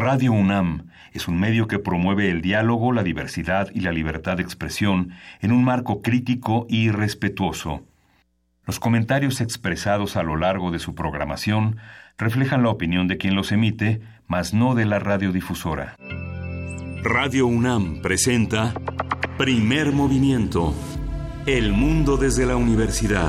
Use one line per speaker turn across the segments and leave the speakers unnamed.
Radio UNAM es un medio que promueve el diálogo, la diversidad y la libertad de expresión en un marco crítico y respetuoso. Los comentarios expresados a lo largo de su programación reflejan la opinión de quien los emite, mas no de la radiodifusora. Radio UNAM presenta Primer Movimiento. El mundo desde la universidad.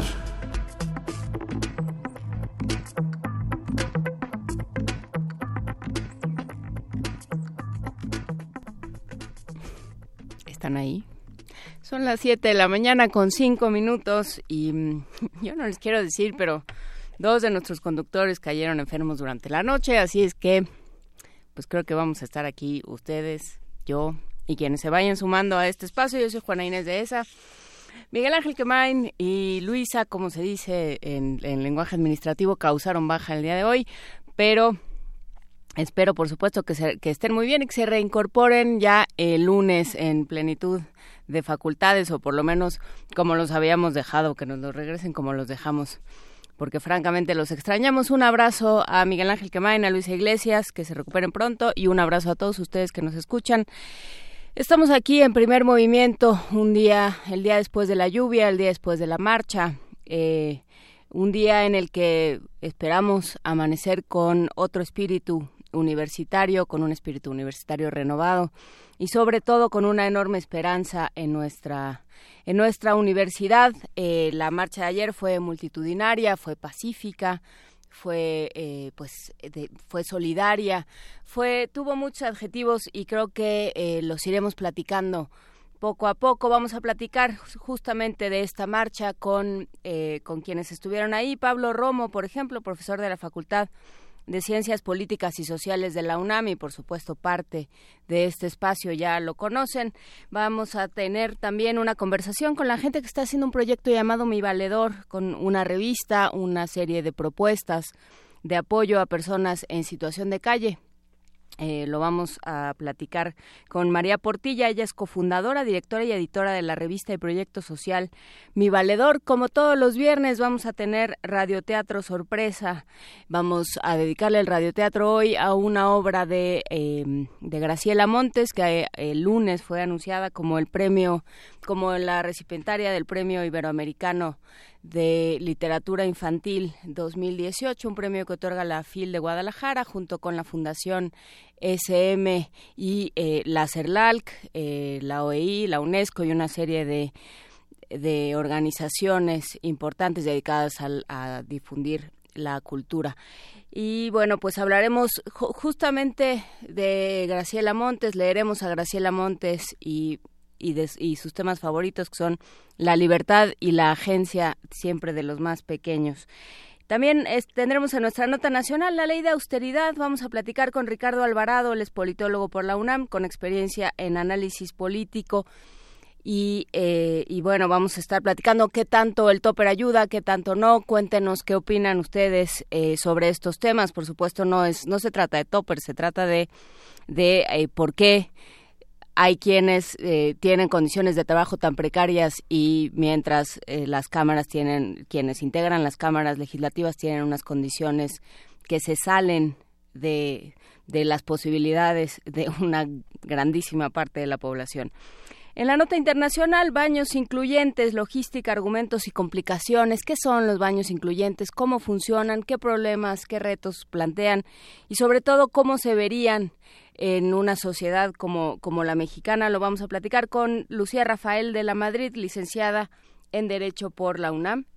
¿Están ahí? Son las 7 de la mañana con 5 minutos y yo no les quiero decir, pero 2 de nuestros conductores cayeron enfermos durante la noche, así es que pues creo que vamos a estar aquí ustedes, yo y quienes se vayan sumando a este espacio. Yo soy Juana Inés de ESA, Miguel Ángel Quemain y Luisa, como se dice en lenguaje administrativo, causaron baja el día de hoy, pero espero, por supuesto, que estén muy bien y que se reincorporen ya el lunes en plenitud de facultades, o por lo menos como los habíamos dejado, que nos los regresen como los dejamos, porque francamente los extrañamos. Un abrazo a Miguel Ángel Quemain, a Luisa Iglesias, que se recuperen pronto, y un abrazo a todos ustedes que nos escuchan. Estamos aquí en Primer Movimiento, el día después de la lluvia, el día después de la marcha, un día en el que esperamos amanecer con otro espíritu universitario, con un espíritu universitario renovado y sobre todo con una enorme esperanza en nuestra universidad. La marcha de ayer fue multitudinaria, fue pacífica, fue solidaria, tuvo muchos adjetivos y creo que los iremos platicando poco a poco. Vamos a platicar justamente de esta marcha con quienes estuvieron ahí. Pablo Romo, por ejemplo, profesor de la Facultad de Ciencias Políticas y Sociales de la UNAM y por supuesto parte de este espacio, ya lo conocen. Vamos a tener también una conversación con la gente que está haciendo un proyecto llamado Mi Valedor, con una revista, una serie de propuestas de apoyo a personas en situación de calle. Lo vamos a platicar con María Portilla. Ella es cofundadora, directora y editora de la revista y proyecto social Mi Valedor. Como todos los viernes vamos a tener radioteatro sorpresa. Vamos a dedicarle el radioteatro hoy a una obra de Graciela Montes, que el lunes fue anunciada como la recipientaria del Premio Iberoamericano de Literatura Infantil 2018, un premio que otorga la FIL de Guadalajara junto con la Fundación SM y la CERLALC, la OEI, la UNESCO y una serie de organizaciones importantes dedicadas a difundir la cultura. Y bueno, pues hablaremos justamente de Graciela Montes, leeremos a Graciela Montes y sus temas favoritos, que son la libertad y la agencia siempre de los más pequeños. También tendremos en nuestra nota nacional la ley de austeridad. Vamos a platicar con Ricardo Alvarado, él es politólogo por la UNAM, con experiencia en análisis político. Y bueno, vamos a estar platicando qué tanto el topper ayuda, qué tanto no. Cuéntenos qué opinan ustedes sobre estos temas. Por supuesto, no se trata de topper, se trata de por qué hay quienes tienen condiciones de trabajo tan precarias y mientras quienes integran las cámaras legislativas tienen unas condiciones que se salen de las posibilidades de una grandísima parte de la población. En la nota internacional, baños incluyentes, logística, argumentos y complicaciones. ¿Qué son los baños incluyentes? ¿Cómo funcionan? ¿Qué problemas, qué retos plantean? Y sobre todo, ¿cómo se verían en una sociedad como la mexicana? Lo vamos a platicar con Lucía Rafael de la Madrid, licenciada en Derecho por la UNAM.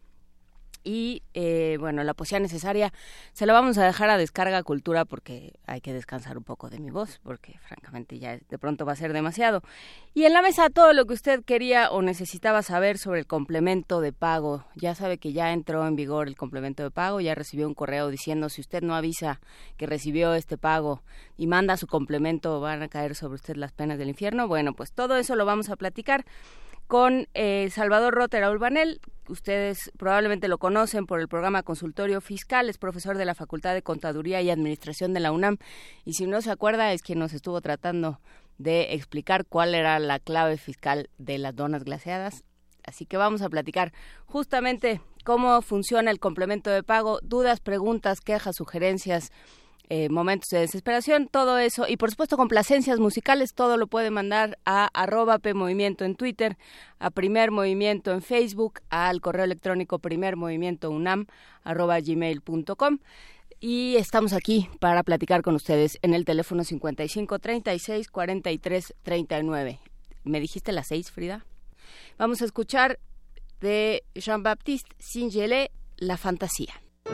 Y bueno, la poesía necesaria se la vamos a dejar a Descarga Cultura porque hay que descansar un poco de mi voz, porque francamente ya de pronto va a ser demasiado. Y en la mesa todo lo que usted quería o necesitaba saber sobre el complemento de pago. Ya sabe que ya entró en vigor el complemento de pago, ya recibió un correo diciendo si usted no avisa que recibió este pago y manda su complemento, van a caer sobre usted las penas del infierno. Bueno, pues todo eso lo vamos a platicar con Salvador Rotera Urbanel. Ustedes probablemente lo conocen por el programa Consultorio Fiscal, es profesor de la Facultad de Contaduría y Administración de la UNAM, y si no se acuerda es quien nos estuvo tratando de explicar cuál era la clave fiscal de las donas glaseadas. Así que vamos a platicar justamente cómo funciona el complemento de pago, dudas, preguntas, quejas, sugerencias, momentos de desesperación, todo eso, y por supuesto complacencias musicales, todo lo puede mandar a @PMovimiento en Twitter, a Primer Movimiento en Facebook, al correo electrónico primermovimientounam@gmail.com. Y estamos aquí para platicar con ustedes en el teléfono 55 36 43 39. ¿Me dijiste las 6, Frida? Vamos a escuchar de Jean-Baptiste Singelé, La Fantasía.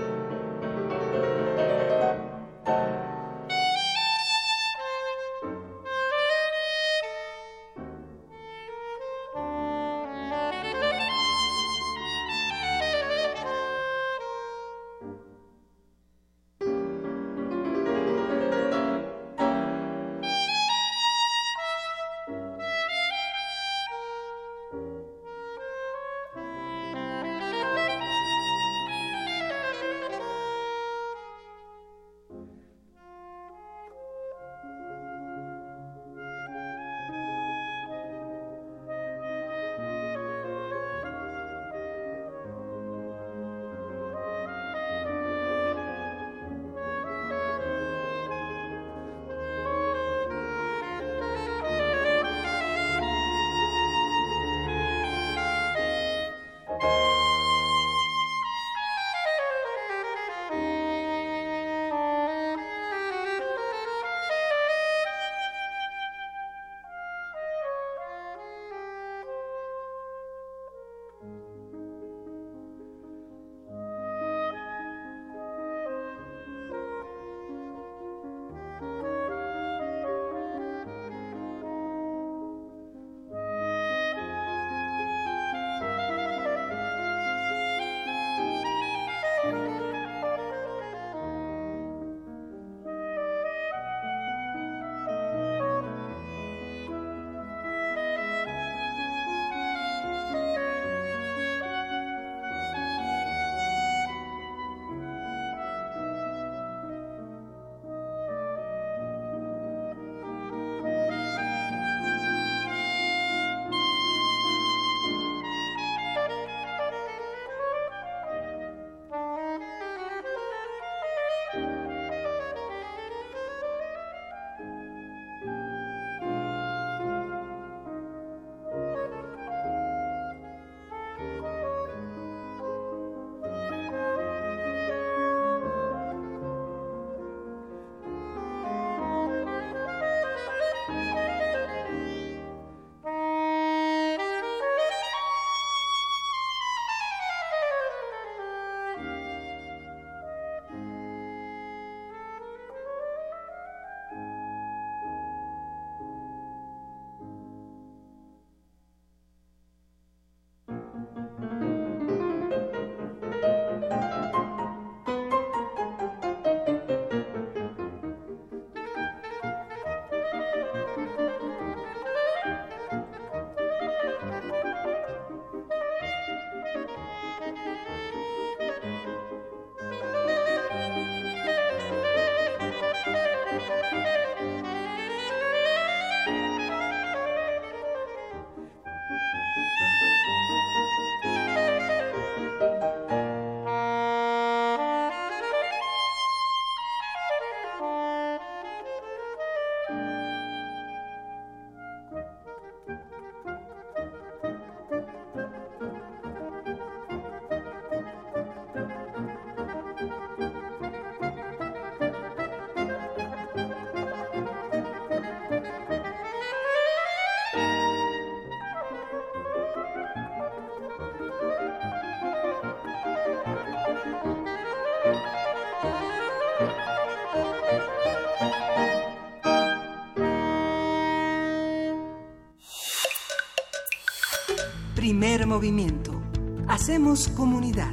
Primer movimiento. Hacemos comunidad.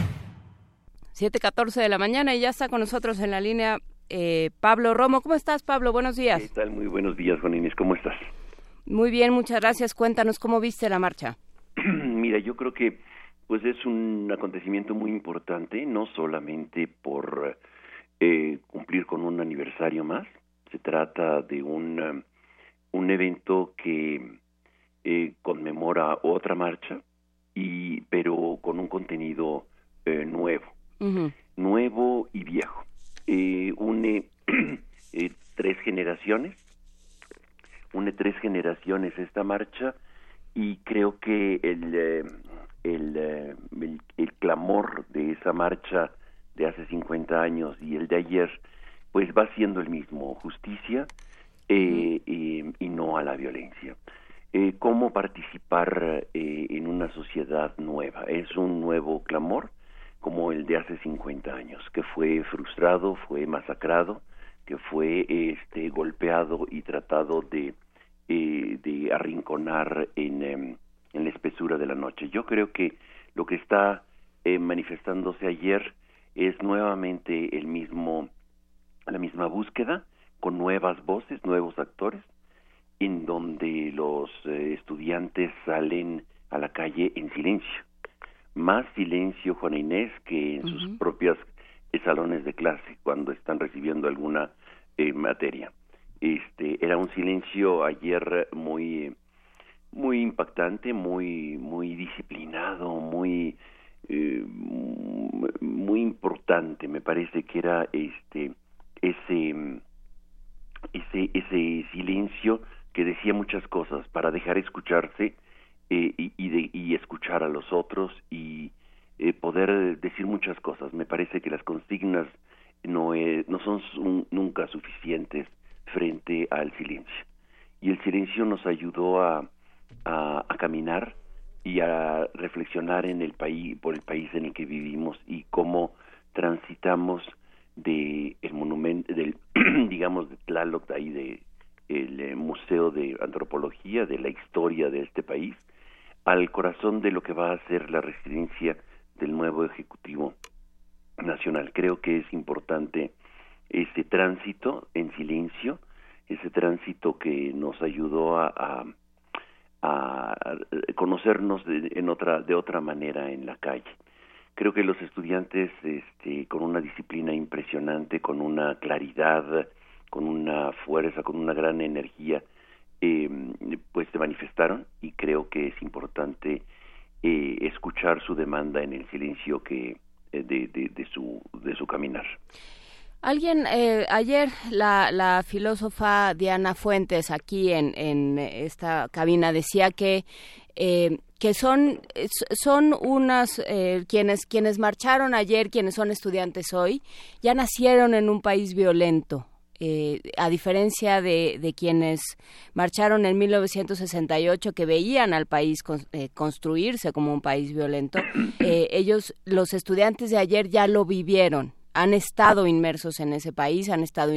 7:14 de la mañana y ya está con nosotros en la línea Pablo Romo. ¿Cómo estás, Pablo? Buenos días.
¿Qué tal? Muy buenos días, Juan Inés. ¿Cómo estás?
Muy bien, muchas gracias. Cuéntanos cómo viste la marcha.
Mira, yo creo que pues es un acontecimiento muy importante, no solamente por cumplir con un aniversario más. Se trata de un evento que conmemora otra marcha, pero con un contenido nuevo, nuevo y viejo. Une 3 generaciones, une 3 generaciones esta marcha, y creo que el clamor de esa marcha de hace 50 años y el de ayer, pues va siendo el mismo: justicia y no a la violencia. ¿Cómo participar en una sociedad nueva? Es un nuevo clamor, como el de hace 50 años, que fue frustrado, fue masacrado, que fue golpeado y tratado de arrinconar en la espesura de la noche. Yo creo que lo que está manifestándose ayer es nuevamente la misma búsqueda, con nuevas voces, nuevos actores, en donde los estudiantes salen a la calle en silencio. Más silencio, Juana Inés, que en sus propios salones de clase, cuando están recibiendo alguna materia. Era un silencio ayer muy impactante, muy disciplinado, muy importante. Me parece que era ese silencio que decía muchas cosas para dejar escucharse y escuchar a los otros y poder decir muchas cosas. Me parece que las consignas no son nunca suficientes frente al silencio, y el silencio nos ayudó a caminar y a reflexionar por el país en el que vivimos, y cómo transitamos de el monumento digamos de Tlaloc, ahí el Museo de Antropología de la historia de este país, al corazón de lo que va a ser la residencia del nuevo Ejecutivo Nacional. Creo que es importante ese tránsito en silencio, ese tránsito que nos ayudó a conocernos de otra manera en la calle. Creo que los estudiantes con una disciplina impresionante, con una claridad, con una fuerza, con una gran energía, pues se manifestaron, y creo que es importante escuchar su demanda en el silencio de su caminar.
Ayer la filósofa Diana Fuentes, aquí en esta cabina, decía que son unas quienes marcharon ayer, quienes son estudiantes hoy, ya nacieron en un país violento. A diferencia de quienes marcharon en 1968, que veían al país construirse como un país violento, los estudiantes de ayer ya lo vivieron. Han estado inmersos en ese país,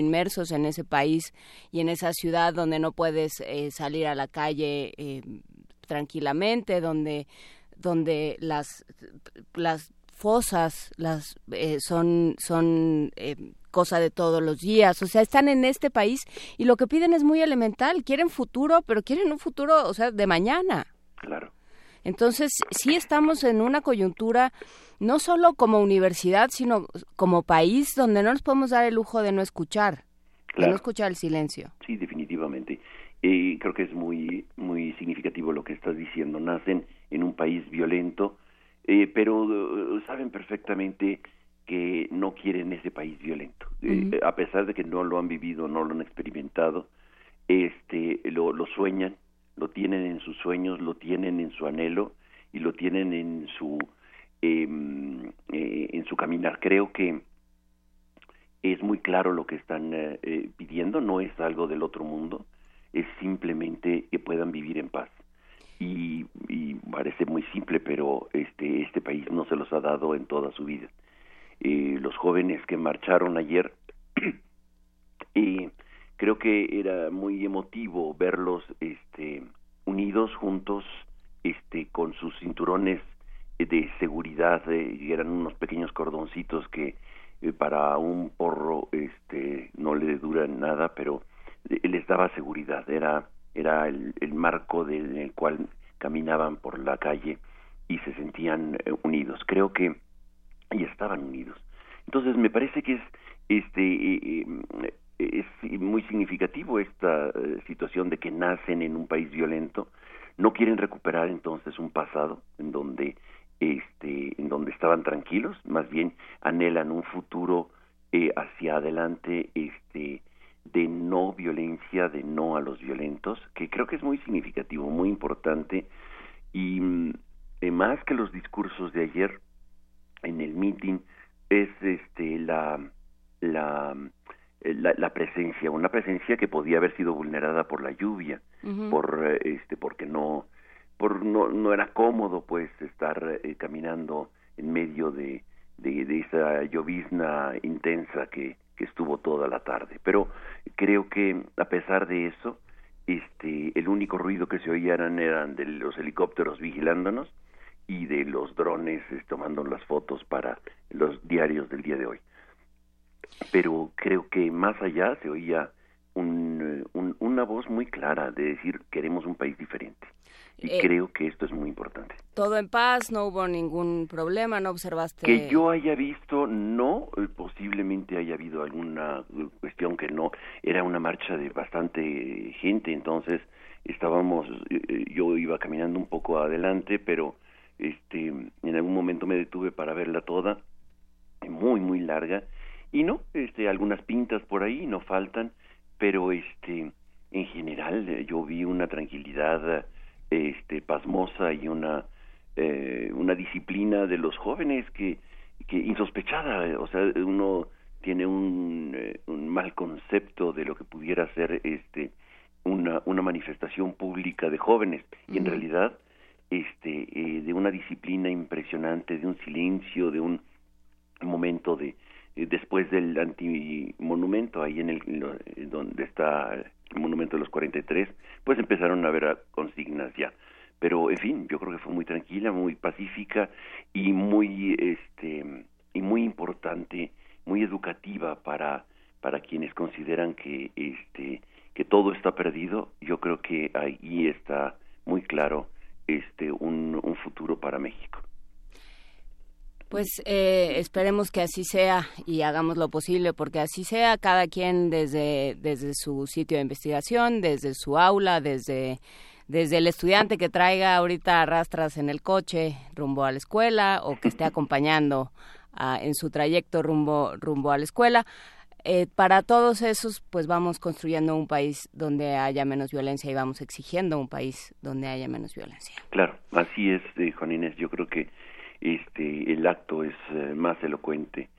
y en esa ciudad donde no puedes salir a la calle tranquilamente, donde las fosas son cosa de todos los días. O sea, están en este país y lo que piden es muy elemental. Quieren futuro, pero quieren un futuro, o sea, de mañana.
Claro.
Entonces, sí estamos en una coyuntura, no solo como universidad, sino como país, donde no nos podemos dar el lujo de no escuchar, claro, de no escuchar el silencio.
Sí, definitivamente. Creo que es muy significativo lo que estás diciendo. Nacen en un país violento, pero saben perfectamente que no quieren ese país violento. A pesar de que no lo han vivido, no lo han experimentado, lo sueñan, lo tienen en sus sueños, lo tienen en su anhelo y lo tienen en su caminar. Creo que es muy claro lo que están pidiendo, no es algo del otro mundo, es simplemente que puedan vivir en paz. Y parece muy simple, pero este país no se los ha dado en toda su vida. Los jóvenes que marcharon ayer, creo que era muy emotivo verlos unidos, juntos, con sus cinturones de seguridad, y eran unos pequeños cordoncitos que para un porro no le duran nada, pero les daba seguridad. Era el marco en el cual caminaban por la calle y se sentían unidos. Creo que y estaban unidos. Entonces me parece que es muy significativo esta situación de que nacen en un país violento. No quieren recuperar entonces un pasado en donde estaban tranquilos, más bien anhelan un futuro hacia adelante de no violencia, de no a los violentos, que creo que es muy significativo, muy importante, y más que los discursos de ayer en el meeting es la presencia, una presencia que podía haber sido vulnerada por la lluvia, uh-huh. Porque no era cómodo pues estar caminando en medio de esa llovizna intensa que estuvo toda la tarde. Pero creo que a pesar de eso, el único ruido que se oía eran de los helicópteros vigilándonos y de los drones tomando las fotos para los diarios del día de hoy. Pero creo que más allá se oía una voz muy clara de decir queremos un país diferente. Y creo que esto es muy importante.
¿Todo en paz? ¿No hubo ningún problema? ¿No observaste?
Que yo haya visto, no. Posiblemente haya habido alguna cuestión que no. Era una marcha de bastante gente, entonces yo iba caminando un poco adelante, pero en algún momento me detuve para verla toda, muy, muy larga. Y no, algunas pintas por ahí no faltan, pero en general yo vi una tranquilidad pasmosa y una disciplina de los jóvenes que insospechada. O sea, uno tiene un mal concepto de lo que pudiera ser una manifestación pública de jóvenes, y en realidad de una disciplina impresionante, de un silencio, de un momento después del antimonumento, ahí donde está el monumento de los 43, pues empezaron a haber consignas ya. Pero, en fin, yo creo que fue muy tranquila, muy pacífica y muy importante, muy educativa para quienes consideran que todo está perdido. Yo creo que ahí está muy claro un futuro para México.
Pues esperemos que así sea y hagamos lo posible porque así sea, cada quien desde su sitio de investigación, desde su aula, desde el estudiante que traiga ahorita rastras en el coche rumbo a la escuela o que esté acompañando en su trayecto rumbo a la escuela. Para todos esos, pues vamos construyendo un país donde haya menos violencia y vamos exigiendo un país donde haya menos violencia.
Claro, así es, Juan Inés. Yo creo que el acto es más elocuente,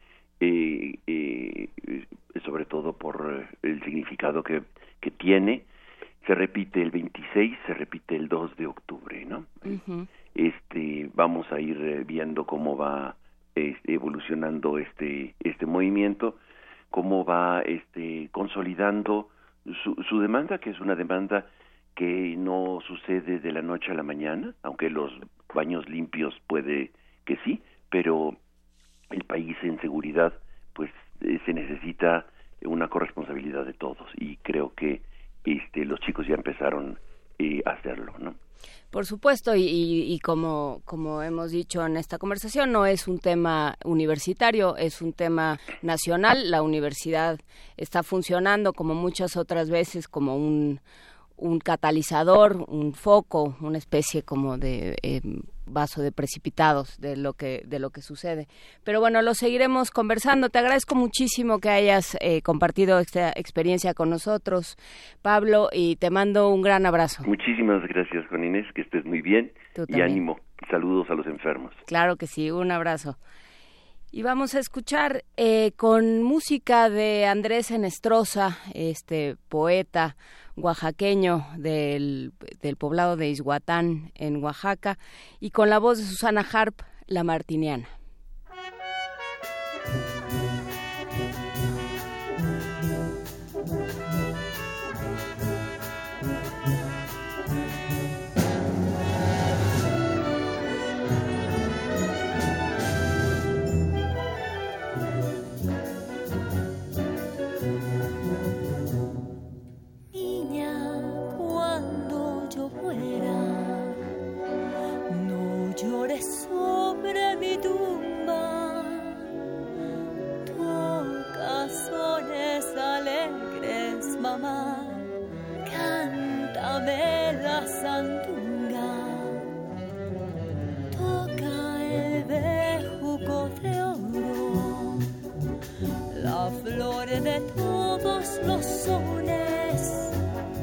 sobre todo por el significado que tiene. Se repite el 26, se repite el 2 de octubre, ¿no? Uh-huh. Vamos a ir viendo cómo va evolucionando este movimiento, cómo va consolidando su demanda, que es una demanda que no sucede de la noche a la mañana, aunque los baños limpios puede que sí, pero el país en seguridad, pues se necesita una corresponsabilidad de todos, y creo que los chicos ya empezaron a hacerlo, ¿no?
Por supuesto, y como hemos dicho en esta conversación, no es un tema universitario, es un tema nacional. La universidad está funcionando como muchas otras veces como un catalizador, un foco, una especie como de vaso de precipitados de lo que sucede. Pero bueno, lo seguiremos conversando. Te agradezco muchísimo que hayas compartido esta experiencia con nosotros, Pablo, y te mando un gran abrazo.
Muchísimas gracias, Juan Inés, que estés muy bien. Y ánimo. Saludos a los enfermos.
Claro que sí, un abrazo. Y vamos a escuchar con música de Andrés Enestrosa, poeta oaxaqueño del poblado de Izhuatán, en Oaxaca, y con la voz de Susana Harp, La Martiniana.
Sobre mi tumba, toca sones alegres, mamá, cántame la sandunga, toca el bejuco de oro, la de todos los sones.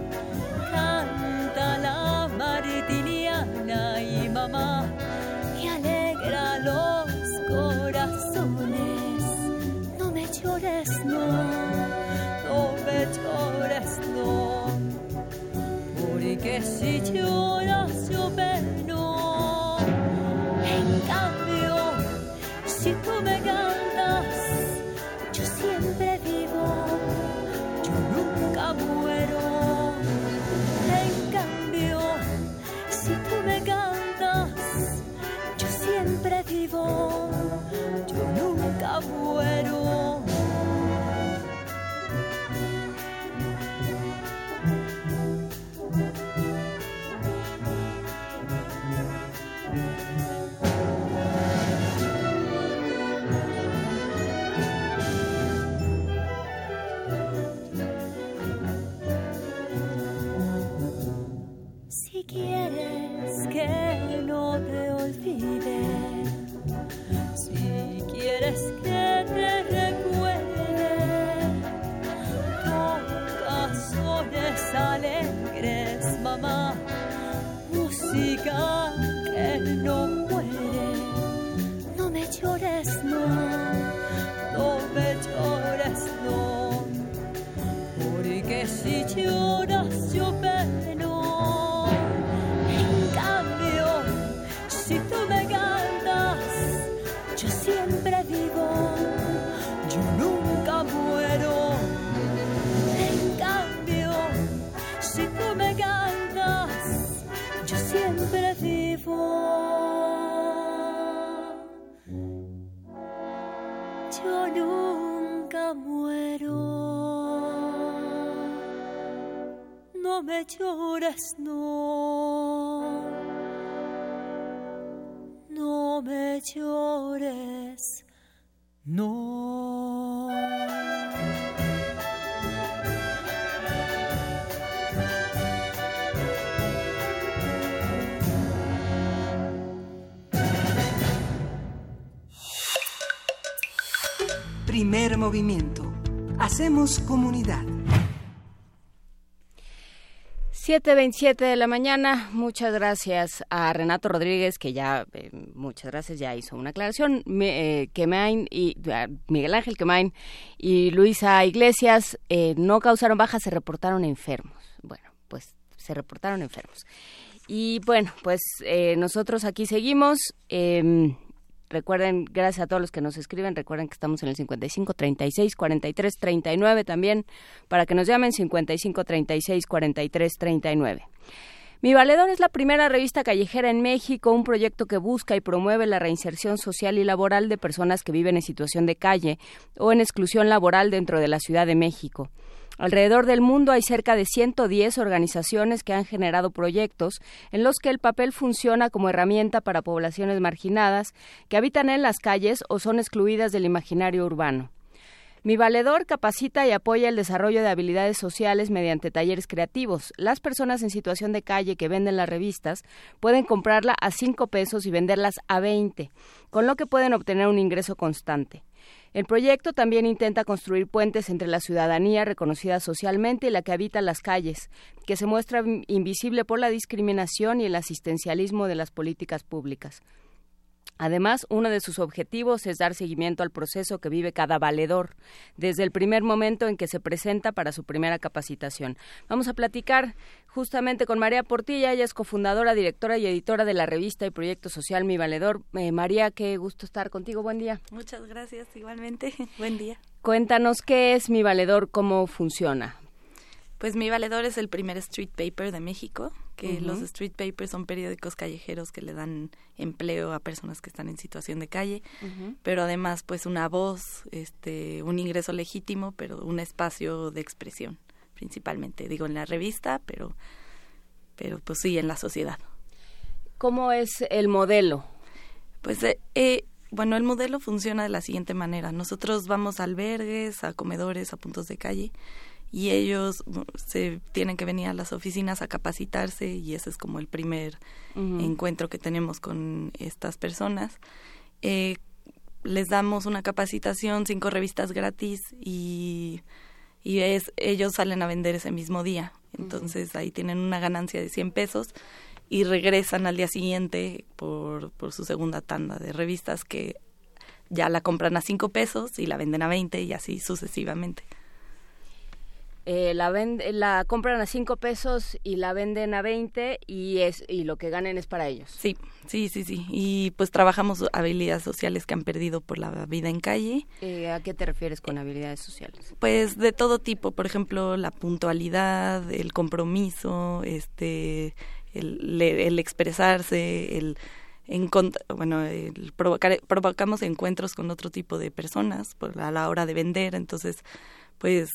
Canta la martiniana y mamá, que alegra los corazones. No me llores, no, no me llores, no, porque si lloras yo peno. En cambio, si tú me cantas, yo siempre vivo, yo nunca muero. En cambio, si tú me cantas, yo siempre vivo, yo nunca muero. Si quieres que no te olvide, si quieres que te recuerde, toca sones alegres, mamá, música que no muere. No me llores, no, no me llores, no, porque si lloras yo peno. En cambio, si tú me cantas, yo siempre vivo, yo nunca muero. En cambio, si tú me cantas, yo siempre vivo, yo nunca muero. No me llores, no, no me llores, no.
Primer movimiento. Hacemos comunidad.
7:27 de la mañana. Muchas gracias a Renato Rodríguez, que ya, muchas gracias, ya hizo una aclaración. Quemain y Miguel Ángel Quemain y Luisa Iglesias no causaron bajas, se reportaron enfermos. Bueno, pues se reportaron enfermos. Y bueno, pues nosotros aquí seguimos. Recuerden, gracias a todos los que nos escriben, recuerden que estamos en el 55 36 43 39 también, para que nos llamen 55 36 43 39. Mi Valedor es la primera revista callejera en México, un proyecto que busca y promueve la reinserción social y laboral de personas que viven en situación de calle o en exclusión laboral dentro de la Ciudad de México. Alrededor del mundo hay cerca de 110 organizaciones que han generado proyectos en los que el papel funciona como herramienta para poblaciones marginadas que habitan en las calles o son excluidas del imaginario urbano. Mi Valedor capacita y apoya el desarrollo de habilidades sociales mediante talleres creativos. Las personas en situación de calle que venden las revistas pueden comprarla a 5 pesos y venderlas a 20, con lo que pueden obtener un ingreso constante. El proyecto también intenta construir puentes entre la ciudadanía reconocida socialmente y la que habita las calles, que se muestra invisible por la discriminación y el asistencialismo de las políticas públicas. Además, uno de sus objetivos es dar seguimiento al proceso que vive cada valedor, desde el primer momento en que se presenta para su primera capacitación. Vamos a platicar justamente con María Portilla, ella es cofundadora, directora y editora de la revista y proyecto social Mi Valedor. María, qué gusto estar contigo, buen día.
Muchas gracias, igualmente, buen día.
Cuéntanos qué es Mi Valedor, cómo funciona.
Pues Mi Valedor es el primer street paper de México, que los street papers son periódicos callejeros que le dan empleo a personas que están en situación de calle, pero además pues una voz, un ingreso legítimo, pero un espacio de expresión, principalmente, digo en la revista, pero pues sí, en la sociedad.
¿Cómo es el modelo?
Pues bueno, el modelo funciona de la siguiente manera. Nosotros vamos a albergues, a comedores, a puntos de calle, y ellos se tienen que venir a las oficinas a capacitarse, y ese es como el primer encuentro que tenemos con estas personas. Les damos una capacitación, 5 revistas gratis, y y ellos salen a vender ese mismo día. Entonces ahí tienen una ganancia de 100 pesos y regresan al día siguiente por su segunda tanda de revistas, que ya la compran a 5 pesos y la venden a 20 y así sucesivamente.
La compran a 5 pesos y la venden a 20 y lo que ganen es para ellos.
Sí. Y pues trabajamos habilidades sociales que han perdido por la vida en calle.
¿A qué te refieres con habilidades sociales?
Pues de todo tipo, por ejemplo, la puntualidad, el compromiso, el expresarse, provocamos encuentros con otro tipo de personas a la hora de vender. Entonces, pues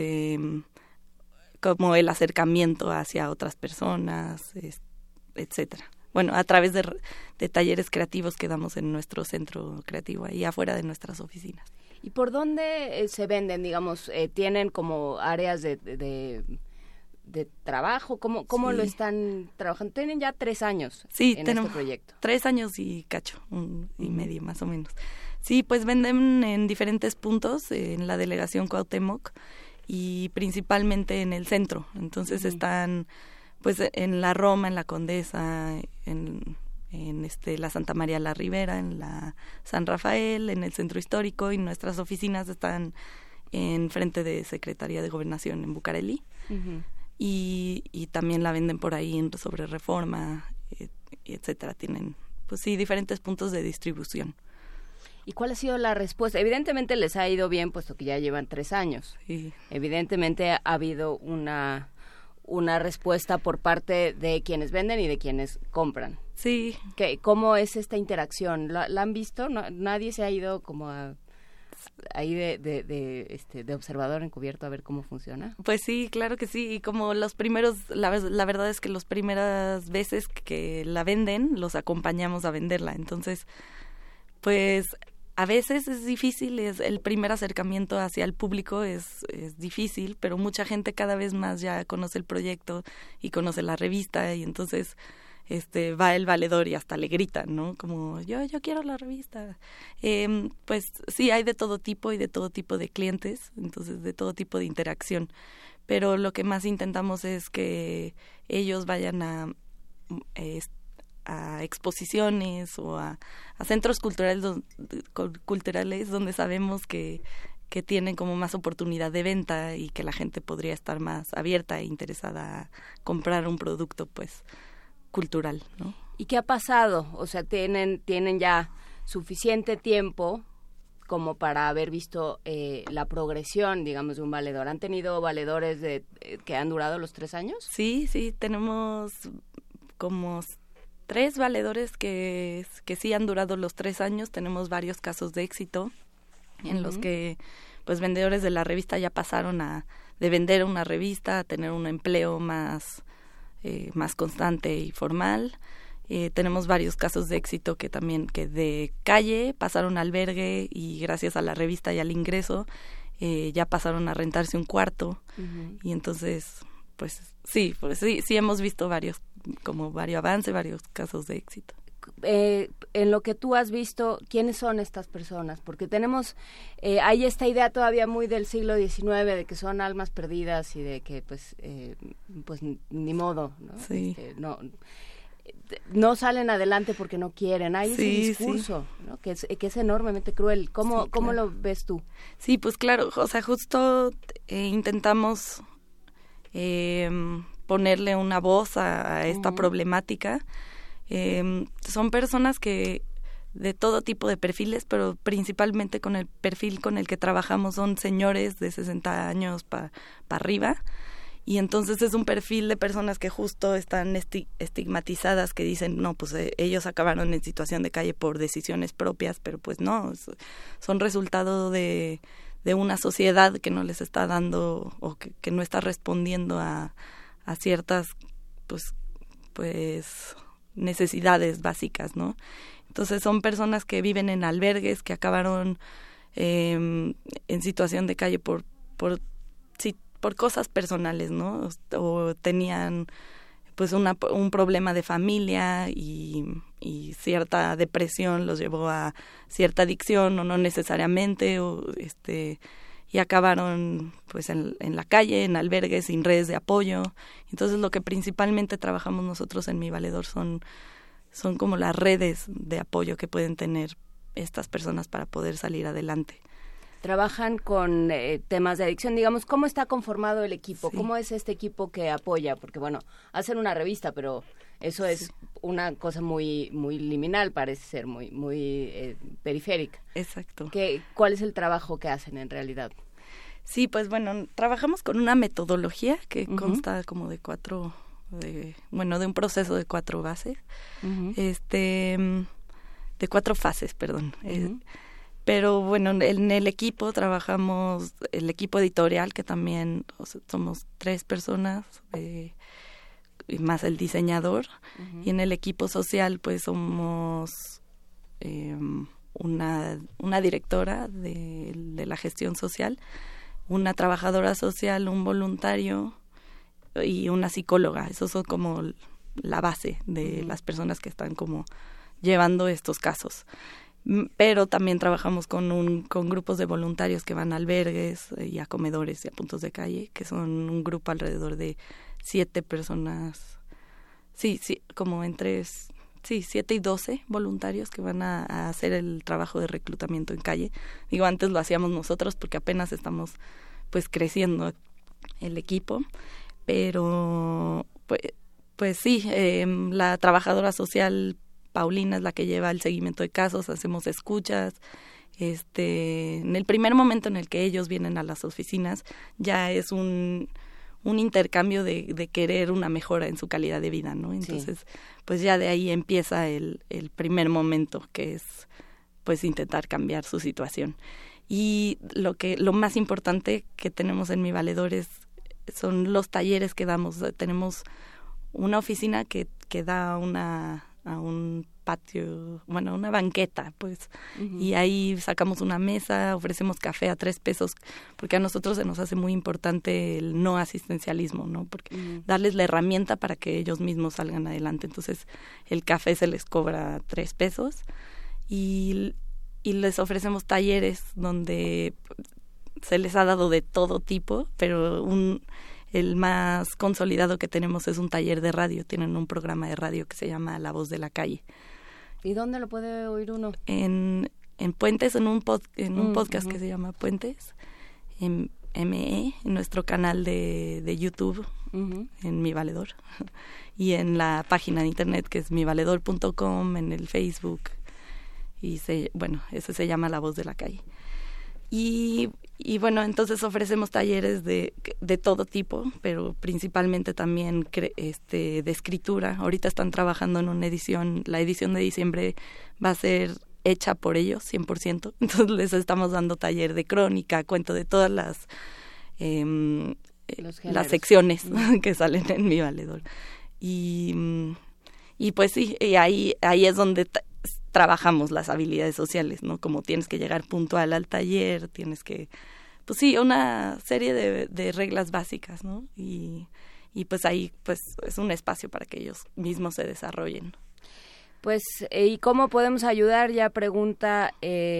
como el acercamiento hacia otras personas, etcétera. Bueno, a través de talleres creativos que damos en nuestro centro creativo, ahí afuera de nuestras oficinas.
¿Y por dónde se venden, digamos? ¿Tienen como áreas de trabajo? ¿Cómo lo están trabajando? Tienen ya 3 años en este proyecto.
3 años y cacho, y medio más o menos. Sí, pues venden en diferentes puntos, en la delegación Cuauhtémoc y principalmente en el centro. Entonces están pues en la Roma, en la Condesa, en la Santa María la Ribera, en la San Rafael, en el centro histórico, y nuestras oficinas están en frente de Secretaría de Gobernación en Bucareli. Y también la venden por ahí sobre Reforma, etcétera. Tienen, pues sí, diferentes puntos de distribución.
¿Y cuál ha sido la respuesta? Evidentemente les ha ido bien, puesto que ya llevan 3 años.
Sí.
Evidentemente ha habido una respuesta por parte de quienes venden y de quienes compran.
Sí.
¿Cómo es esta interacción? ¿La han visto? ¿Nadie se ha ido como ahí de observador encubierto a ver cómo funciona?
Pues sí, claro que sí. Y como los primeros, la verdad es que las primeras veces que la venden, los acompañamos a venderla. Entonces, pues a veces es difícil, el primer acercamiento hacia el público es difícil, pero mucha gente cada vez más ya conoce el proyecto y conoce la revista, y entonces va el valedor y hasta le gritan, ¿no? Como, yo quiero la revista. Pues sí, hay de todo tipo y de todo tipo de clientes, entonces de todo tipo de interacción, pero lo que más intentamos es que ellos vayan a exposiciones o a centros culturales donde sabemos que tienen como más oportunidad de venta y que la gente podría estar más abierta e interesada a comprar un producto pues cultural, ¿no?
¿Y qué ha pasado? O sea, tienen ya suficiente tiempo como para haber visto la progresión, digamos, de un valedor. ¿Han tenido valedores que han durado los 3 años?
Sí, tenemos como 3 valedores que sí han durado los 3 años. Tenemos varios casos de éxito en los que pues vendedores de la revista ya pasaron de vender una revista a tener un empleo más constante y formal. Tenemos varios casos de éxito que de calle pasaron al albergue, y gracias a la revista y al ingreso ya pasaron a rentarse un cuarto. Y entonces pues sí hemos visto varios avances, varios casos de éxito.
En lo que tú has visto, ¿quiénes son estas personas? Porque hay esta idea todavía muy del siglo XIX de que son almas perdidas y de que pues ni modo, ¿no?
Sí.
No salen adelante porque no quieren. Hay ese discurso, ¿no? que es enormemente cruel. ¿Cómo lo ves tú?
Sí, pues claro, o sea, justo intentamos ponerle una voz a esta problemática. Son personas que de todo tipo de perfiles, pero principalmente con el perfil con el que trabajamos son señores de 60 años para arriba, y entonces es un perfil de personas que justo están estigmatizadas, que dicen, no, pues ellos acabaron en situación de calle por decisiones propias, pero pues no, son resultado de una sociedad que no les está dando o que no está respondiendo a ciertas pues necesidades básicas, ¿no? Entonces son personas que viven en albergues, que acabaron en situación de calle por cosas personales, ¿no? O tenían pues un problema de familia y cierta depresión los llevó a cierta adicción, o no necesariamente, y acabaron pues en la calle, en albergues, sin redes de apoyo. Entonces lo que principalmente trabajamos nosotros en Mi Valedor son como las redes de apoyo que pueden tener estas personas para poder salir adelante.
Trabajan con temas de adicción, digamos, ¿cómo está conformado el equipo?
Sí.
¿Cómo es este equipo que apoya? Porque bueno, hacen una revista, pero eso es una cosa muy muy liminal, parece ser muy periférica.
Exacto.
¿Cuál es el trabajo que hacen en realidad?
Sí, pues bueno, trabajamos con una metodología que consta como de un proceso de 4 bases, de 4 fases, perdón. Pero bueno, en el equipo trabajamos, el equipo editorial, que también somos 3 personas, más el diseñador, y en el equipo social pues somos una directora de la gestión social, una trabajadora social, un voluntario y una psicóloga. Esos son como la base de las personas que están como llevando estos casos. Pero también trabajamos con grupos de voluntarios que van a albergues y a comedores y a puntos de calle, que son un grupo alrededor de 7 personas, como entre 7 y 12 voluntarios que van a hacer el trabajo de reclutamiento en calle. Digo, antes lo hacíamos nosotros porque apenas estamos pues creciendo el equipo, pero pues sí, la trabajadora social Paulina es la que lleva el seguimiento de casos, hacemos escuchas. En el primer momento en el que ellos vienen a las oficinas, ya es un intercambio de querer una mejora en su calidad de vida, ¿no? Entonces, pues ya de ahí empieza el primer momento, que es pues intentar cambiar su situación. Y lo más importante que tenemos en Mi Valedor son los talleres que damos. Tenemos una oficina que da a un patio, bueno, una banqueta, pues, y ahí sacamos una mesa, ofrecemos café a 3 pesos, porque a nosotros se nos hace muy importante el no asistencialismo, ¿no? Porque darles la herramienta para que ellos mismos salgan adelante. Entonces, el café se les cobra 3 pesos y les ofrecemos talleres donde se les ha dado de todo tipo, pero el más consolidado que tenemos es un taller de radio. Tienen un programa de radio que se llama La Voz de la Calle.
¿Y dónde lo puede oír uno?
En Puentes, en un podcast que se llama Puentes, en ME, en nuestro canal de YouTube, en Mi Valedor, y en la página de internet que es mivaledor.com, en el Facebook, y ese se llama La Voz de la Calle. Y bueno, entonces ofrecemos talleres de todo tipo, pero principalmente también de escritura. Ahorita están trabajando en una edición, la edición de diciembre va a ser hecha por ellos, 100%. Entonces les estamos dando taller de crónica, cuento de todas las secciones que salen en Mi Valedor. Y pues sí, y ahí es donde trabajamos las habilidades sociales, ¿no? Como tienes que llegar puntual al taller, tienes que, pues sí, una serie de reglas básicas, ¿no? Y pues ahí pues es un espacio para que ellos mismos se desarrollen.
Pues, ¿y cómo podemos ayudar? Ya pregunta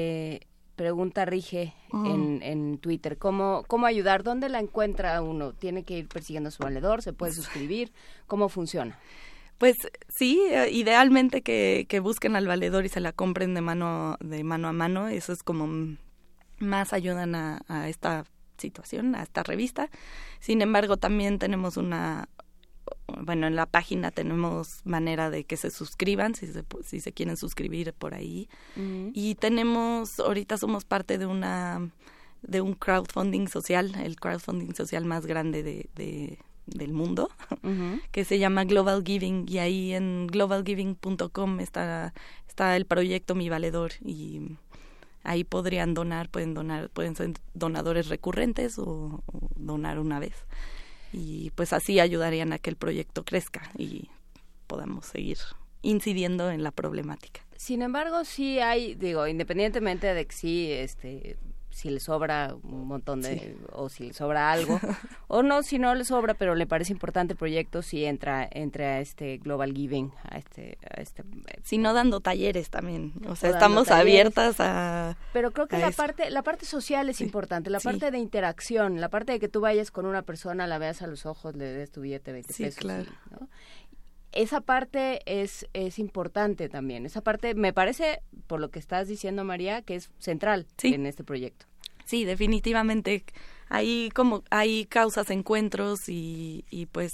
Rige en Twitter. ¿Cómo ayudar? ¿Dónde la encuentra uno? ¿Tiene que ir persiguiendo a su valedor? ¿Se puede suscribir? ¿Cómo funciona?
Pues sí, idealmente que busquen al valedor y se la compren de mano a mano. Eso es como más ayudan a esta situación, a esta revista. Sin embargo, también tenemos en la página tenemos manera de que se suscriban, si se quieren suscribir por ahí. Y ahorita somos parte de un crowdfunding social, el crowdfunding social más grande del mundo, que se llama Global Giving, y ahí en globalgiving.com está el proyecto Mi Valedor, y ahí pueden ser donadores recurrentes o donar una vez, y pues así ayudarían a que el proyecto crezca y podamos seguir incidiendo en la problemática.
Sin embargo, sí hay, independientemente de que sí si le sobra un montón de, o si le sobra algo, o no, si no le sobra, pero le parece importante el proyecto, si entra a este Global Giving, a este
si no dando talleres también, o sea, estamos abiertas a...
Pero creo que la parte social es importante, la parte de interacción, la parte de que tú vayas con una persona, la veas a los ojos, le des tu billete de 20 pesos.
Claro.
¿No? Esa parte es importante también. Esa parte me parece, por lo que estás diciendo, María, que es central en este proyecto.
Sí, definitivamente. Hay causas, encuentros y pues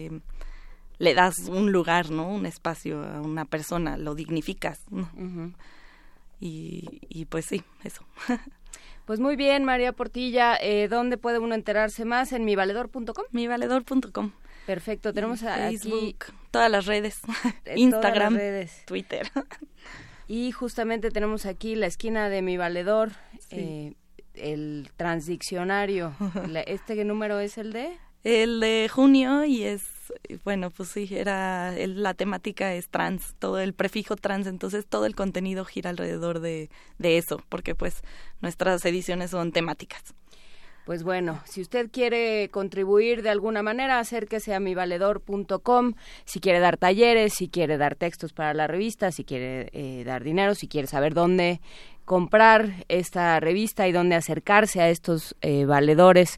le das un lugar, ¿no? Un espacio a una persona, lo dignificas, ¿no? Uh-huh. Y pues sí, eso.
Pues muy bien, María Portilla. ¿Dónde puede uno enterarse más? En mivaledor.com.
Mivaledor.com.
Perfecto, tenemos
Facebook, aquí todas las redes,
todas
Instagram,
las redes.
Twitter.
Y justamente tenemos aquí la esquina de Mi Valedor, el transdiccionario. ¿Este número es el de?
El de junio y es, bueno, pues sí, la temática es trans, todo el prefijo trans, entonces todo el contenido gira alrededor de eso, porque pues nuestras ediciones son temáticas.
Pues bueno, si usted quiere contribuir de alguna manera, acérquese a mivaledor.com, si quiere dar talleres, si quiere dar textos para la revista, si quiere dar dinero, si quiere saber dónde comprar esta revista y dónde acercarse a estos valedores,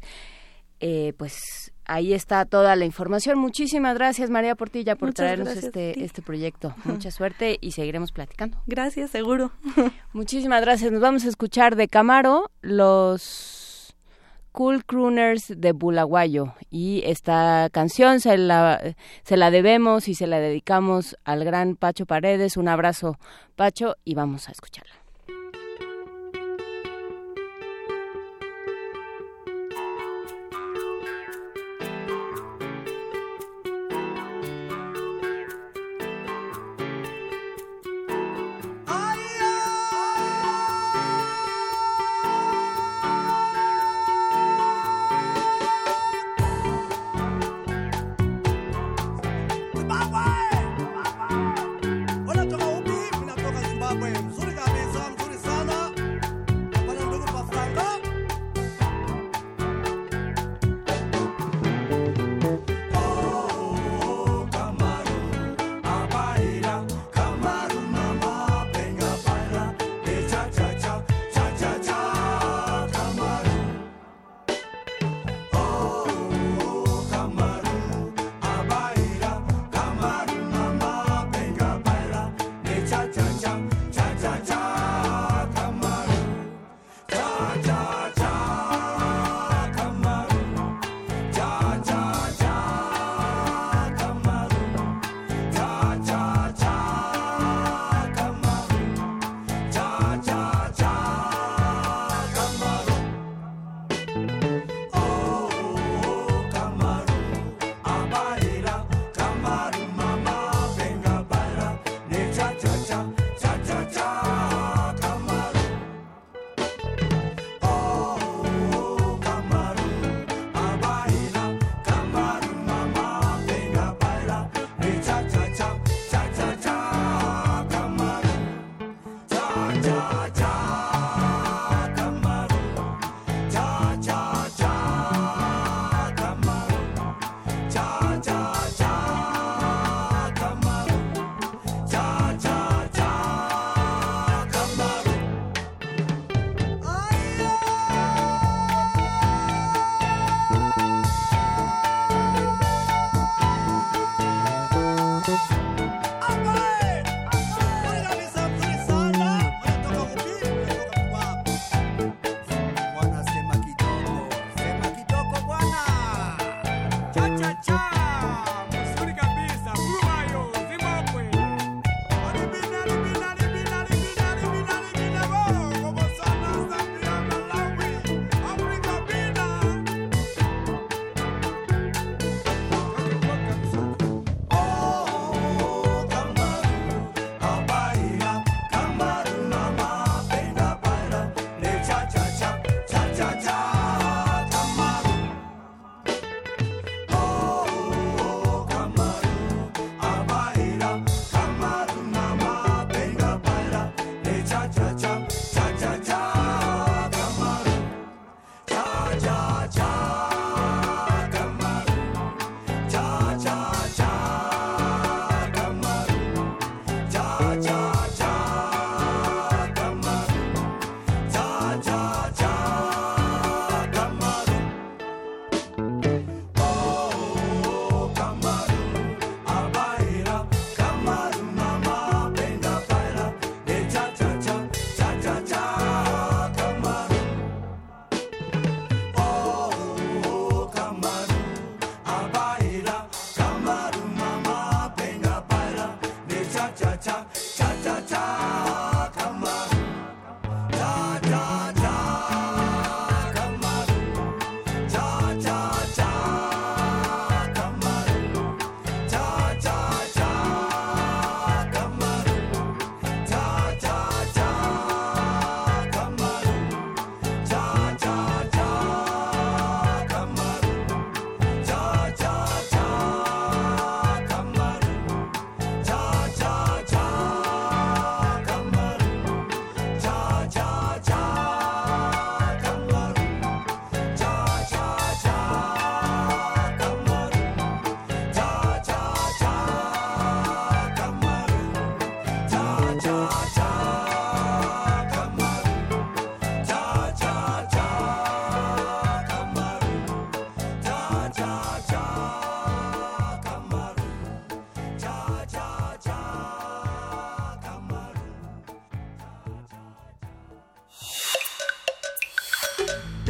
pues ahí está toda la información. Muchísimas gracias, María Portilla, por traernos este proyecto. Mucha suerte y seguiremos platicando.
Gracias, seguro.
Muchísimas gracias. Nos vamos a escuchar de Camaro, los Cool Crooners de Bulaguayo, y esta canción se la debemos y se la dedicamos al gran Pacho Paredes. Un abrazo, Pacho, y vamos a escucharla.
Hola, toca upi, me la toca Zimbabue, suri kabisa.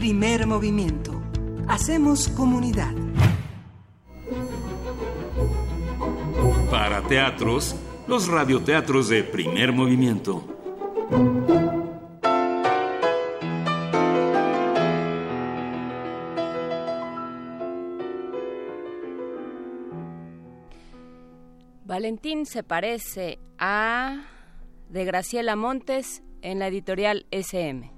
Primer movimiento. Hacemos comunidad.
Para teatros, los radioteatros de Primer Movimiento.
Valentín se parece a... de Graciela Montes en la editorial SM.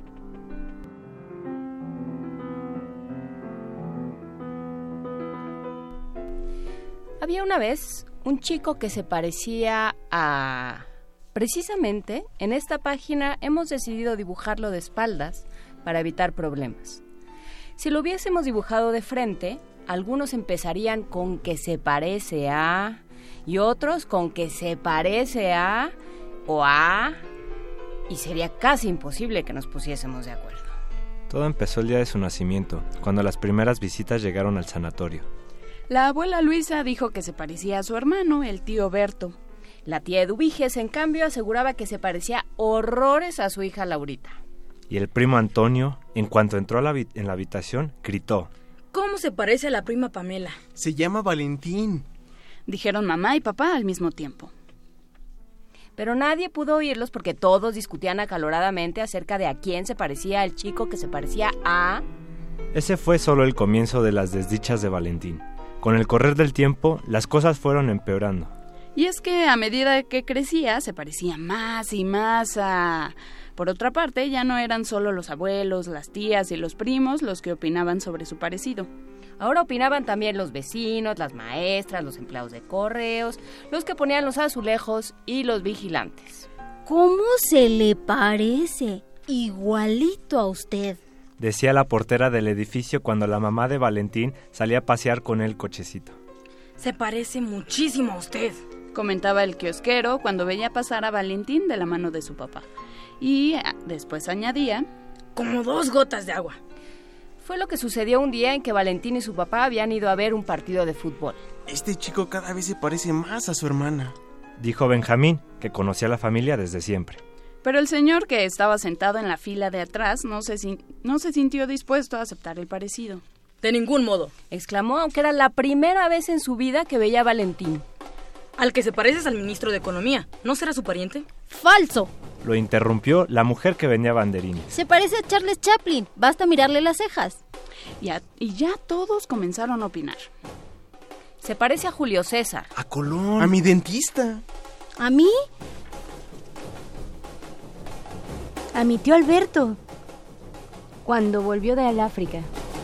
Había una vez un chico que se parecía a... Precisamente, en esta página hemos decidido dibujarlo de espaldas para evitar problemas. Si lo hubiésemos dibujado de frente, algunos empezarían con que se parece a... y otros con que se parece a... o a... y sería casi imposible que nos pusiésemos de acuerdo.
Todo empezó el día de su nacimiento, cuando las primeras visitas llegaron al sanatorio.
La abuela Luisa dijo que se parecía a su hermano, el tío Berto.
La tía Eduviges, en cambio, aseguraba que se parecía horrores a su hija Laurita.
Y el primo Antonio, en cuanto entró en la habitación, gritó:
¿Cómo se parece a la prima Pamela?
Se llama Valentín,
dijeron mamá y papá al mismo tiempo.
Pero nadie pudo oírlos porque todos discutían acaloradamente acerca de a quién se parecía el chico que se parecía a...
Ese fue solo el comienzo de las desdichas de Valentín. Con el correr del tiempo, las cosas fueron empeorando.
Y es que a medida que crecía, se parecía más y más a... Por otra parte, ya no eran solo los abuelos, las tías y los primos los que opinaban sobre su parecido.
Ahora opinaban también los vecinos, las maestras, los empleados de correos, los que ponían los azulejos y los vigilantes.
¿Cómo se le parece? Igualito a usted,
decía la portera del edificio cuando la mamá de Valentín salía a pasear con el cochecito.
Se parece muchísimo a usted,
comentaba el kiosquero cuando veía pasar a Valentín de la mano de su papá. Y después añadía:
como 2 gotas de agua.
Fue lo que sucedió un día en que Valentín y su papá habían ido a ver un partido de fútbol.
Este chico cada vez se parece más a su hermana,
dijo Benjamín, que conocía a la familia desde siempre.
Pero el señor, que estaba sentado en la fila de atrás, no se sintió dispuesto a aceptar el parecido.
De ningún modo,
exclamó, aunque era la primera vez en su vida que veía a Valentín.
Al que se parece es al ministro de Economía. ¿No será su pariente?
¡Falso!
Lo interrumpió la mujer que vendía banderines.
Se parece a Charles Chaplin, basta mirarle las cejas.
Y ya todos comenzaron a opinar.
Se parece a Julio César.
A Colón. A mi dentista.
¿A mí? A mi tío Alberto,
cuando volvió del África.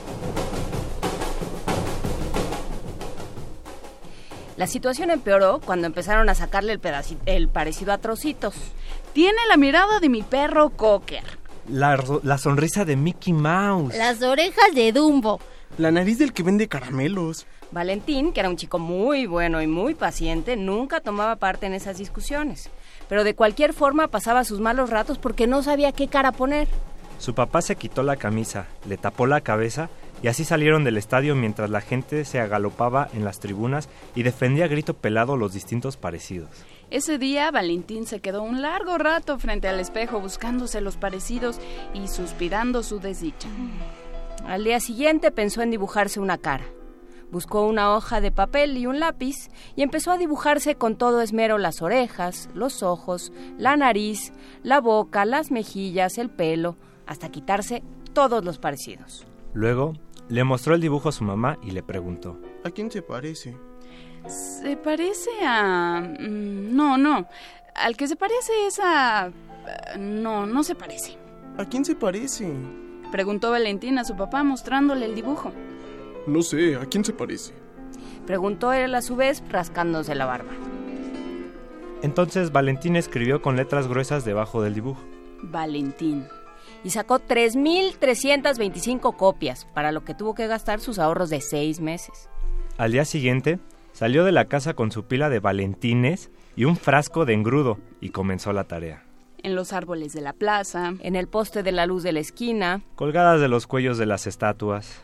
La situación empeoró cuando empezaron a sacarle el parecido a trocitos.
Tiene la mirada de mi perro Cocker.
La sonrisa de Mickey Mouse.
Las orejas de Dumbo.
La nariz del que vende caramelos.
Valentín, que era un chico muy bueno y muy paciente, nunca tomaba parte en esas discusiones. Pero de cualquier forma pasaba sus malos ratos porque no sabía qué cara poner.
Su papá se quitó la camisa, le tapó la cabeza y así salieron del estadio mientras la gente se agalopaba en las tribunas y defendía a grito pelado los distintos parecidos.
Ese día Valentín se quedó un largo rato frente al espejo buscándose los parecidos y suspirando su desdicha.
Al día siguiente pensó en dibujarse una cara. Buscó una hoja de papel y un lápiz y empezó a dibujarse con todo esmero las orejas, los ojos, la nariz, la boca, las mejillas, el pelo, hasta quitarse todos los parecidos.
Luego le mostró el dibujo a su mamá y le preguntó:
¿a quién se parece?
Se parece a... No. Al que se parece es a... No se parece.
¿A quién se parece?
Preguntó Valentín a su papá mostrándole el dibujo.
No sé, ¿a quién se parece?
Preguntó él a su vez rascándose la barba.
Entonces Valentín escribió con letras gruesas debajo del dibujo:
Valentín.
Y sacó 3,325 copias, para lo que tuvo que gastar sus ahorros de 6 meses.
Al día siguiente, salió de la casa con su pila de valentines y un frasco de engrudo y comenzó la tarea.
En los árboles de la plaza,
en el poste de la luz de la esquina,
colgadas de los cuellos de las estatuas,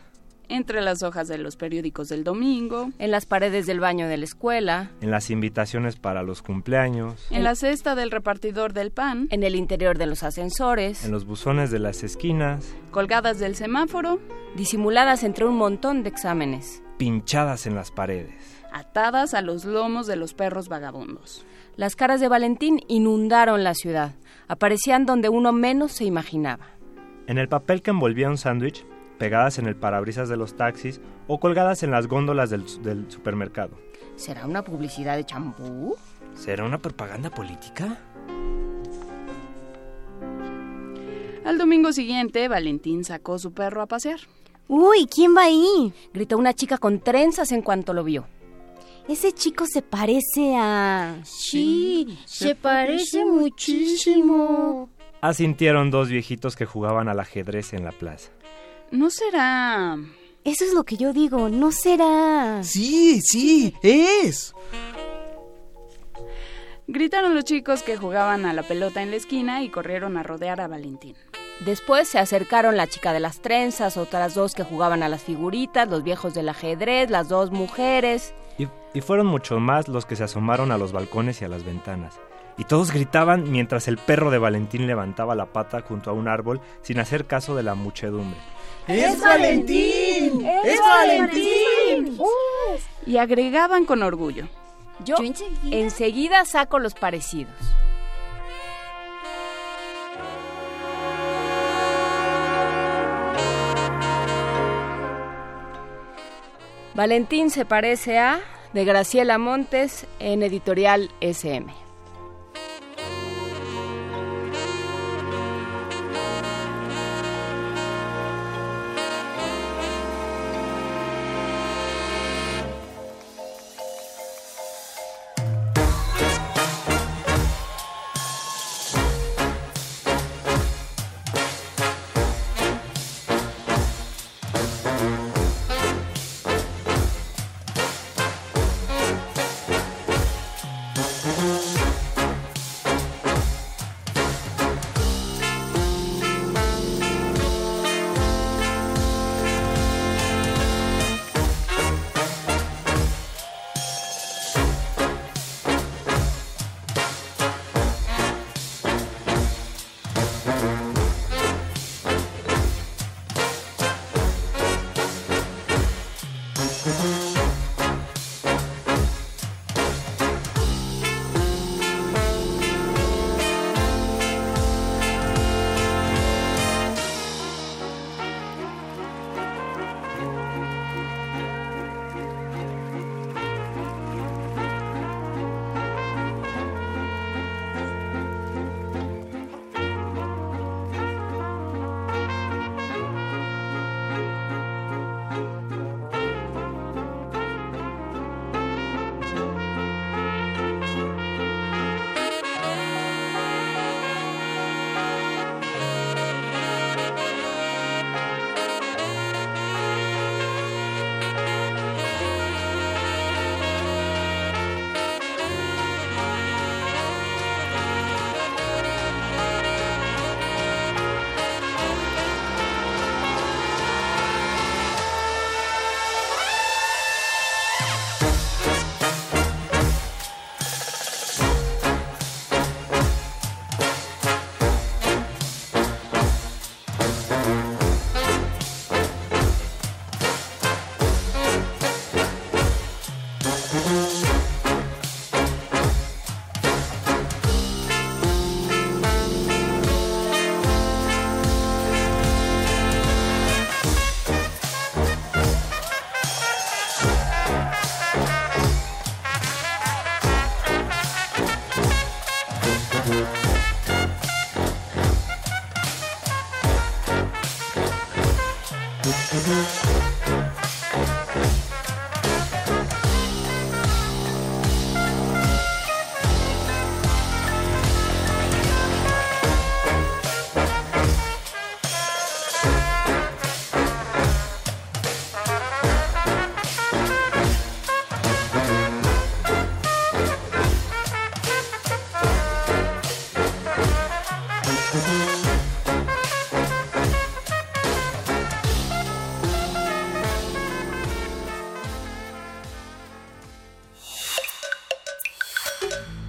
entre las hojas de los periódicos del domingo,
en las paredes del baño de la escuela,
en las invitaciones para los cumpleaños,
en la cesta del repartidor del pan,
en el interior de los ascensores,
en los buzones de las esquinas,
colgadas del semáforo,
disimuladas entre un montón de exámenes,
pinchadas en las paredes,
atadas a los lomos de los perros vagabundos.
Las caras de Valentín inundaron la ciudad, aparecían donde uno menos se imaginaba.
En el papel que envolvía un sándwich, pegadas en el parabrisas de los taxis o colgadas en las góndolas del supermercado.
¿Será una publicidad de champú?
¿Será una propaganda política?
Al domingo siguiente, Valentín sacó su perro a pasear.
¡Uy! ¿Quién va ahí?
Gritó una chica con trenzas en cuanto lo vio.
Ese chico se parece a... Sí, se parece muchísimo.
Asintieron dos viejitos que jugaban al ajedrez en la plaza.
¿No será...?
Eso es lo que yo digo, ¿no será?
Sí, es.
Gritaron los chicos que jugaban a la pelota en la esquina y corrieron a rodear a Valentín.
Después se acercaron la chica de las trenzas, otras dos que jugaban a las figuritas, los viejos del ajedrez, las dos mujeres.
Y fueron muchos más los que se asomaron a los balcones y a las ventanas. Y todos gritaban mientras el perro de Valentín levantaba la pata junto a un árbol sin hacer caso de la muchedumbre.
¡Es Valentín! ¡Es Valentín!
Y agregaban con orgullo.
Yo enseguida saco los parecidos. Valentín se parece a... de Graciela Montes en Editorial SM.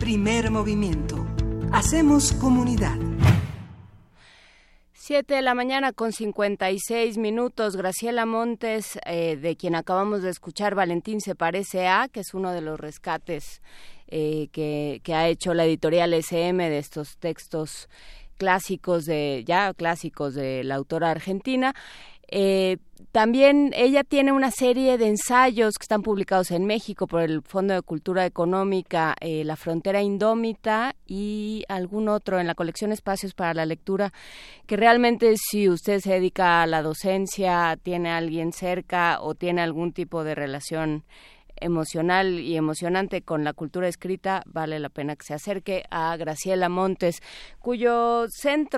Primer movimiento. Hacemos comunidad.
7 de la mañana con 56 minutos. Graciela Montes, de quien acabamos de escuchar, Valentín se parece a, que es uno de los rescates que ha hecho la editorial SM de estos textos clásicos de la autora argentina. También ella tiene una serie de ensayos que están publicados en México por el Fondo de Cultura Económica, La Frontera Indómita, y algún otro en la colección Espacios para la Lectura, que realmente, si usted se dedica a la docencia, tiene a alguien cerca o tiene algún tipo de relación emocional y emocionante con la cultura escrita, vale la pena que se acerque a Graciela Montes, cuyo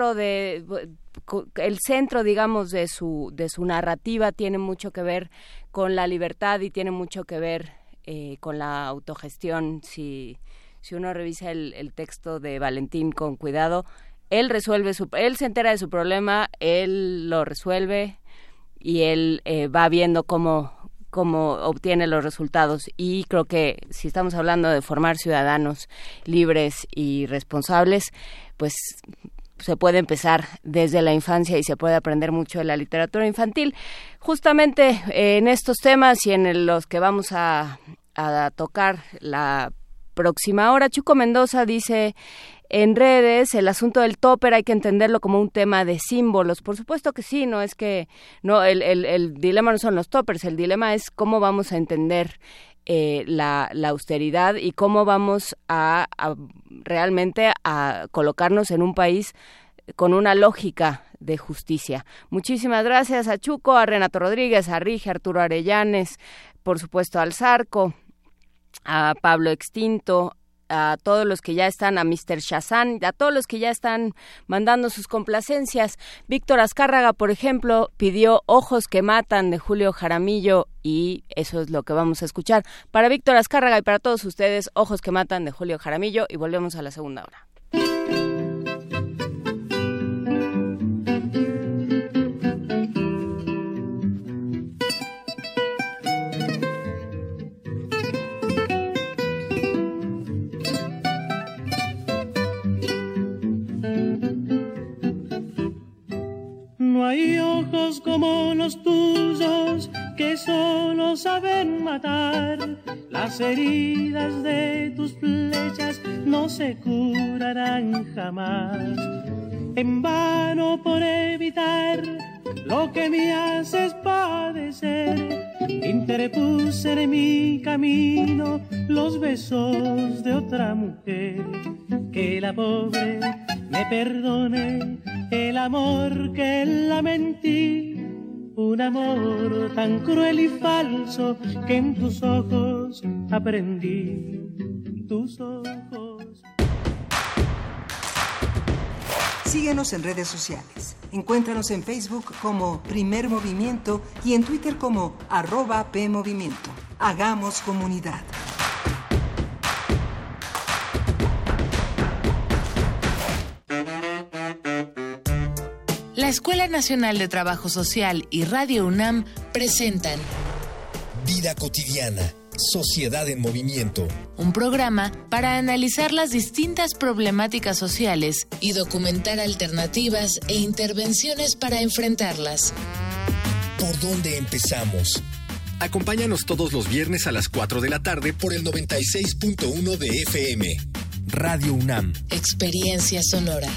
el centro, digamos, de su narrativa tiene mucho que ver con la libertad y tiene mucho que ver con la autogestión. Si uno revisa el texto de Valentín con cuidado, él se entera de su problema, él lo resuelve y él va viendo cómo obtiene los resultados, y creo que si estamos hablando de formar ciudadanos libres y responsables, pues se puede empezar desde la infancia y se puede aprender mucho de la literatura infantil. Justamente en estos temas y en los que vamos a tocar la próxima hora, Chuco Mendoza dice en redes: el asunto del topper hay que entenderlo como un tema de símbolos. Por supuesto que sí, no es que no, el dilema no son los toppers, el dilema es cómo vamos a entender la austeridad y cómo vamos a realmente a colocarnos en un país con una lógica de justicia. Muchísimas gracias a Chuco, a Renato Rodríguez, a Rige, a Arturo Arellanes, por supuesto al Zarco, a Pablo Extinto, a todos los que ya están, a Mr. Shazam, a todos los que ya están mandando sus complacencias. Víctor Azcárraga, por ejemplo, pidió Ojos que matan de Julio Jaramillo, y eso es lo que vamos a escuchar. Para Víctor Azcárraga y para todos ustedes, Ojos que matan de Julio Jaramillo, y volvemos a la segunda hora.
No hay ojos como los tuyos que solo saben matar. Las heridas de tus flechas no se curarán jamás. En vano por evitar lo que me haces padecer, interpuse en mi camino los besos de otra mujer. Que la pobre me perdone el amor que la mentí, un amor tan cruel y falso que en tus ojos aprendí, tus ojos.
Síguenos en redes sociales. Encuéntranos en Facebook como Primer Movimiento y en Twitter como @PMovimiento. Hagamos comunidad.
La Escuela Nacional de Trabajo Social y Radio UNAM presentan
Vida Cotidiana, Sociedad en Movimiento.
Un programa para analizar las distintas problemáticas sociales y documentar alternativas e intervenciones para enfrentarlas.
¿Por dónde empezamos? Acompáñanos todos los viernes a las 4 de la tarde por el 96.1 de FM. Radio UNAM.
Experiencia sonora.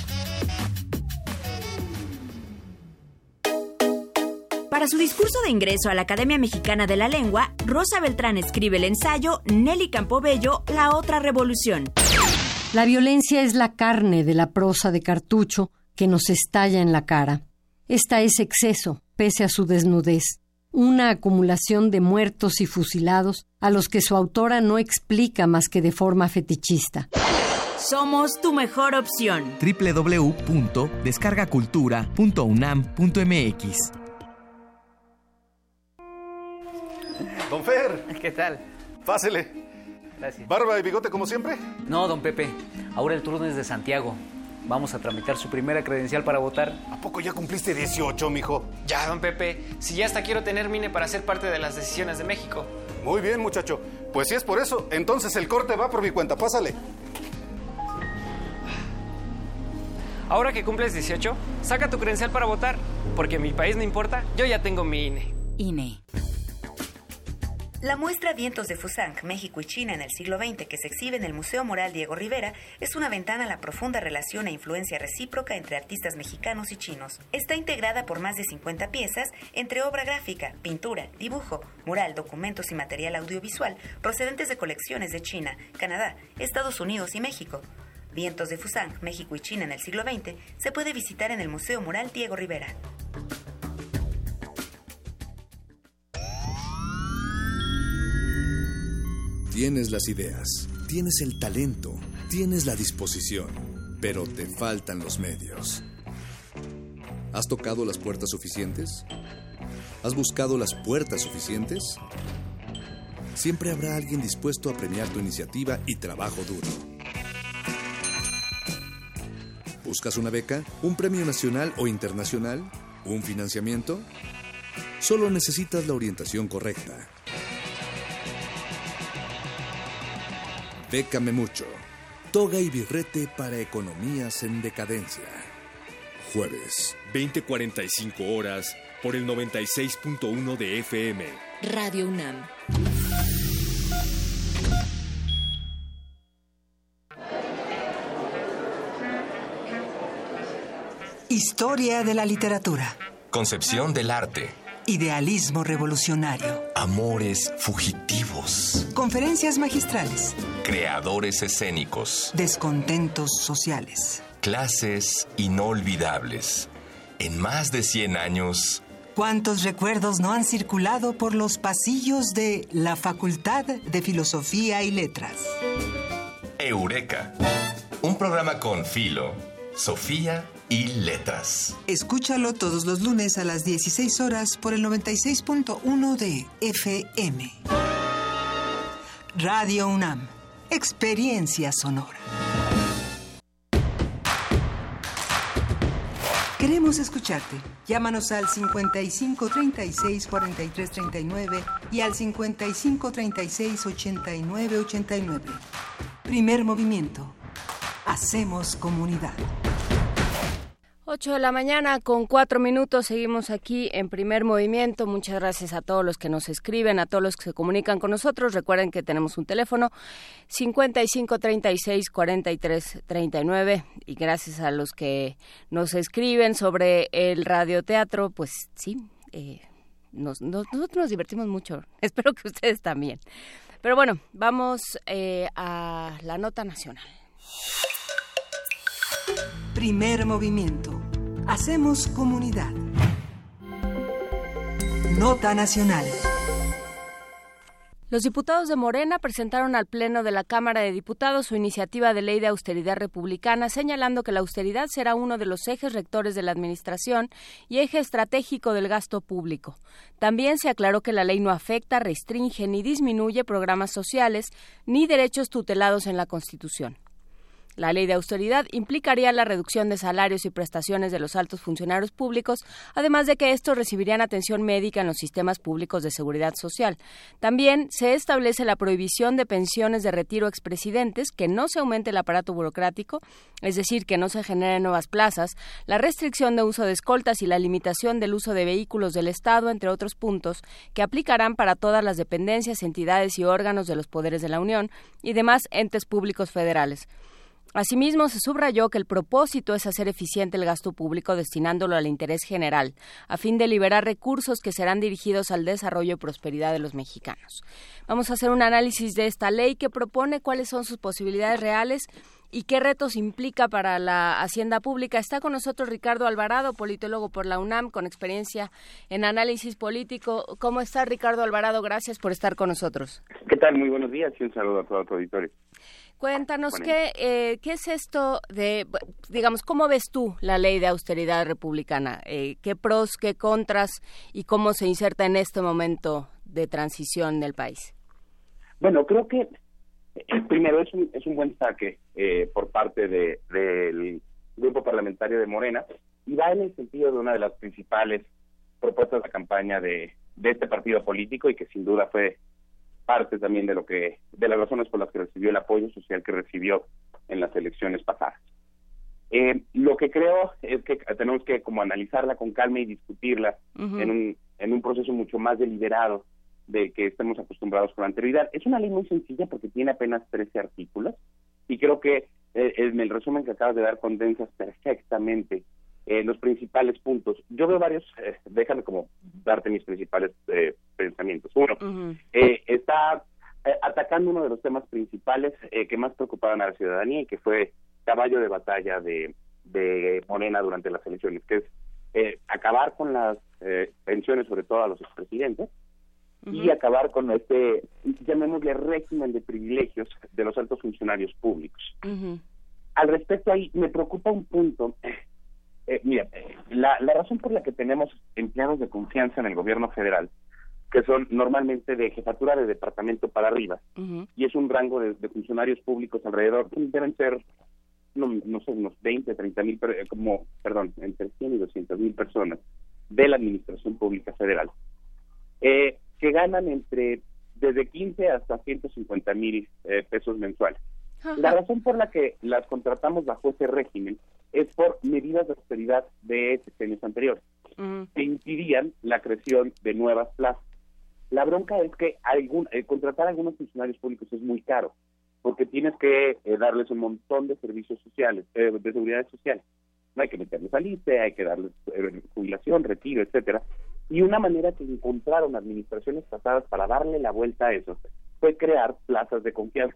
Para su discurso de ingreso a la Academia Mexicana de la Lengua, Rosa Beltrán escribe el ensayo Nelly Campobello, La otra revolución.
La violencia es la carne de la prosa de cartucho que nos estalla en la cara. Esta es exceso, pese a su desnudez. Una acumulación de muertos y fusilados a los que su autora no explica más que de forma fetichista.
Somos tu mejor opción.
www.descargacultura.unam.mx.
Don Fer.
¿Qué tal?
Pásele.
Gracias.
¿Barba y bigote como siempre?
No, don Pepe. Ahora el turno es de Santiago. Vamos a tramitar su primera credencial para votar.
¿A poco ya cumpliste 18, mijo?
Ya, don Pepe. Si ya hasta quiero tener mi INE para ser parte de las decisiones de México.
Muy bien, muchacho. Pues si es por eso, entonces el corte va por mi cuenta. Pásale.
Ahora que cumples 18, saca tu credencial para votar, porque mi país no importa, yo ya tengo mi INE.
INE.
La muestra Vientos de Fusang, México y China en el siglo XX, que se exhibe en el Museo Mural Diego Rivera, es una ventana a la profunda relación e influencia recíproca entre artistas mexicanos y chinos. Está integrada por más de 50 piezas, entre obra gráfica, pintura, dibujo, mural, documentos y material audiovisual, procedentes de colecciones de China, Canadá, Estados Unidos y México. Vientos de Fusang, México y China en el siglo XX, se puede visitar en el Museo Mural Diego Rivera.
Tienes las ideas, tienes el talento, tienes la disposición, pero te faltan los medios. ¿Has tocado las puertas suficientes? ¿Has buscado las puertas suficientes? Siempre habrá alguien dispuesto a premiar tu iniciativa y trabajo duro. ¿Buscas una beca? ¿Un premio nacional o internacional? ¿Un financiamiento? Solo necesitas la orientación correcta. Bécame mucho. Toga y birrete para economías en decadencia. Jueves,
20:45 horas por el 96.1 de FM.
Radio UNAM.
Historia de la literatura.
Concepción del arte.
Idealismo revolucionario.
Amores fugitivos.
Conferencias magistrales.
Creadores escénicos.
Descontentos sociales.
Clases inolvidables. En más de 100 años...
¿Cuántos recuerdos no han circulado por los pasillos de la Facultad de Filosofía y Letras?
Eureka. Un programa con filo, Sofía y Letras.
Escúchalo todos los lunes a las 16 horas por el 96.1 de FM. Radio UNAM. Experiencia sonora. Queremos escucharte. Llámanos al 5536-4339 y al 5536-8989. Primer movimiento. Hacemos comunidad.
8 de la mañana con 4 minutos, seguimos aquí en Primer Movimiento. Muchas gracias a todos los que nos escriben, a todos los que se comunican con nosotros. Recuerden que tenemos un teléfono 5536-4339 y gracias a los que nos escriben sobre el radioteatro, pues sí, nosotros nos divertimos mucho. Espero que ustedes también. Pero bueno, vamos a la nota nacional.
Primer movimiento. Hacemos comunidad. Nota nacional.
Los diputados de Morena presentaron al Pleno de la Cámara de Diputados su iniciativa de ley de austeridad republicana, señalando que la austeridad será uno de los ejes rectores de la administración y eje estratégico del gasto público. También se aclaró que la ley no afecta, restringe ni disminuye programas sociales ni derechos tutelados en la Constitución. La ley de austeridad implicaría la reducción de salarios y prestaciones de los altos funcionarios públicos, además de que estos recibirían atención médica en los sistemas públicos de seguridad social. También se establece la prohibición de pensiones de retiro a expresidentes, que no se aumente el aparato burocrático, es decir, que no se generen nuevas plazas, la restricción de uso de escoltas y la limitación del uso de vehículos del Estado, entre otros puntos, que aplicarán para todas las dependencias, entidades y órganos de los poderes de la Unión y demás entes públicos federales. Asimismo, se subrayó que el propósito es hacer eficiente el gasto público destinándolo al interés general, a fin de liberar recursos que serán dirigidos al desarrollo y prosperidad de los mexicanos. Vamos a hacer un análisis de esta ley que propone, cuáles son sus posibilidades reales y qué retos implica para la hacienda pública. Está con nosotros Ricardo Alvarado, politólogo por la UNAM, con experiencia en análisis político. ¿Cómo está, Ricardo Alvarado? Gracias por estar con nosotros.
¿Qué tal? Muy buenos días y un saludo a todo tu auditorio.
Cuéntanos, ¿qué es esto de, digamos, cómo ves tú la ley de austeridad republicana? ¿Qué pros, qué contras y cómo se inserta en este momento de transición del país?
Bueno, creo que primero es un buen saque por parte del grupo parlamentario de Morena y va en el sentido de una de las principales propuestas de campaña de este partido político y que sin duda fue parte también de las razones por las que recibió el apoyo social que recibió en las elecciones pasadas. Lo que creo es que tenemos que como analizarla con calma y discutirla en un proceso mucho más deliberado de que estemos acostumbrados con anterioridad. Es una ley muy sencilla porque tiene apenas 13 artículos y creo que en el resumen que acabas de dar condensas perfectamente los principales puntos. Yo veo varios, déjame como darte mis principales pensamientos. Uno, está atacando uno de los temas principales que más preocupaban a la ciudadanía y que fue caballo de batalla de Morena durante las elecciones, que es acabar con las pensiones, sobre todo a los expresidentes, y acabar con llamémosle régimen de privilegios de los altos funcionarios públicos. Al respecto ahí, me preocupa un punto. Mira, la razón por la que tenemos empleados de confianza en el gobierno federal, que son normalmente de jefatura de departamento para arriba, y es un rango de funcionarios públicos alrededor, deben ser, no sé, unos 20, 30 mil, entre 100 y 200 mil personas de la administración pública federal, que ganan desde 15 hasta 150 mil pesos mensuales. La razón por la que las contratamos bajo ese régimen es por medidas de austeridad de sexenios anteriores, que impidían la creación de nuevas plazas. La bronca es que contratar a algunos funcionarios públicos es muy caro, porque tienes que darles un montón de servicios sociales, de seguridad social. No hay que meterles al ISSSTE, hay que darles jubilación, retiro, etcétera. Y una manera que encontraron administraciones pasadas para darle la vuelta a eso fue crear plazas de confianza,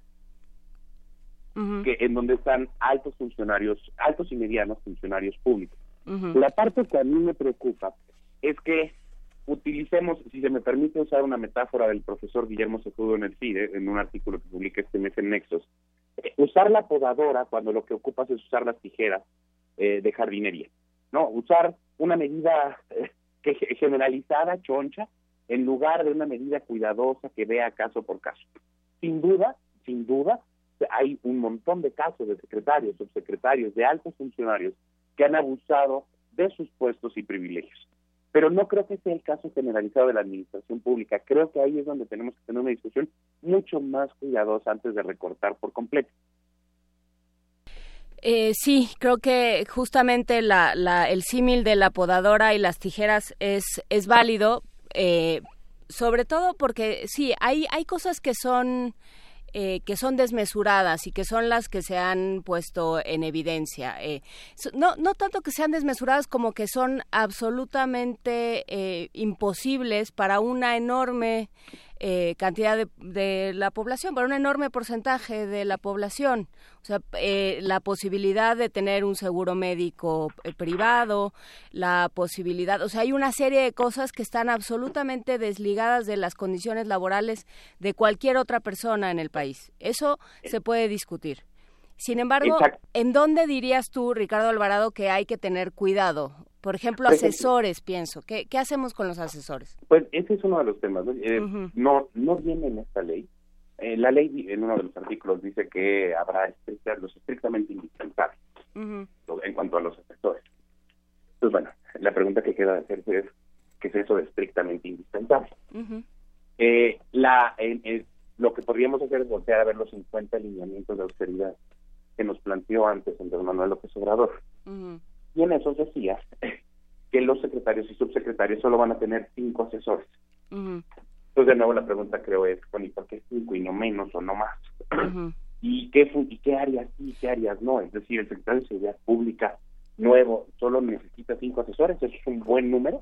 en donde están altos y medianos funcionarios públicos. La parte que a mí me preocupa es que utilicemos, si se me permite usar una metáfora del profesor Guillermo Cejudo en el CIDE, en un artículo que publica este mes en Nexos, usar la podadora cuando lo que ocupas es usar las tijeras de jardinería, ¿no? Usar una medida generalizada, choncha, en lugar de una medida cuidadosa que vea caso por caso. Sin duda, hay un montón de casos de secretarios, subsecretarios, de altos funcionarios que han abusado de sus puestos y privilegios. Pero no creo que sea el caso generalizado de la administración pública. Creo que ahí es donde tenemos que tener una discusión mucho más cuidadosa antes de recortar por completo.
Sí, creo que justamente el símil de la podadora y las tijeras es válido, sobre todo porque sí, hay cosas que son desmesuradas y que son las que se han puesto en evidencia. No tanto que sean desmesuradas como que son absolutamente imposibles para una enorme cantidad de la población, para un enorme porcentaje de la población. O sea, la posibilidad de tener un seguro médico privado, la posibilidad, o sea, hay una serie de cosas que están absolutamente desligadas de las condiciones laborales de cualquier otra persona en el país. Eso se puede discutir. Sin embargo, ¿en dónde dirías tú, Ricardo Alvarado, que hay que tener cuidado? Por ejemplo, asesores, pienso. ¿Qué hacemos con los asesores?
Pues ese es uno de los temas, ¿no? No viene en esta ley. La ley, en uno de los artículos, dice que habrá los estrictamente indispensables en cuanto a los asesores. Entonces, bueno, la pregunta que queda de hacerse es, ¿qué es eso de estrictamente indispensable? Lo que podríamos hacer es voltear a ver los 50 lineamientos de austeridad que nos planteó antes Andrés Manuel López Obrador. Y en esos decía que los secretarios y subsecretarios solo van a tener 5 asesores. Entonces, de nuevo, la pregunta creo es, ¿y por qué 5 y no menos o no más? ¿Y qué áreas sí y qué áreas no? Es decir, el secretario de Seguridad Pública nuevo solo necesita 5 asesores, ¿eso es un buen número?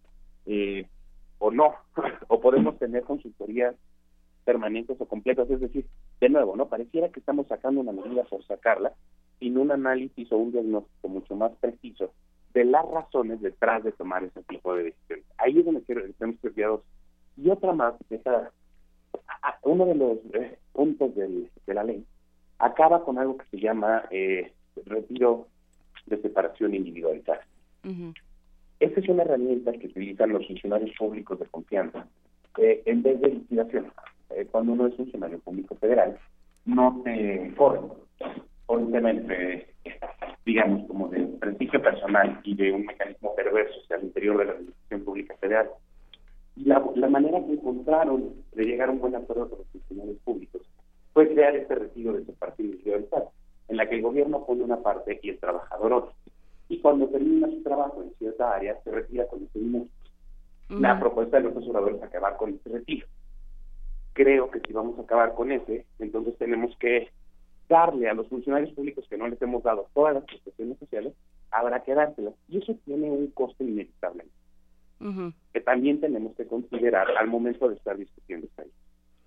¿O no? ¿O podemos tener consultorías permanentes o completas? Es decir, de nuevo, ¿no? Pareciera que estamos sacando una medida por sacarla, sin un análisis o un diagnóstico mucho más preciso de las razones detrás de tomar ese tipo de decisiones. Ahí es donde tenemos que cuidados. Y otra más, uno de los puntos de la ley acaba con algo que se llama retiro de separación individualizada. Esta es una herramienta que utilizan los funcionarios públicos de confianza en vez de liquidación. Cuando uno es funcionario público federal, no se corre por un tema digamos, como de prestigio personal y de un mecanismo perverso al interior de la administración pública federal. Y la manera que encontraron de llegar a un buen acuerdo con los funcionarios públicos fue crear este retiro de separación individualizada. en la que el gobierno pone una parte y el trabajador otra. Y cuando termina su trabajo en cierta área, se retira con ese dinero. La propuesta de los asesoradores es acabar con ese retiro. Creo que si vamos a acabar con ese, entonces tenemos que darle a los funcionarios públicos que no les hemos dado todas las prestaciones sociales, habrá que dárselas. Y eso tiene un costo inevitable, que también tenemos que considerar al momento de estar discutiendo esta ley.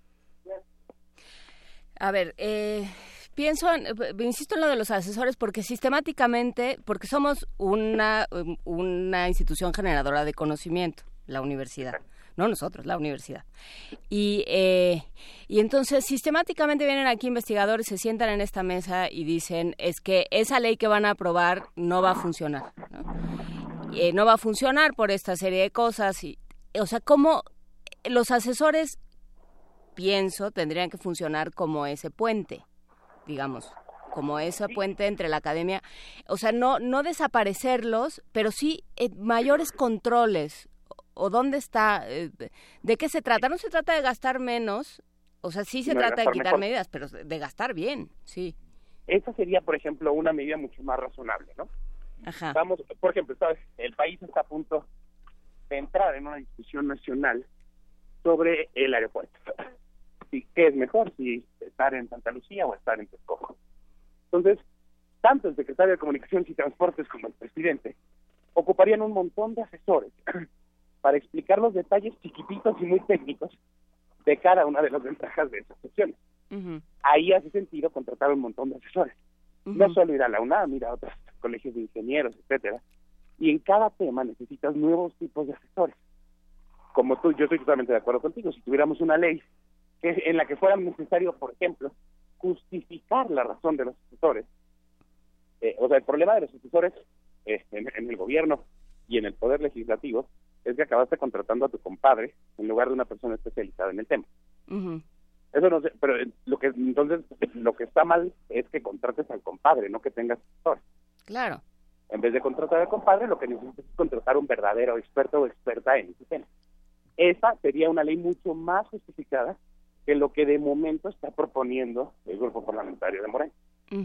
A ver, insisto en lo de los asesores porque sistemáticamente, porque somos una institución generadora de conocimiento, la universidad, no nosotros, la universidad. Y entonces sistemáticamente vienen aquí investigadores, se sientan en esta mesa y dicen, es que esa ley que van a aprobar no va a funcionar, ¿no? No va a funcionar por esta serie de cosas. O sea, ¿cómo los asesores, pienso, tendrían que funcionar como ese puente, digamos, como ese puente entre la academia? O sea, no desaparecerlos, pero sí mayores controles. ¿O dónde está? ¿De qué se trata? No se trata de gastar menos, o sea, sí se trata de quitar medidas, pero de gastar bien, sí.
Esa sería, por ejemplo, una medida mucho más razonable, ¿no?
Ajá.
Vamos, por ejemplo, ¿sabes? El país está a punto de entrar en una discusión nacional sobre el aeropuerto. ¿Sí? ¿Qué es mejor? Si estar en Santa Lucía o estar en Texcoco. Entonces, tanto el secretario de Comunicaciones y Transportes como el presidente ocuparían un montón de asesores para explicar los detalles chiquititos y muy técnicos de cada una de las ventajas de esas opciones. Ahí hace sentido contratar un montón de asesores. No solo ir a la UNAM, ir a otros colegios de ingenieros, etcétera. Y en cada tema necesitas nuevos tipos de asesores. Como tú, yo estoy totalmente de acuerdo contigo. Si tuviéramos una ley en la que fuera necesario, por ejemplo, justificar la razón de los asesores, o sea, el problema de los asesores en el gobierno y en el poder legislativo es que acabaste contratando a tu compadre en lugar de una persona especializada en el tema. Eso no sé, pero lo que está mal es que contrates al compadre, no que tengas asesor.
Claro.
En vez de contratar al compadre, lo que necesitas es contratar un verdadero experto o experta en ese tema. Esa sería una ley mucho más justificada que lo que de momento está proponiendo el grupo parlamentario de Morena.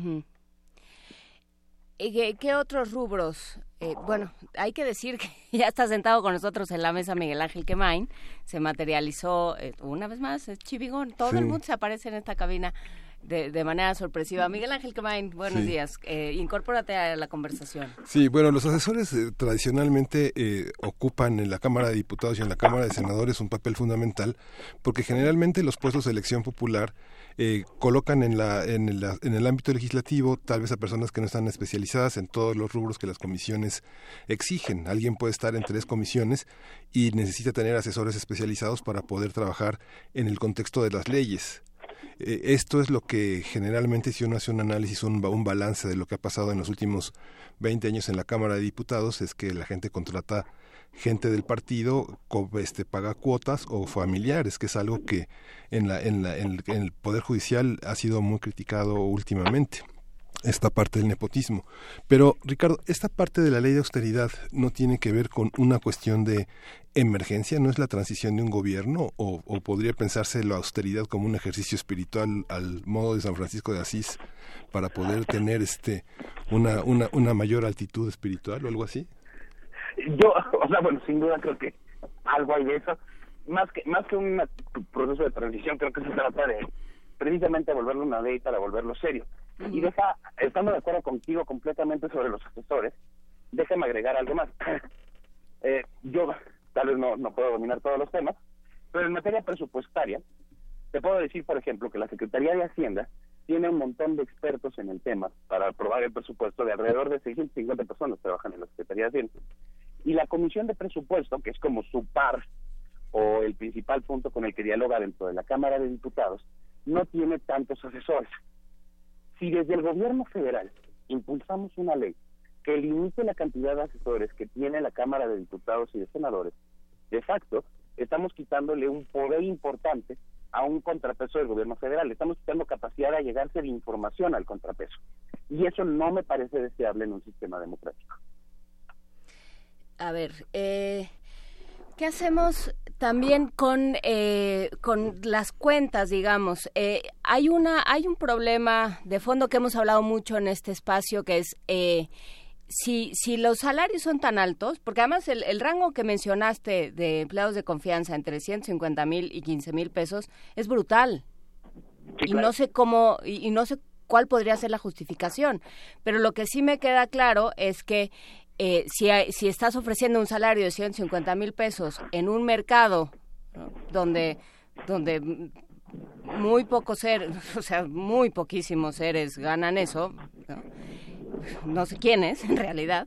¿Qué otros rubros? Bueno, hay que decir que ya está sentado con nosotros en la mesa Miguel Ángel Quemain. Se materializó una vez más, Chivigón. Todo el mundo se aparece en esta cabina de manera sorpresiva. Miguel Ángel Quemain, buenos días. Incorpórate a la conversación.
Sí, bueno, los asesores tradicionalmente ocupan en la Cámara de Diputados y en la Cámara de Senadores un papel fundamental porque generalmente los puestos de elección popular colocan en el ámbito legislativo tal vez a personas que no están especializadas en todos los rubros que las comisiones exigen. Alguien puede estar en 3 comisiones y necesita tener asesores especializados para poder trabajar en el contexto de las leyes. Esto es lo que generalmente, si uno hace un análisis, un balance de lo que ha pasado en los últimos 20 años en la Cámara de Diputados, es que la gente contrata gente del partido, paga cuotas o familiares, que es algo que en el Poder Judicial ha sido muy criticado últimamente, esta parte del nepotismo. Pero, Ricardo, esta parte de la ley de austeridad no tiene que ver con una cuestión de emergencia, ¿no es la transición de un gobierno? ¿O podría pensarse la austeridad como un ejercicio espiritual al modo de San Francisco de Asís para poder tener una mayor altitud espiritual o algo así?
Yo, bueno, sin duda creo que algo hay de eso. Más que un proceso de transición, creo que se trata de precisamente volverlo una ley para volverlo serio. Y estando de acuerdo contigo completamente sobre los asesores, déjame agregar algo más. Yo tal vez no puedo dominar todos los temas, pero en materia presupuestaria, te puedo decir, por ejemplo, que la Secretaría de Hacienda tiene un montón de expertos en el tema para aprobar el presupuesto. De alrededor de 650 personas trabajan en la Secretaría de Hacienda. Y la Comisión de Presupuesto, que es como su par o el principal punto con el que dialoga dentro de la Cámara de Diputados, no tiene tantos asesores. Si desde el gobierno federal impulsamos una ley que limite la cantidad de asesores que tiene la Cámara de Diputados y de Senadores, de facto estamos quitándole un poder importante a un contrapeso del gobierno federal. Estamos quitando capacidad de llegarse de información al contrapeso. Y eso no me parece deseable en un sistema democrático.
A ver, ¿Qué hacemos también con las cuentas, digamos? Hay un problema de fondo que hemos hablado mucho en este espacio, que es si los salarios son tan altos, porque además el rango que mencionaste de empleados de confianza entre 150,000 y 15,000 pesos es brutal. Sí, claro. Y no sé cómo, y no sé cuál podría ser la justificación, pero lo que sí me queda claro es que si estás ofreciendo un salario de 150,000 pesos en un mercado, ¿no?, donde muy pocos seres, o sea, muy poquísimos seres ganan eso, no sé quiénes en realidad,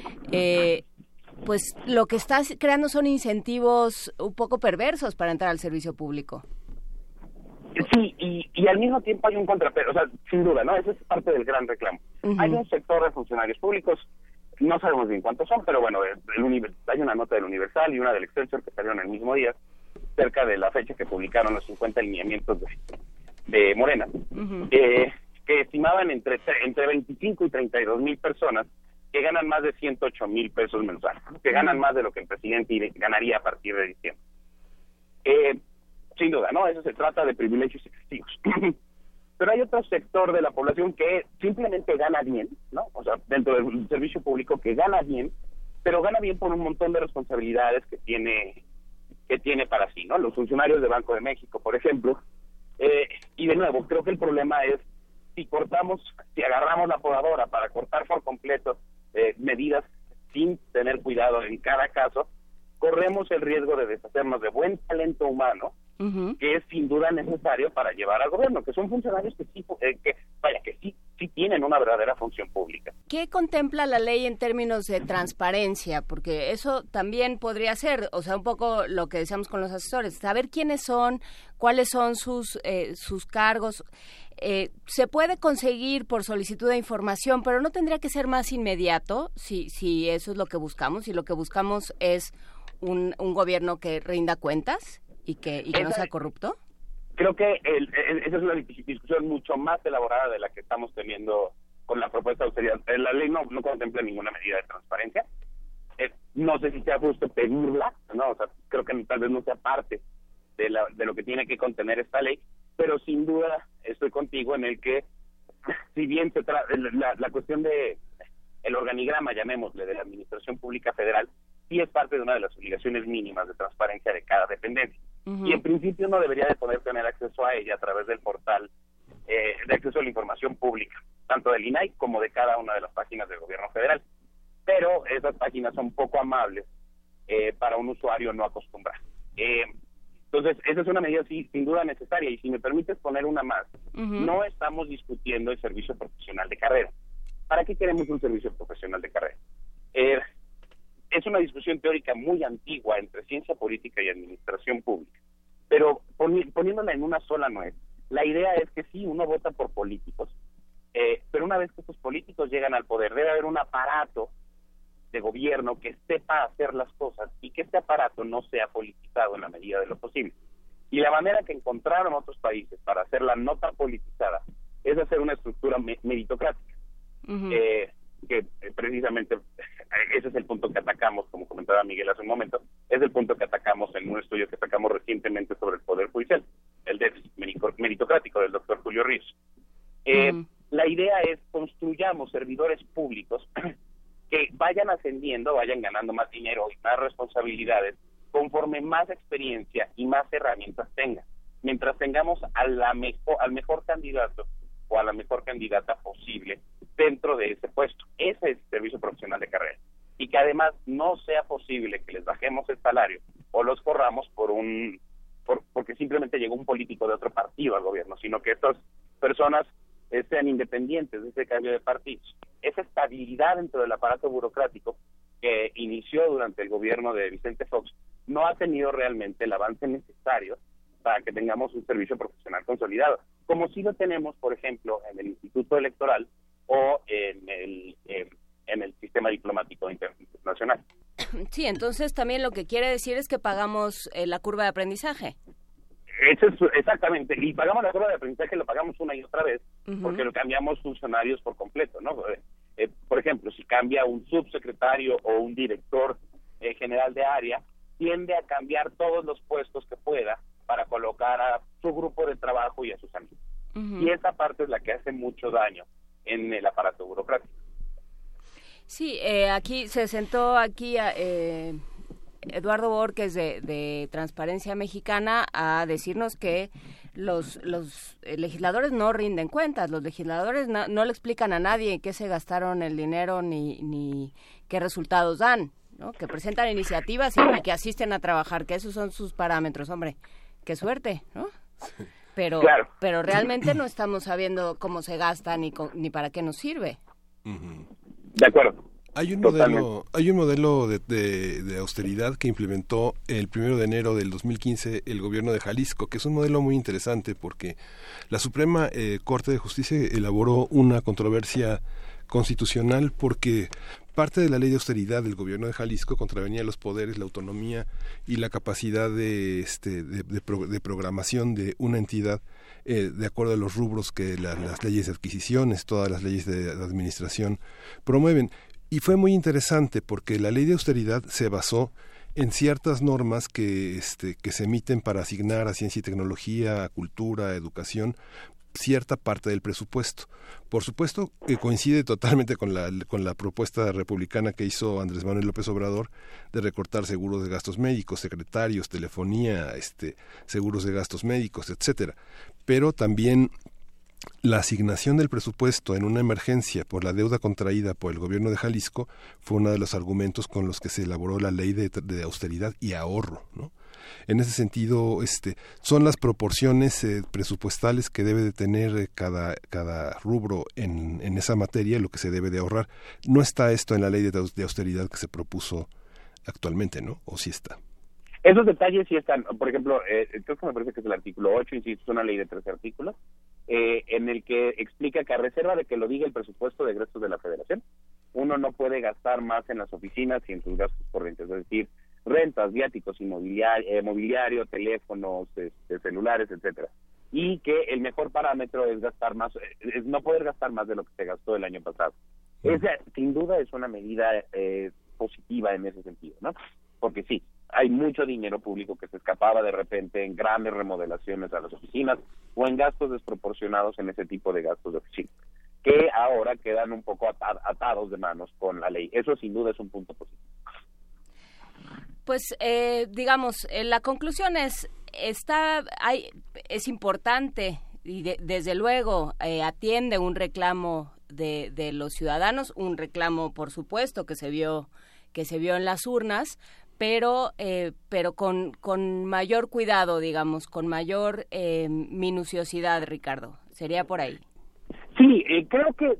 pues lo que estás creando son incentivos un poco perversos para entrar al servicio público.
Sí, y al mismo tiempo hay un contrapeso, o sea, sin duda, ¿no? Esa es parte del gran reclamo. Uh-huh. Hay un sector de funcionarios públicos, no sabemos bien cuántos son, pero bueno, hay una nota del Universal y una del Excelsior que salieron el mismo día, cerca de la fecha que publicaron los 50 lineamientos de Morena, uh-huh, que estimaban entre 25 y 32,000 personas que ganan más de 108,000 pesos mensuales, que ganan más de lo que el presidente ganaría a partir de diciembre. Sin duda, ¿no? Eso se trata de privilegios excesivos. Pero hay otro sector de la población que simplemente gana bien, ¿no? O sea, dentro del servicio público que gana bien, pero gana bien por un montón de responsabilidades que tiene para sí, ¿no? Los funcionarios de Banco de México, por ejemplo. Y de nuevo, creo que el problema es si agarramos la podadora para cortar por completo medidas sin tener cuidado en cada caso, corremos el riesgo de deshacernos de buen talento humano, uh-huh, que es sin duda necesario para llevar al gobierno, que son funcionarios que sí tienen una verdadera función pública.
¿Qué contempla la ley en términos de transparencia? Porque eso también podría ser, o sea, un poco lo que decíamos con los asesores, saber quiénes son, cuáles son sus cargos. Se puede conseguir por solicitud de información, pero no tendría que ser más inmediato si eso es lo que buscamos, si lo que buscamos es un gobierno que rinda cuentas y que no sea corrupto.
Creo que esa es una discusión mucho más elaborada de la que estamos teniendo con la propuesta de austeridad. La ley no contempla ninguna medida de transparencia. No sé si sea justo pedirla, ¿no? O sea, creo que tal vez no sea parte de lo que tiene que contener esta ley, pero sin duda estoy contigo en el que, si bien la cuestión de el organigrama, llamémosle, de la Administración Pública Federal, sí es parte de una de las obligaciones mínimas de transparencia de cada dependencia. Uh-huh. Y en principio uno debería de poder tener acceso a ella a través del portal de acceso a la información pública, tanto del INAI como de cada una de las páginas del gobierno federal. Pero esas páginas son poco amables para un usuario no acostumbrado. Entonces, esa es una medida sí, sin duda necesaria. Y si me permites poner una más, uh-huh, no estamos discutiendo el servicio profesional de carrera. ¿Para qué queremos un servicio profesional de carrera? Es una discusión teórica muy antigua entre ciencia política y administración pública, pero poniéndola en una sola nuez, la idea es que sí, uno vota por políticos, pero una vez que estos políticos llegan al poder, debe haber un aparato de gobierno que sepa hacer las cosas y que este aparato no sea politizado en la medida de lo posible. Y la manera que encontraron otros países para hacerla no tan politizada es hacer una estructura meritocrática. Uh-huh. Que precisamente ese es el punto que atacamos, como comentaba Miguel hace un momento, es el punto que atacamos en un estudio que sacamos recientemente sobre el Poder Judicial, el déficit meritocrático del doctor Julio Ríos. La idea es construyamos servidores públicos que vayan ascendiendo, vayan ganando más dinero y más responsabilidades conforme más experiencia y más herramientas tengan. Mientras tengamos al mejor candidato o a la mejor candidata posible dentro de ese puesto. Ese es el servicio profesional de carrera. Y que además no sea posible que les bajemos el salario o los corramos porque simplemente llegó un político de otro partido al gobierno, sino que estas personas sean independientes de ese cambio de partidos. Esa estabilidad dentro del aparato burocrático que inició durante el gobierno de Vicente Fox no ha tenido realmente el avance necesario para que tengamos un servicio profesional consolidado, como sí lo tenemos, por ejemplo, en el Instituto Electoral o en el sistema diplomático internacional.
Sí, entonces también lo que quiere decir es que pagamos la curva de aprendizaje.
Eso es exactamente, y pagamos la curva de aprendizaje, lo pagamos una y otra vez, uh-huh, porque lo cambiamos funcionarios por completo, ¿no? Por ejemplo, si cambia un subsecretario o un director general de área, tiende a cambiar todos los puestos que pueda para colocar a su grupo de trabajo y a sus amigos. Y esa parte es la que hace mucho daño en el aparato burocrático.
Sí, aquí se sentó Eduardo Borges de Transparencia Mexicana a decirnos que los legisladores no rinden cuentas, los legisladores no le explican a nadie en qué se gastaron el dinero ni qué resultados dan, ¿no? Que presentan iniciativas y que asisten a trabajar, que esos son sus parámetros, hombre, qué suerte, ¿no? Pero realmente no estamos sabiendo cómo se gasta ni para qué nos sirve.
De acuerdo.
Hay un modelo de austeridad que implementó el 1 de enero del 2015 el gobierno de Jalisco, que es un modelo muy interesante porque la Suprema Corte de Justicia elaboró una controversia constitucional porque parte de la ley de austeridad del gobierno de Jalisco contravenía los poderes, la autonomía y la capacidad de programación de una entidad de acuerdo a los rubros que las leyes de adquisiciones, todas las leyes de administración promueven. Y fue muy interesante porque la ley de austeridad se basó en ciertas normas que se emiten para asignar a ciencia y tecnología, a cultura, a educación, cierta parte del presupuesto. Por supuesto, coincide totalmente con la propuesta republicana que hizo Andrés Manuel López Obrador de recortar seguros de gastos médicos, secretarios, telefonía, seguros de gastos médicos, etcétera. Pero también la asignación del presupuesto en una emergencia por la deuda contraída por el gobierno de Jalisco fue uno de los argumentos con los que se elaboró la ley de austeridad y ahorro, ¿no? En ese sentido, son las proporciones presupuestales que debe de tener cada rubro en esa materia, lo que se debe de ahorrar. No está esto en la ley de austeridad que se propuso actualmente, ¿no? ¿O sí está?
Esos detalles sí están. Por ejemplo, creo que me parece que es el artículo 8, insisto, es una ley de 13 artículos, en el que explica que a reserva de que lo diga el presupuesto de egresos de la Federación, uno no puede gastar más en las oficinas y en sus gastos corrientes, es decir, rentas, viáticos, mobiliario, teléfonos, celulares, etcétera. Y que el mejor parámetro es gastar más, es no poder gastar más de lo que se gastó el año pasado. Esa, sin duda, es una medida positiva en ese sentido, ¿no? Porque sí, hay mucho dinero público que se escapaba de repente en grandes remodelaciones a las oficinas o en gastos desproporcionados en ese tipo de gastos de oficina, que ahora quedan un poco atados de manos con la ley. Eso sin duda es un punto positivo.
Pues digamos, la conclusión es importante y desde luego atiende un reclamo de los ciudadanos, un reclamo por supuesto que se vio en las urnas, pero con mayor cuidado, digamos, con mayor minuciosidad, Ricardo. ¿Sería por ahí?
Sí, creo que,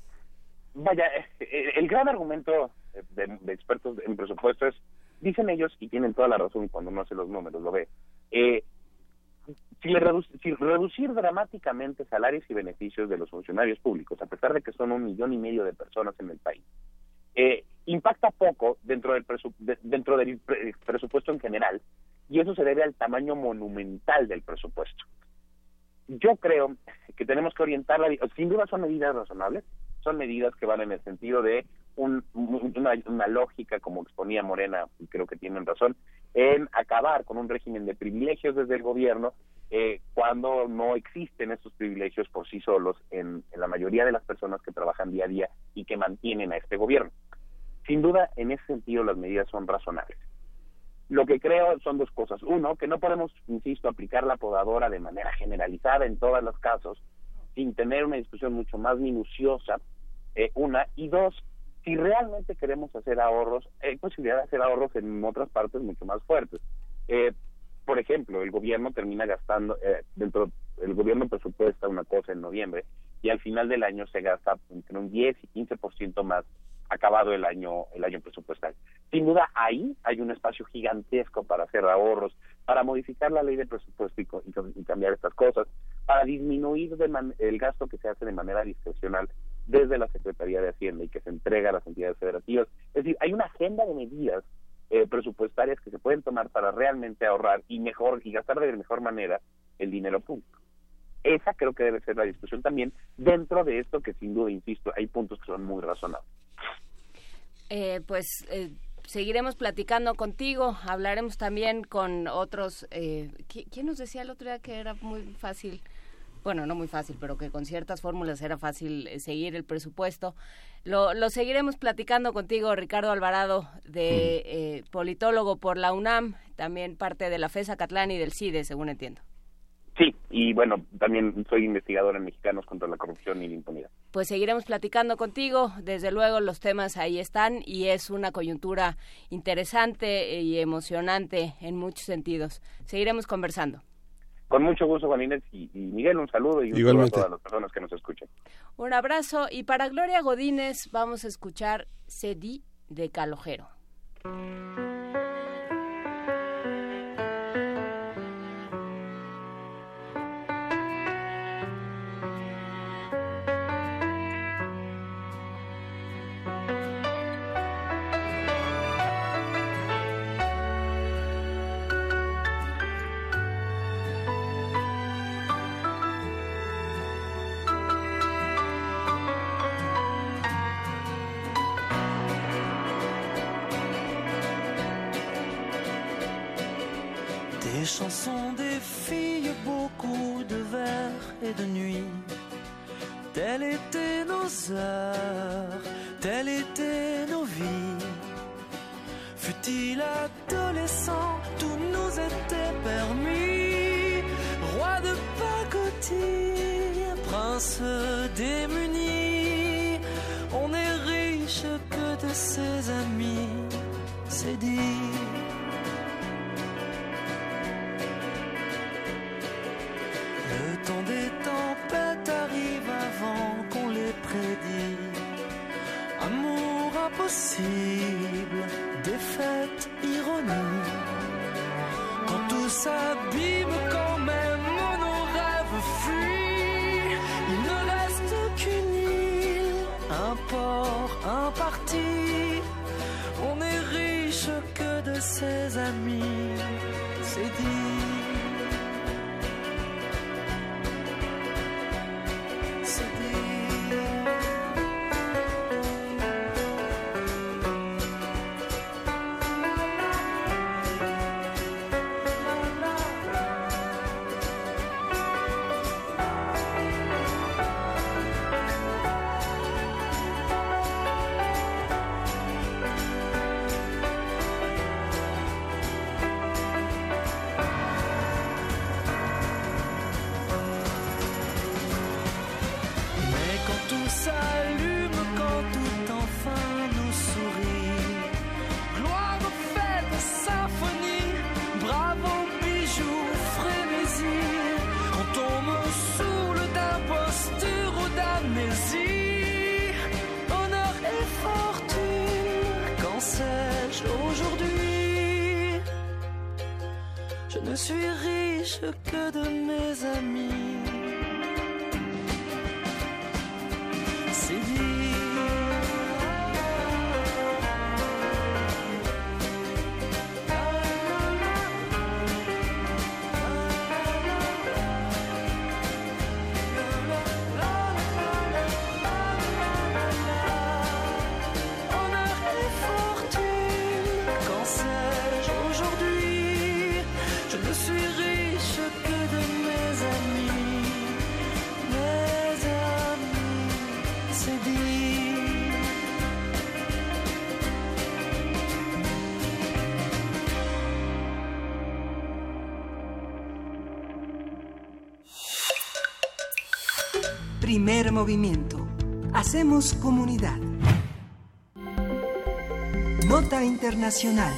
el gran argumento de expertos en presupuesto es, dicen ellos, y tienen toda la razón cuando uno hace los números, lo ve, si reducir dramáticamente salarios y beneficios de los funcionarios públicos, a pesar de que son 1,5 millones de personas en el país, impacta poco dentro del presupuesto en general, y eso se debe al tamaño monumental del presupuesto. Yo creo que tenemos que orientarla, sin duda son medidas razonables, son medidas que van en el sentido de una lógica, como exponía Morena, y creo que tienen razón, en acabar con un régimen de privilegios desde el gobierno, cuando no existen estos privilegios por sí solos en la mayoría de las personas que trabajan día a día y que mantienen a este gobierno. Sin duda, en ese sentido, las medidas son razonables. Lo que creo son dos cosas. Uno, que no podemos, insisto, aplicar la podadora de manera generalizada en todos los casos, sin tener una discusión mucho más minuciosa, una. Y dos, si realmente queremos hacer ahorros, hay posibilidad de hacer ahorros en otras partes mucho más fuertes. Por ejemplo, el gobierno termina gastando, el gobierno presupuesta una cosa en noviembre y al final del año se gasta entre un 10 y 15% más acabado el año presupuestal. Sin duda ahí hay un espacio gigantesco para hacer ahorros, para modificar la ley de presupuesto y cambiar estas cosas, para disminuir el gasto que se hace de manera discrecional desde la Secretaría de Hacienda y que se entrega a las entidades federativas. Es decir, hay una agenda de medidas presupuestarias que se pueden tomar para realmente ahorrar y gastar de mejor manera el dinero público. Esa creo que debe ser la discusión también dentro de esto que sin duda, insisto, hay puntos que son muy razonables.
seguiremos platicando contigo, hablaremos también con otros. ¿Quién nos decía el otro día que era muy fácil? Bueno, no muy fácil, pero que con ciertas fórmulas era fácil seguir el presupuesto. Lo seguiremos platicando contigo, Ricardo Alvarado, de politólogo por la UNAM, también parte de la FES Acatlán y del CIDE, según entiendo.
Sí, y bueno, también soy investigador en Mexicanos contra la Corrupción y la Impunidad.
Pues seguiremos platicando contigo, desde luego los temas ahí están y es una coyuntura interesante y emocionante en muchos sentidos. Seguiremos conversando.
Con mucho gusto, Juan Inés y Miguel, un saludo y un saludo a todas las personas que nos escuchan.
Un abrazo, y para Gloria Godínez vamos a escuchar Cedí de Calogero.
Des chansons, des filles, beaucoup de vers et de nuits. Telles étaient nos heures, telles étaient nos vies. Fut-il adolescent, tout nous était permis. Roi de pacotille, prince démuni. On est riche que de ses amis, c'est dit. Le temps des tempêtes arrive avant qu'on les prédit. Amour impossible, défaite, ironie. Quand tout s'abîme, quand même nos rêves fuient. Il ne reste qu'une île, un port, un parti. On est riche que de ses amis, c'est dit. Je ne suis riche que de mes amis. C'est dit.
Primer movimiento. Hacemos comunidad. Nota internacional.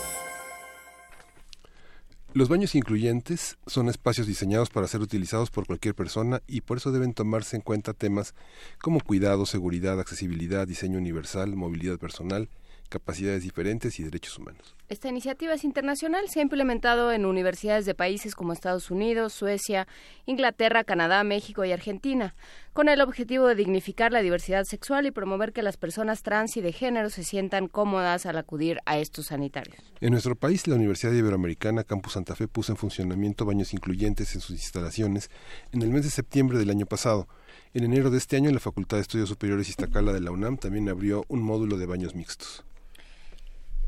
Los baños incluyentes son espacios diseñados para ser utilizados por cualquier persona y por eso deben tomarse en cuenta temas como cuidado, seguridad, accesibilidad, diseño universal, movilidad personal, capacidades diferentes y derechos humanos.
Esta iniciativa es internacional, se ha implementado en universidades de países como Estados Unidos, Suecia, Inglaterra, Canadá, México y Argentina, con el objetivo de dignificar la diversidad sexual y promover que las personas trans y de género se sientan cómodas al acudir a estos sanitarios.
En nuestro país, la Universidad Iberoamericana Campus Santa Fe puso en funcionamiento baños incluyentes en sus instalaciones en el mes de septiembre del año pasado. En enero de este año, la Facultad de Estudios Superiores Iztacala de la UNAM también abrió un módulo de baños mixtos.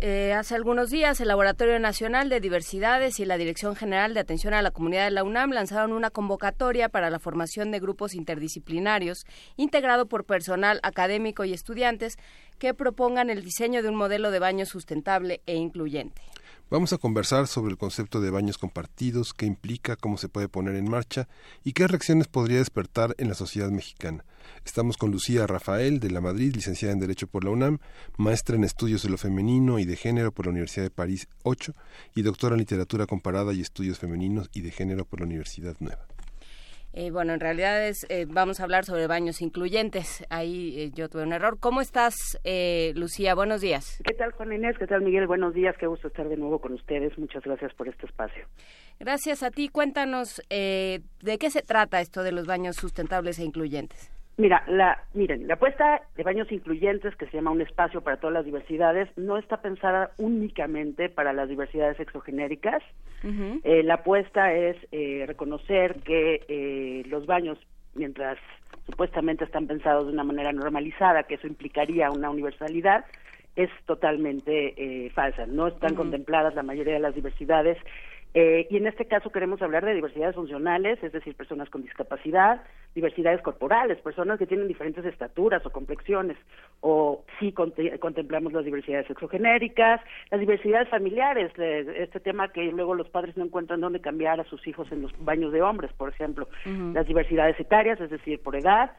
Hace algunos días el Laboratorio Nacional de Diversidades y la Dirección General de Atención a la Comunidad de la UNAM lanzaron una convocatoria para la formación de grupos interdisciplinarios integrado por personal académico y estudiantes que propongan el diseño de un modelo de baño sustentable e incluyente.
Vamos a conversar sobre el concepto de baños compartidos, qué implica, cómo se puede poner en marcha y qué reacciones podría despertar en la sociedad mexicana. Estamos con Lucía Rafael de la Madrid, licenciada en Derecho por la UNAM, maestra en Estudios de lo Femenino y de Género por la Universidad de París 8 y doctora en Literatura Comparada y Estudios Femeninos y de Género por la Universidad Nueva.
Bueno, en realidad vamos a hablar sobre baños incluyentes. Ahí yo tuve un error. ¿Cómo estás, Lucía? Buenos días.
¿Qué tal, Juan Inés? ¿Qué tal, Miguel? Buenos días. Qué gusto estar de nuevo con ustedes. Muchas gracias por este espacio.
Gracias a ti. Cuéntanos de qué se trata esto de los baños sustentables e incluyentes.
Miren, la apuesta de baños incluyentes, que se llama Un Espacio para Todas las Diversidades, no está pensada únicamente para las diversidades exogenéricas. Uh-huh. La apuesta es reconocer que los baños, mientras supuestamente están pensados de una manera normalizada, que eso implicaría una universalidad, es totalmente falsa. No están contempladas la mayoría de las diversidades. Y en este caso queremos hablar de diversidades funcionales, es decir, personas con discapacidad, diversidades corporales, personas que tienen diferentes estaturas o complexiones, o sí contemplamos las diversidades exogenéricas, las diversidades familiares, este tema que luego los padres no encuentran dónde cambiar a sus hijos en los baños de hombres, por ejemplo, las diversidades etarias, es decir, por edad.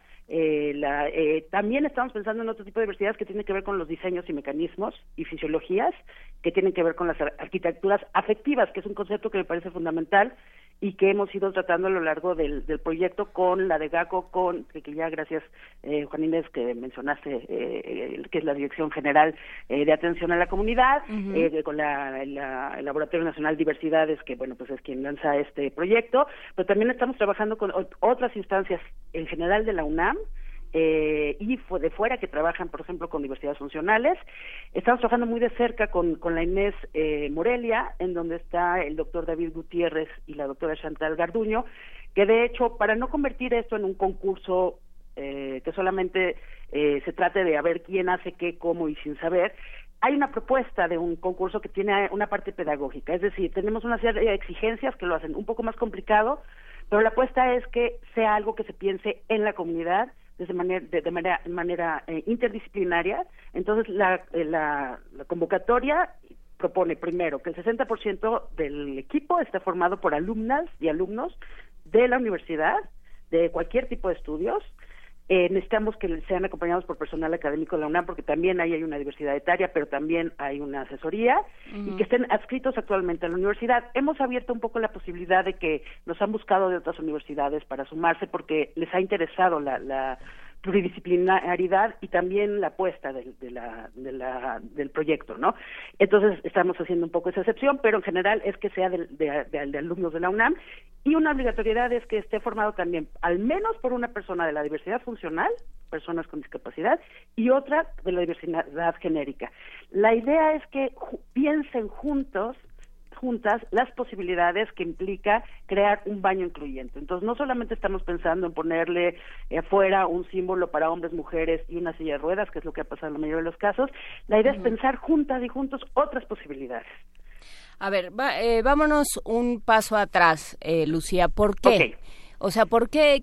También estamos pensando en otro tipo de diversidades que tienen que ver con los diseños y mecanismos y fisiologías que tienen que ver con las arquitecturas afectivas, que es un concepto que me parece fundamental y que hemos ido tratando a lo largo del proyecto con la de GACO, que ya gracias Juan Inés que mencionaste, que es la Dirección General de Atención a la Comunidad, con el Laboratorio Nacional de Diversidades, que bueno, pues es quien lanza este proyecto, pero también estamos trabajando con otras instancias en general de la UNAM, y de fuera que trabajan, por ejemplo, con diversidades funcionales. Estamos trabajando muy de cerca con la Inés Morelia, en donde está el doctor David Gutiérrez y la doctora Chantal Garduño, que de hecho, para no convertir esto en un concurso que solamente se trate de a ver quién hace qué, cómo y sin saber, hay una propuesta de un concurso que tiene una parte pedagógica, es decir, tenemos una serie de exigencias que lo hacen un poco más complicado, pero la apuesta es que sea algo que se piense en la comunidad, de manera interdisciplinaria. Entonces la convocatoria propone primero que el 60% del equipo esté formado por alumnas y alumnos de la universidad, de cualquier tipo de estudios. Necesitamos que sean acompañados por personal académico de la UNAM, porque también ahí hay una diversidad etaria, pero también hay una asesoría, y que estén adscritos actualmente a la universidad. Hemos abierto un poco la posibilidad de que nos han buscado de otras universidades para sumarse, porque les ha interesado la pluridisciplinaridad y también la apuesta del proyecto, ¿no? Entonces estamos haciendo un poco esa excepción, pero en general es que sea de alumnos de la UNAM, y una obligatoriedad es que esté formado también al menos por una persona de la diversidad funcional, personas con discapacidad, y otra de la diversidad genérica. La idea es que piensen juntas las posibilidades que implica crear un baño incluyente. Entonces, no solamente estamos pensando en ponerle afuera un símbolo para hombres, mujeres y una silla de ruedas, que es lo que ha pasado en la mayoría de los casos. La idea es pensar juntas y juntos otras posibilidades.
A ver, vámonos un paso atrás, Lucía. ¿Por qué? Okay. O sea, ¿por qué?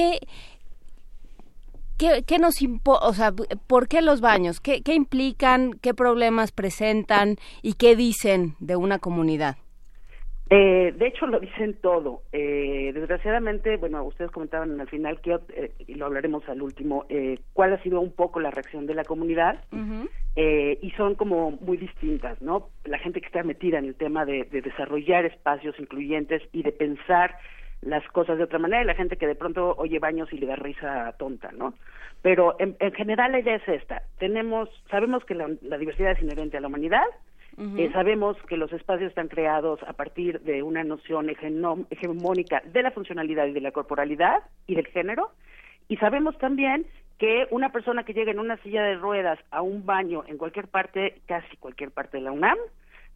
¿Qué nos o sea, por qué los baños? ¿Qué implican? ¿Qué problemas presentan? ¿Y qué dicen de una comunidad?
De hecho, lo dicen todo. Desgraciadamente, bueno, ustedes comentaban al final, y lo hablaremos al último, cuál ha sido un poco la reacción de la comunidad, y son como muy distintas, ¿no? La gente que está metida en el tema de desarrollar espacios incluyentes y de pensar las cosas de otra manera, y la gente que de pronto oye baños y le da risa tonta, ¿no? Pero en general la idea es esta. Sabemos que la diversidad es inherente a la humanidad, sabemos que los espacios están creados a partir de una noción hegemónica de la funcionalidad y de la corporalidad y del género, y sabemos también que una persona que llega en una silla de ruedas a un baño en cualquier parte, casi cualquier parte de la UNAM,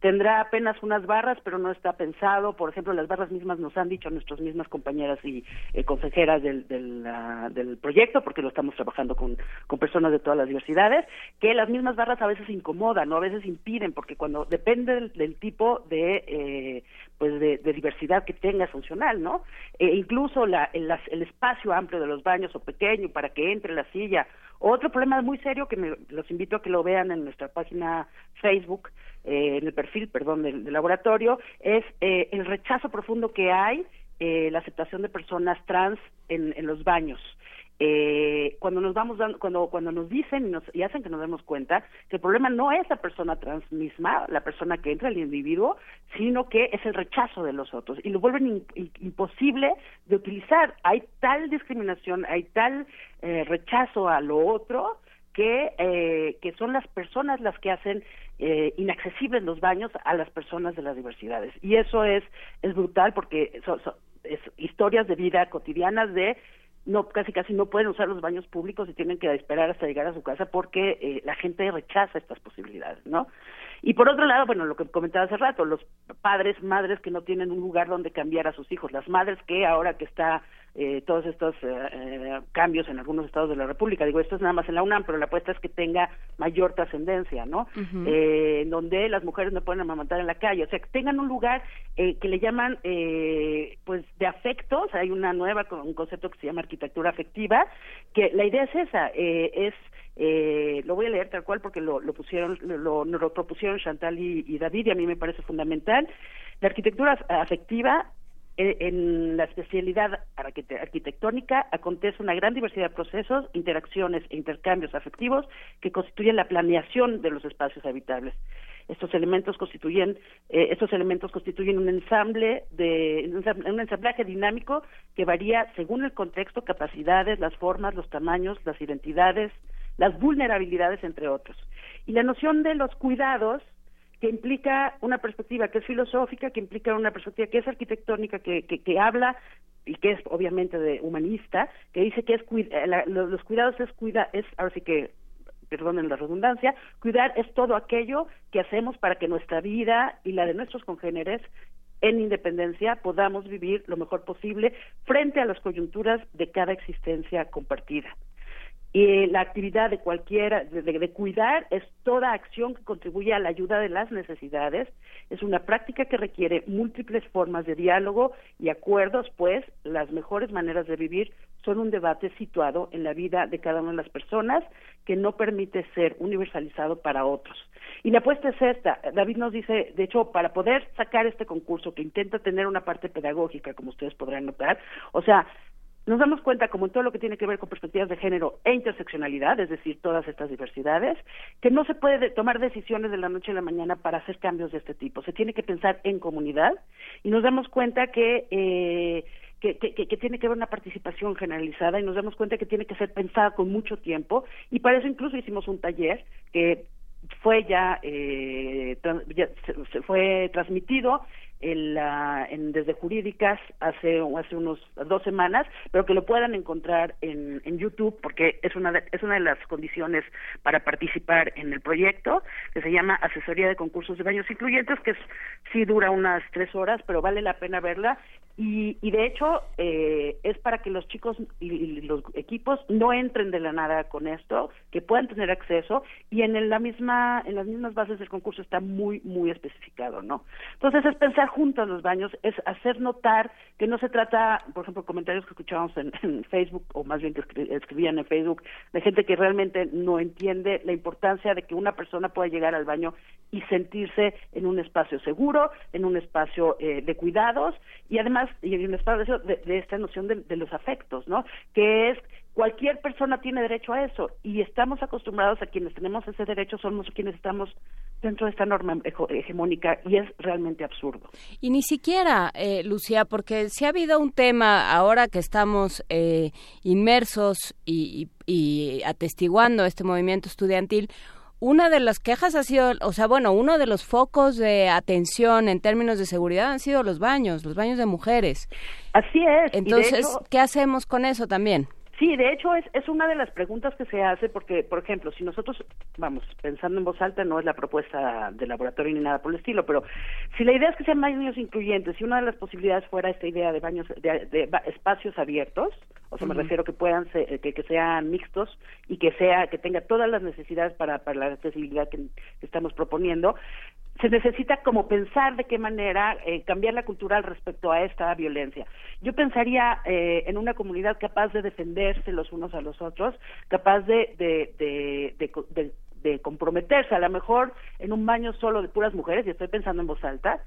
tendrá apenas unas barras, pero no está pensado. Por ejemplo, las barras mismas nos han dicho nuestras mismas compañeras y consejeras del proyecto, porque lo estamos trabajando con personas de todas las diversidades, que las mismas barras a veces incomodan, ¿no? A veces impiden, porque cuando depende del tipo de diversidad que tenga funcional, ¿no? Incluso el espacio amplio de los baños o pequeño para que entre la silla. Otro problema muy serio que los invito a que lo vean en nuestra página Facebook, en el perfil, del laboratorio, es el rechazo profundo que hay, la aceptación de personas trans en los baños. Cuando nos dicen y hacen que nos demos cuenta que el problema no es la persona trans misma, la persona que entra, el individuo, sino que es el rechazo de los otros, y lo vuelven imposible de utilizar. Hay tal discriminación, hay tal rechazo a lo otro que son las personas las que hacen inaccesibles los baños a las personas de las diversidades, y eso es brutal, porque es historias de vida cotidianas de casi no pueden usar los baños públicos y tienen que esperar hasta llegar a su casa porque la gente rechaza estas posibilidades, ¿no? Y por otro lado, lo que comentaba hace rato, los padres, madres que no tienen un lugar donde cambiar a sus hijos, las madres que ahora que está todos estos cambios en algunos estados de la República, digo, esto es nada más en la UNAM, pero la apuesta es que tenga mayor trascendencia, ¿no? Uh-huh. Donde las mujeres no pueden amamantar en la calle, o sea, que tengan un lugar que le llaman de afectos. Hay un concepto que se llama arquitectura afectiva, que la idea es esa, lo voy a leer tal cual porque lo propusieron Chantal y David, y a mí me parece fundamental. La arquitectura afectiva, en la especialidad arquitectónica, acontece una gran diversidad de procesos, interacciones e intercambios afectivos que constituyen la planeación de los espacios habitables. Estos elementos constituyen un ensamblaje dinámico que varía según el contexto, capacidades, las formas, los tamaños, las identidades, las vulnerabilidades, entre otros. Y la noción de los cuidados, que implica una perspectiva que es filosófica, que implica una perspectiva que es arquitectónica, que habla y que es obviamente humanista, que dice que los cuidados es ahora sí que, perdonen la redundancia, cuidar es todo aquello que hacemos para que nuestra vida y la de nuestros congéneres en independencia podamos vivir lo mejor posible frente a las coyunturas de cada existencia compartida. Y la actividad de cuidar es toda acción que contribuye a la ayuda de las necesidades. Es una práctica que requiere múltiples formas de diálogo y acuerdos, pues las mejores maneras de vivir son un debate situado en la vida de cada una de las personas que no permite ser universalizado para otros. Y la apuesta es esta. David nos dice, de hecho, para poder sacar este concurso que intenta tener una parte pedagógica, como ustedes podrán notar, o sea, nos damos cuenta, como en todo lo que tiene que ver con perspectivas de género e interseccionalidad, es decir, todas estas diversidades, que no se puede tomar decisiones de la noche a la mañana para hacer cambios de este tipo. Se tiene que pensar en comunidad, y nos damos cuenta que tiene que haber una participación generalizada, y nos damos cuenta que tiene que ser pensada con mucho tiempo, y para eso incluso hicimos un taller que fue se fue transmitido desde Jurídicas hace unos 2 semanas, pero que lo puedan encontrar en YouTube, porque es una de las condiciones para participar en el proyecto, que se llama Asesoría de Concursos de Baños Incluyentes, que sí dura unas 3 horas, pero vale la pena verla, y de hecho es para que los chicos y los equipos no entren de la nada con esto, que puedan tener acceso, y en las mismas bases del concurso está muy, muy especificado, ¿no? Entonces es pensar junto a los baños, es hacer notar que no se trata, por ejemplo, comentarios que escuchábamos en Facebook, o más bien que escribían en Facebook, de gente que realmente no entiende la importancia de que una persona pueda llegar al baño y sentirse en un espacio seguro, en un espacio de cuidados, y además en un espacio de esta noción de los afectos, ¿no? Que es cualquier persona tiene derecho a eso, y estamos acostumbrados a quienes tenemos ese derecho, somos quienes estamos dentro de esta norma hegemónica, y es realmente absurdo.
Y ni siquiera, Lucía, porque si ha habido un tema ahora que estamos inmersos y atestiguando este movimiento estudiantil. Una de las quejas ha sido, uno de los focos de atención en términos de seguridad han sido los baños de mujeres.
Así es.
Entonces, ¿qué hacemos con eso también?
Sí, de hecho es una de las preguntas que se hace porque, por ejemplo, si nosotros, vamos, pensando en voz alta, no es la propuesta de laboratorio ni nada por el estilo, pero si la idea es que sean baños incluyentes y una de las posibilidades fuera esta idea de baños, de espacios abiertos, o sea, me refiero que puedan que sean mixtos y que tenga todas las necesidades para la accesibilidad que estamos proponiendo, se necesita como pensar de qué manera cambiar la cultura al respecto a esta violencia. Yo pensaría en una comunidad capaz de defenderse los unos a los otros, capaz de comprometerse, a lo mejor en un baño solo de puras mujeres, y estoy pensando en voz alta,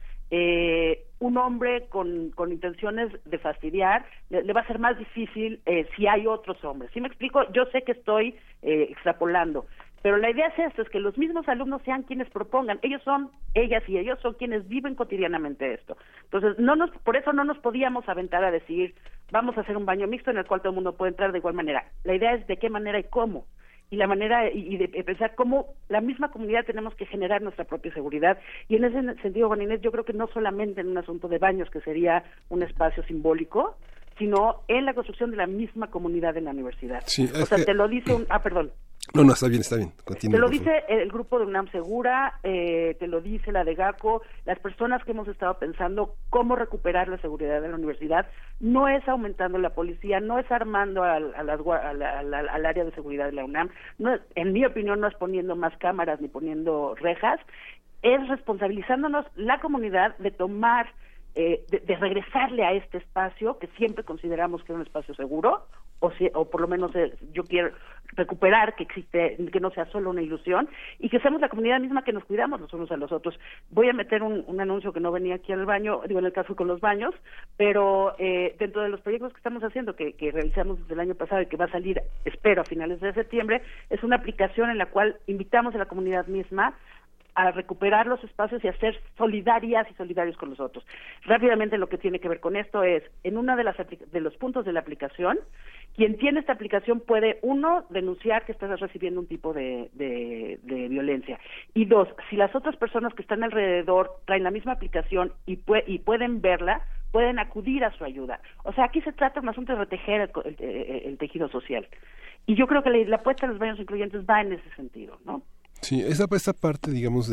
un hombre con intenciones de fastidiar, le va a ser más difícil si hay otros hombres. ¿Sí me explico? Yo sé que estoy extrapolando, pero la idea es esto, es que los mismos alumnos sean quienes propongan. Ellas y ellos son quienes viven cotidianamente esto. Entonces, por eso no nos podíamos aventar a decir, vamos a hacer un baño mixto en el cual todo el mundo puede entrar de igual manera. La idea es de qué manera y cómo. Y la manera y de pensar cómo la misma comunidad tenemos que generar nuestra propia seguridad. Y en ese sentido, Juan Inés, yo creo que no solamente en un asunto de baños, que sería un espacio simbólico, sino en la construcción de la misma comunidad en la universidad.
Sí,
te lo dice perdón.
No, está bien. Continúa,
te lo dice el grupo de UNAM Segura, te lo dice la de GACO, las personas que hemos estado pensando cómo recuperar la seguridad de la universidad. No es aumentando la policía, no es armando al área de seguridad de la UNAM, en mi opinión no es poniendo más cámaras ni poniendo rejas, es responsabilizándonos la comunidad de tomar de regresarle a este espacio que siempre consideramos que es un espacio seguro, o por lo menos yo quiero recuperar que existe, que no sea solo una ilusión, y que seamos la comunidad misma que nos cuidamos los unos a los otros. Voy a meter un anuncio que no venía aquí en el baño, en el caso con los baños, pero dentro de los proyectos que estamos haciendo, que realizamos desde el año pasado y que va a salir, espero, a finales de septiembre, es una aplicación en la cual invitamos a la comunidad misma a recuperar los espacios y a ser solidarias y solidarios con los otros. Rápidamente, lo que tiene que ver con esto es, en una de los puntos de la aplicación, quien tiene esta aplicación puede, uno, denunciar que estás recibiendo un tipo de violencia, y dos, si las otras personas que están alrededor traen la misma aplicación y pueden verla, pueden acudir a su ayuda. O sea, aquí se trata de un asunto de retejer el tejido social. Y yo creo que la apuesta a los baños incluyentes va en ese sentido, ¿no?
Sí, esta parte, digamos,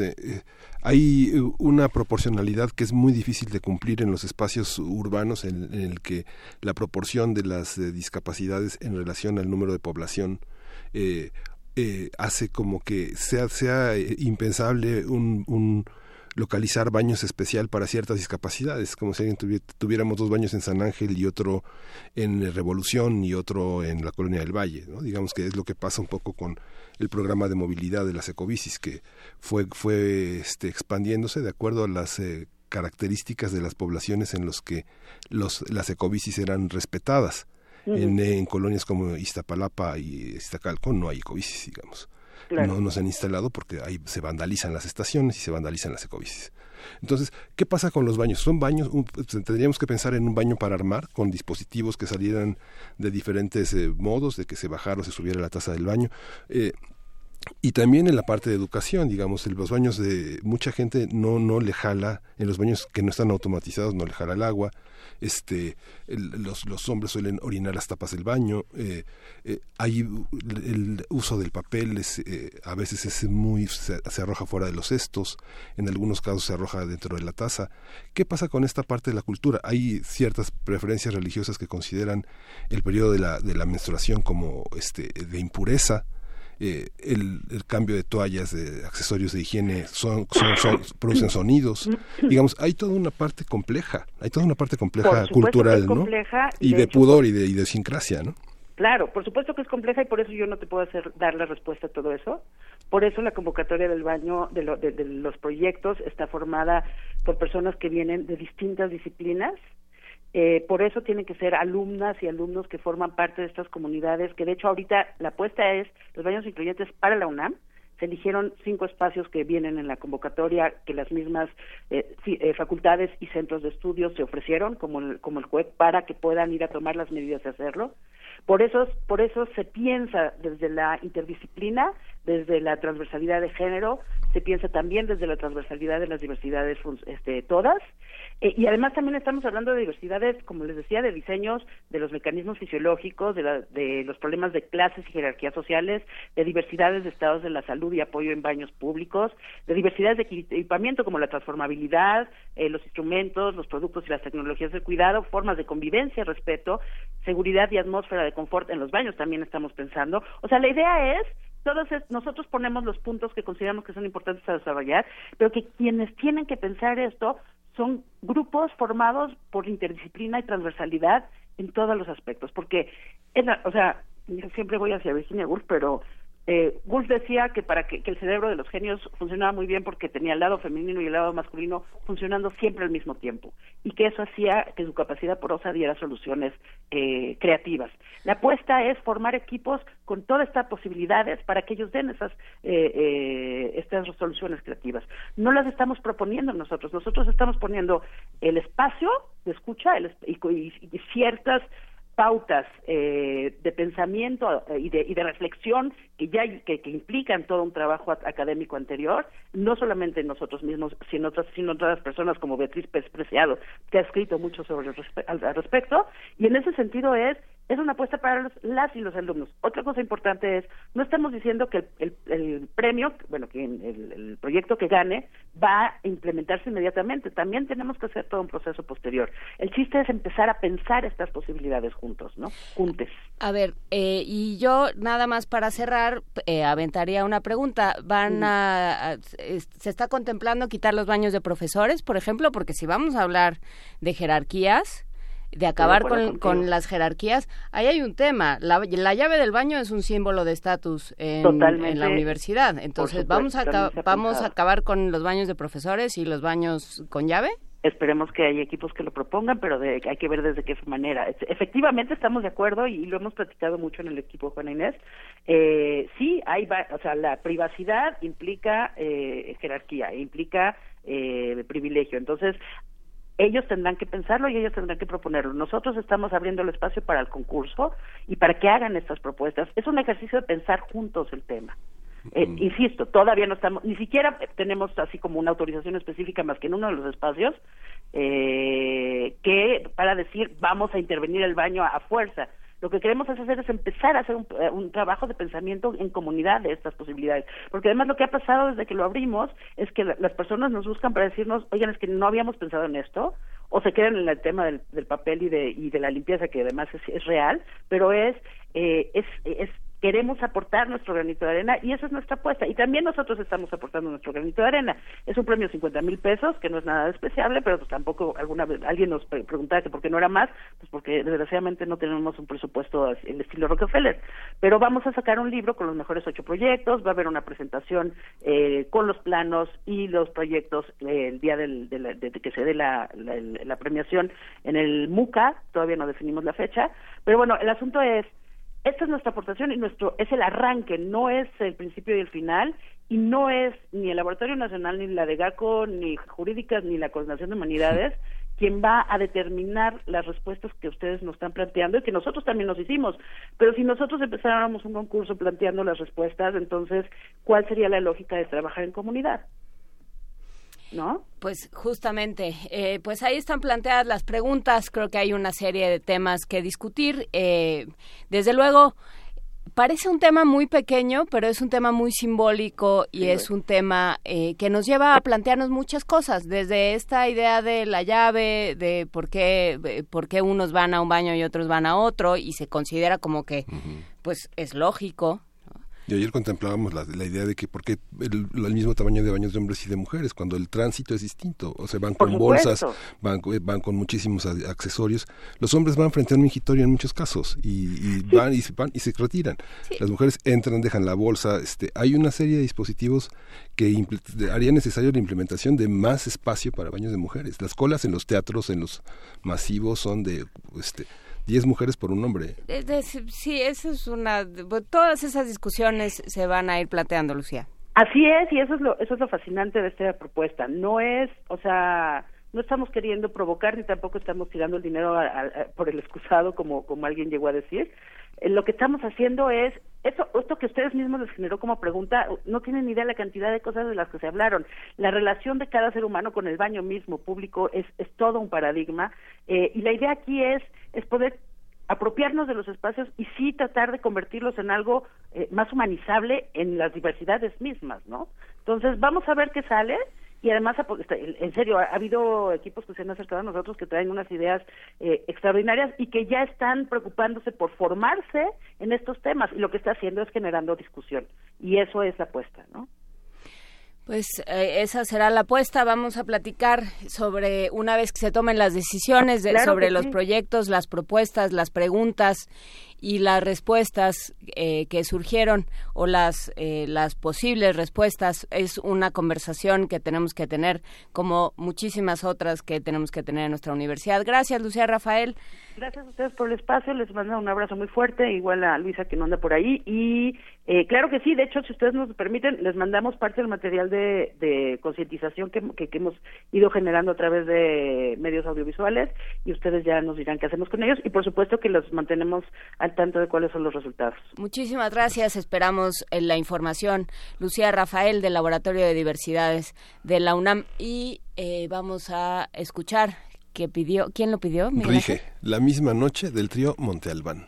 hay una proporcionalidad que es muy difícil de cumplir en los espacios urbanos, en el que la proporción de las discapacidades en relación al número de población hace como que sea impensable un localizar baños especial para ciertas discapacidades, como si tuviéramos 2 baños en San Ángel y otro en Revolución y otro en la Colonia del Valle, ¿no? Digamos que es lo que pasa un poco con el programa de movilidad de las ecobicis, que fue expandiéndose de acuerdo a las características de las poblaciones en los que las ecobicis eran respetadas. Uh-huh. En colonias como Iztapalapa y Iztacalco no hay ecobicis, digamos. Claro. No se han instalado porque ahí se vandalizan las estaciones y se vandalizan las ecobicis. Entonces, ¿qué pasa con los baños? Son baños, tendríamos que pensar en un baño para armar, con dispositivos que salieran de diferentes modos, de que se bajara o se subiera la taza del baño. Y también en la parte de educación, digamos, en los baños de mucha gente no le jala, en los baños que no están automatizados no le jala el agua. Los hombres suelen orinar las tapas del baño, hay el uso del papel a veces se arroja fuera de los cestos, en algunos casos se arroja dentro de la taza. ¿Qué pasa con esta parte de la cultura? Hay ciertas preferencias religiosas que consideran el periodo de la menstruación como de impureza. El cambio de toallas, de accesorios de higiene producen sonidos. Digamos, hay toda una parte compleja, cultural, ¿no?
Compleja,
y de pudor y de idiosincrasia, ¿no?
Claro, por supuesto que es compleja, y por eso yo no te puedo dar la respuesta a todo eso. Por eso la convocatoria del baño, de los proyectos, está formada por personas que vienen de distintas disciplinas. Por eso tienen que ser alumnas y alumnos que forman parte de estas comunidades, que de hecho ahorita la apuesta es los baños incluyentes para la UNAM. Se eligieron 5 espacios que vienen en la convocatoria, que las mismas facultades y centros de estudios se ofrecieron, como el CUEC, para que puedan ir a tomar las medidas de hacerlo. Por eso se piensa desde la interdisciplina, desde la transversalidad de género, se piensa también desde la transversalidad de las diversidades todas, y además también estamos hablando de diversidades, como les decía, de diseños, de los mecanismos fisiológicos, de los problemas de clases y jerarquías sociales, de diversidades de estados de la salud y apoyo en baños públicos, de diversidades de equipamiento como la transformabilidad, los instrumentos, los productos y las tecnologías de cuidado, formas de convivencia, respeto, seguridad y atmósfera de confort en los baños también estamos pensando. O sea, la idea es, nosotros ponemos los puntos que consideramos que son importantes a desarrollar, pero que quienes tienen que pensar esto son grupos formados por interdisciplina y transversalidad en todos los aspectos, porque, yo siempre voy hacia Virginia Woolf, pero Woolf decía que para que el cerebro de los genios funcionaba muy bien porque tenía el lado femenino y el lado masculino funcionando siempre al mismo tiempo, y que eso hacía que su capacidad porosa diera soluciones creativas. La apuesta es formar equipos con todas estas posibilidades para que ellos den estas soluciones creativas. No las estamos proponiendo nosotros estamos poniendo el espacio de escucha y ciertas pautas de pensamiento y de reflexión que implican todo un trabajo académico anterior, no solamente nosotros mismos, sino otras personas como Beatriz Preciado, que ha escrito mucho al respecto, y en ese sentido es una apuesta para las y los alumnos. Otra cosa importante es, no estamos diciendo que el premio, que el proyecto que gane va a implementarse inmediatamente, también tenemos que hacer todo un proceso posterior. El chiste es empezar a pensar estas posibilidades juntos, ¿no? Juntes.
A ver, y yo nada más para cerrar, aventaría una pregunta. ¿Se está contemplando quitar los baños de profesores, por ejemplo? Porque si vamos a hablar de jerarquías, de acabar con las jerarquías, ahí hay un tema. La llave del baño es un símbolo de estatus en la universidad. Entonces, ¿vamos a acabar con los baños de profesores y los baños con llave?
Esperemos que haya equipos que lo propongan, pero hay que ver desde qué manera. Efectivamente estamos de acuerdo y lo hemos platicado mucho en el equipo, Juana Inés. Sí, la privacidad implica jerarquía, implica privilegio. Entonces, ellos tendrán que pensarlo y ellos tendrán que proponerlo. Nosotros estamos abriendo el espacio para el concurso y para que hagan estas propuestas. Es un ejercicio de pensar juntos el tema. Insisto, todavía no estamos, ni siquiera tenemos así como una autorización específica más que en uno de los espacios que para decir vamos a intervenir el baño a fuerza. Lo que queremos hacer es empezar a hacer un trabajo de pensamiento en comunidad de estas posibilidades, porque además lo que ha pasado desde que lo abrimos es que las personas nos buscan para decirnos, oigan, es que no habíamos pensado en esto, o se quedan en el tema del papel y de la limpieza, que además es real, pero queremos aportar nuestro granito de arena y esa es nuestra apuesta. Y también nosotros estamos aportando nuestro granito de arena. Es un premio de 50,000 pesos, que no es nada despreciable, pero pues tampoco alguna vez alguien nos preguntaba que por qué no era más, pues porque desgraciadamente no tenemos un presupuesto en estilo Rockefeller. Pero vamos a sacar un libro con los mejores 8 proyectos, va a haber una presentación con los planos y los proyectos el día de que se dé la premiación en el MUCA, todavía no definimos la fecha, pero bueno, el asunto es, esta es nuestra aportación y es el arranque, no es el principio y el final, y no es ni el Laboratorio Nacional, ni la de GACO, ni Jurídicas, ni la Coordinación de Humanidades quien va a determinar las respuestas que ustedes nos están planteando y que nosotros también nos hicimos. Pero si nosotros empezáramos un concurso planteando las respuestas, entonces, ¿cuál sería la lógica de trabajar en comunidad? ¿No?
Pues justamente, pues ahí están planteadas las preguntas, creo que hay una serie de temas que discutir. Desde luego, parece un tema muy pequeño, pero es un tema muy simbólico y es un tema que nos lleva a plantearnos muchas cosas, desde esta idea de la llave, de por qué unos van a un baño y otros van a otro, y se considera como que, pues, es lógico.
Y ayer contemplábamos la idea de que por qué el mismo tamaño de baños de hombres y de mujeres, cuando el tránsito es distinto. O sea, van con bolsas, van con muchísimos accesorios. Los hombres van frente a un mingitorio en muchos casos y van y se retiran. Sí. Las mujeres entran, dejan la bolsa. Hay una serie de dispositivos que haría necesario la implementación de más espacio para baños de mujeres. Las colas en los teatros, en los masivos, son de 10 mujeres por un hombre.
Sí, eso es todas esas discusiones se van a ir planteando, Lucía.
Así es, y eso es lo fascinante de esta propuesta. No estamos queriendo provocar ni tampoco estamos tirando el dinero por el excusado, como alguien llegó a decir. lo que estamos haciendo es esto que ustedes mismos les generó como pregunta, no tienen ni idea de la cantidad de cosas de las que se hablaron. La relación de cada ser humano con el baño mismo público es todo un paradigma, y la idea aquí es poder apropiarnos de los espacios y sí tratar de convertirlos en algo más humanizable en las diversidades mismas, ¿no? Entonces, vamos a ver qué sale. Y además, en serio, ha habido equipos que se han acercado a nosotros que traen unas ideas extraordinarias y que ya están preocupándose por formarse en estos temas. Y lo que está haciendo es generando discusión. Y eso es la apuesta, ¿no?
Pues esa será la apuesta. Vamos a platicar sobre, una vez que se tomen las decisiones, sobre los proyectos, las propuestas, las preguntas y las respuestas que surgieron, o las posibles respuestas. Es una conversación que tenemos que tener, como muchísimas otras que tenemos que tener en nuestra universidad. Gracias, Lucía Rafael.
Gracias a ustedes por el espacio, les mando un abrazo muy fuerte, igual a Luisa que no anda por ahí, y claro que sí, de hecho, si ustedes nos permiten, les mandamos parte del material de concientización que hemos ido generando a través de medios audiovisuales, y ustedes ya nos dirán qué hacemos con ellos, y por supuesto que los mantenemos al tanto de cuáles son los resultados.
Muchísimas gracias, esperamos la información. Lucía Rafael, del Laboratorio de Diversidades de la UNAM, y vamos a escuchar ¿quién lo pidió?
Rige, La misma noche, del trío Monte Albán.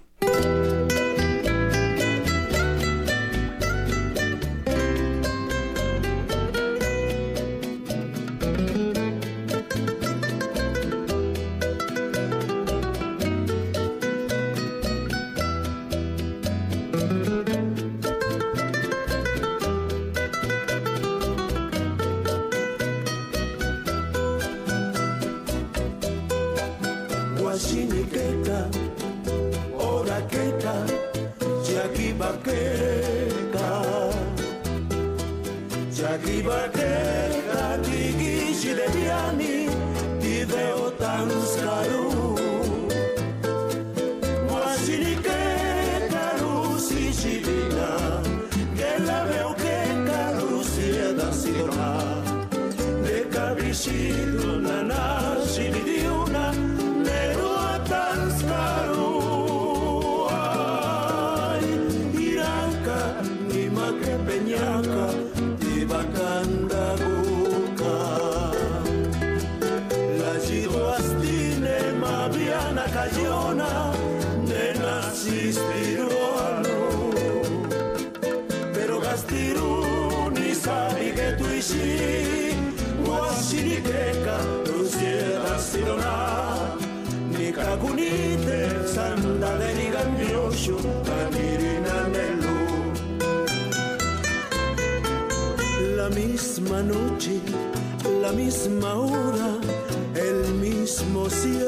La misma noche, la misma hora, el mismo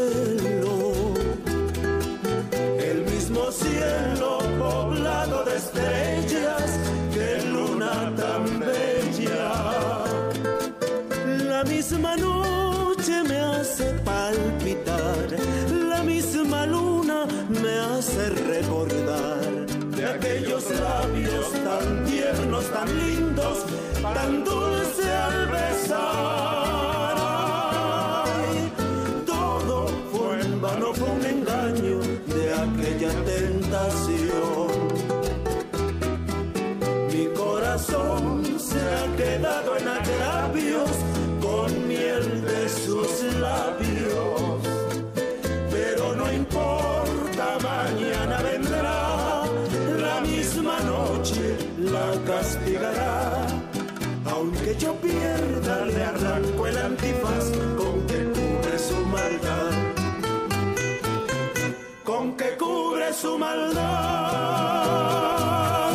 cielo poblado de estrellas, qué luna tan bella. La misma noche me hace palpitar, la misma luna me hace recordar de aquellos labios tan tiernos, tan lindos, tan dulce al besar. Ay, todo fue en vano, fue un engaño de aquella tentación. Mi corazón se ha quedado en agravios con miel de sus labios, pero no importa, mañana vendrá, la misma noche la castigará. Aunque yo pierda, le arranco el antifaz con que cubre su maldad, con que cubre su maldad.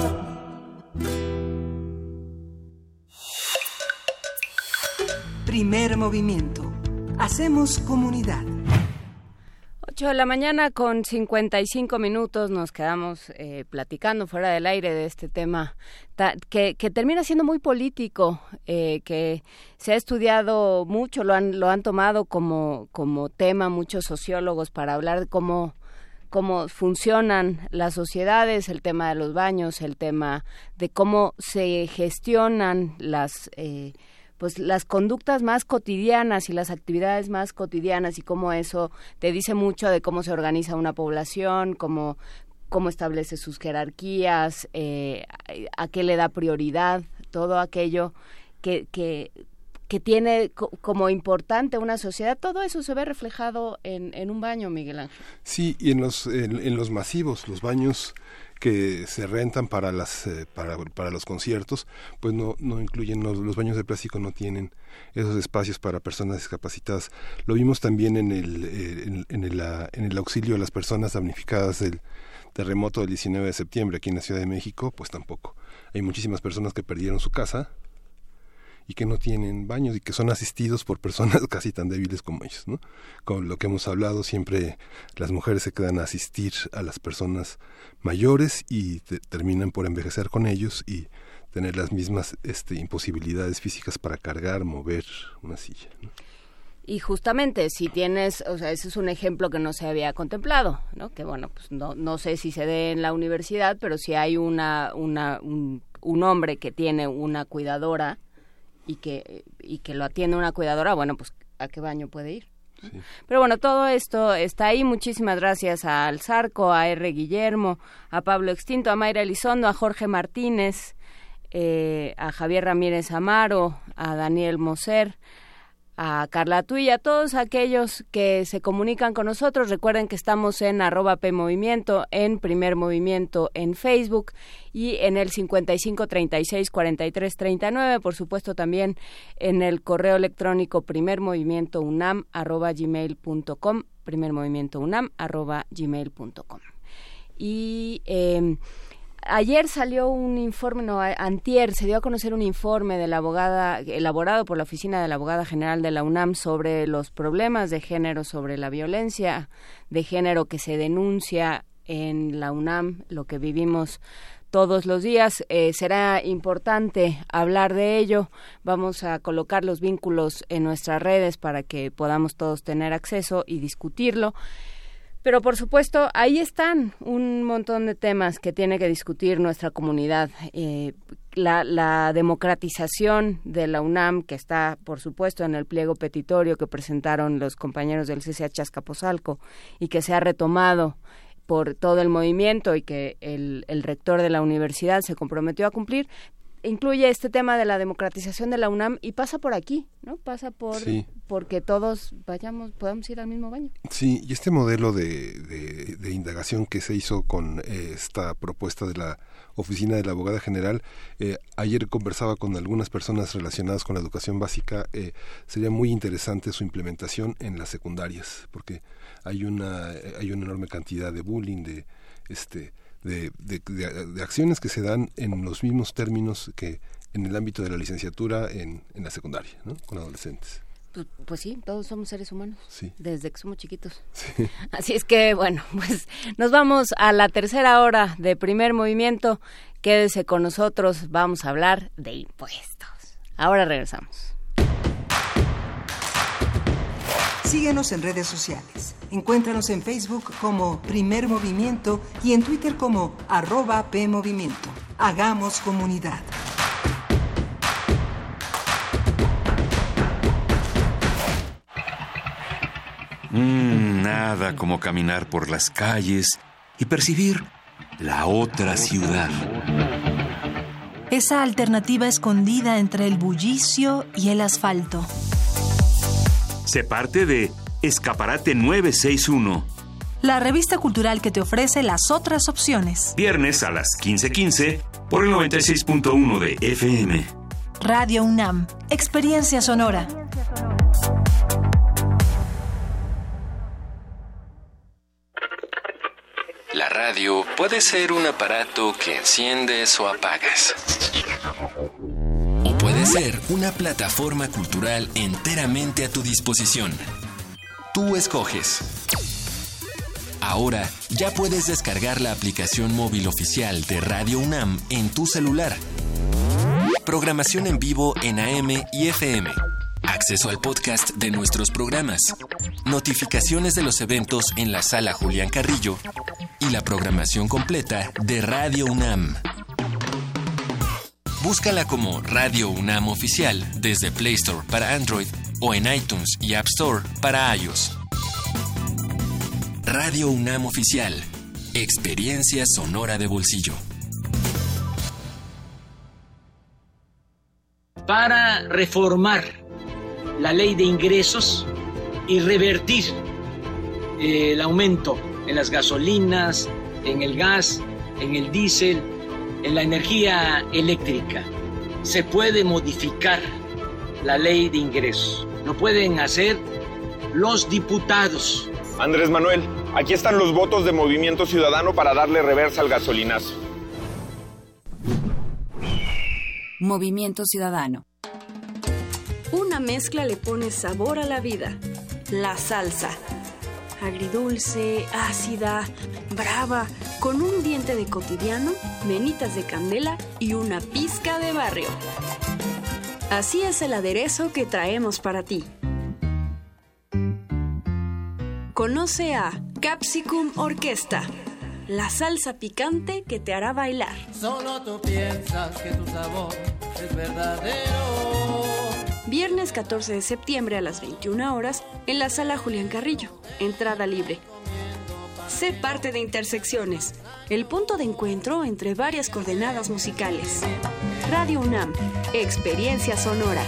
Primer movimiento. Hacemos comunidad.
8 de la mañana con 55 minutos, nos quedamos platicando fuera del aire de este tema que termina siendo muy político, que se ha estudiado mucho, lo han tomado como tema muchos sociólogos para hablar de cómo funcionan las sociedades, el tema de los baños, el tema de cómo se gestionan las conductas más cotidianas y las actividades más cotidianas, y cómo eso te dice mucho de cómo se organiza una población, cómo cómo establece sus jerarquías, a qué le da prioridad, todo aquello que tiene como importante una sociedad. Todo eso se ve reflejado en un baño, Miguel Ángel.
Sí, y en los masivos, los baños que se rentan para los conciertos, pues no incluyen, los baños de plástico no tienen esos espacios para personas discapacitadas. Lo vimos también en el auxilio a las personas damnificadas del terremoto del 19 de septiembre aquí en la Ciudad de México, pues tampoco. Hay muchísimas personas que perdieron su casa y que no tienen baños y que son asistidos por personas casi tan débiles como ellos, ¿no? Con lo que hemos hablado, siempre las mujeres se quedan a asistir a las personas mayores y terminan por envejecer con ellos y tener las mismas imposibilidades físicas para cargar, mover una silla, ¿no?
Y justamente si tienes, o sea, ese es un ejemplo que no se había contemplado, ¿no? Que bueno, pues no sé si se dé en la universidad, pero si hay un hombre que tiene una cuidadora y que lo atiende una cuidadora, bueno, pues ¿a qué baño puede ir? Sí. Pero bueno, todo esto está ahí. Muchísimas gracias a Alzarco, a R. Guillermo, a Pablo Extinto, a Mayra Elizondo, a Jorge Martínez, a Javier Ramírez Amaro, a Daniel Moser, a Carla Tui, a todos aquellos que se comunican con nosotros. Recuerden que estamos en @PMovimiento, en Primer Movimiento en Facebook y en el 55364339, por supuesto también en el correo electrónico primermovimientounam@gmail.com, primermovimientounam@gmail.com. Y ayer salió un informe, antier se dio a conocer un informe de la abogada, elaborado por la Oficina de la Abogada General de la UNAM sobre los problemas de género, sobre la violencia de género que se denuncia en la UNAM, lo que vivimos todos los días. Será importante hablar de ello. Vamos a colocar los vínculos en nuestras redes para que podamos todos tener acceso y discutirlo. Pero por supuesto, ahí están un montón de temas que tiene que discutir nuestra comunidad. La democratización de la UNAM, que está, por supuesto, en el pliego petitorio que presentaron los compañeros del CCH Azcapotzalco y que se ha retomado por todo el movimiento y que el rector de la universidad se comprometió a cumplir, incluye este tema de la democratización de la UNAM y pasa por aquí, ¿no? Pasa por porque todos podamos ir al mismo baño.
Sí, y este modelo de indagación que se hizo con esta propuesta de la Oficina de la Abogada General, ayer conversaba con algunas personas relacionadas con la educación básica, sería muy interesante su implementación en las secundarias, porque hay una enorme cantidad de bullying, de acciones que se dan en los mismos términos que en el ámbito de la licenciatura en la secundaria, ¿no? Con adolescentes.
Pues sí, todos somos seres humanos,
sí,
desde que somos chiquitos. Sí. Así es que, bueno, pues nos vamos a la tercera hora de Primer Movimiento. Quédese con nosotros, vamos a hablar de impuestos. Ahora regresamos.
Síguenos en redes sociales. Encuéntranos en Facebook como Primer Movimiento y en Twitter como @PMovimiento. Hagamos comunidad.
Nada como caminar por las calles y percibir la otra ciudad.
Esa alternativa escondida entre el bullicio y el asfalto.
Se parte de Escaparate 961.
La revista cultural que te ofrece las otras opciones.
Viernes a las 15:15 por el 96.1 de FM.
Radio UNAM. Experiencia sonora.
La radio puede ser un aparato que enciendes o apagas. O puede ser una plataforma cultural enteramente a tu disposición. Tú escoges. Ahora ya puedes descargar la aplicación móvil oficial de Radio UNAM en tu celular. Programación en vivo en AM y FM. Acceso al podcast de nuestros programas. Notificaciones de los eventos en la Sala Julián Carrillo. Y la programación completa de Radio UNAM. Búscala como Radio UNAM Oficial desde Play Store para Android o en iTunes y App Store para iOS. Radio UNAM Oficial. Experiencia sonora de bolsillo.
Para reformar la ley de ingresos y revertir el aumento en las gasolinas, en el gas, en el diésel, en la energía eléctrica. Se puede modificar la ley de ingresos. Lo pueden hacer los diputados.
Andrés Manuel, aquí están los votos de Movimiento Ciudadano para darle reversa al gasolinazo.
Movimiento Ciudadano.
Una mezcla le pone sabor a la vida. La salsa. Agridulce, ácida, brava, con un diente de cotidiano, menitas de candela y una pizca de barrio. Así es el aderezo que traemos para ti. Conoce a Capsicum Orquesta, la salsa picante que te hará bailar.
Solo tú piensas que tu sabor es verdadero.
Viernes 14 de septiembre a las 21 horas en la Sala Julián Carrillo. Entrada libre. Sé parte de Intersecciones, el punto de encuentro entre varias coordenadas musicales. Radio UNAM, experiencia sonora.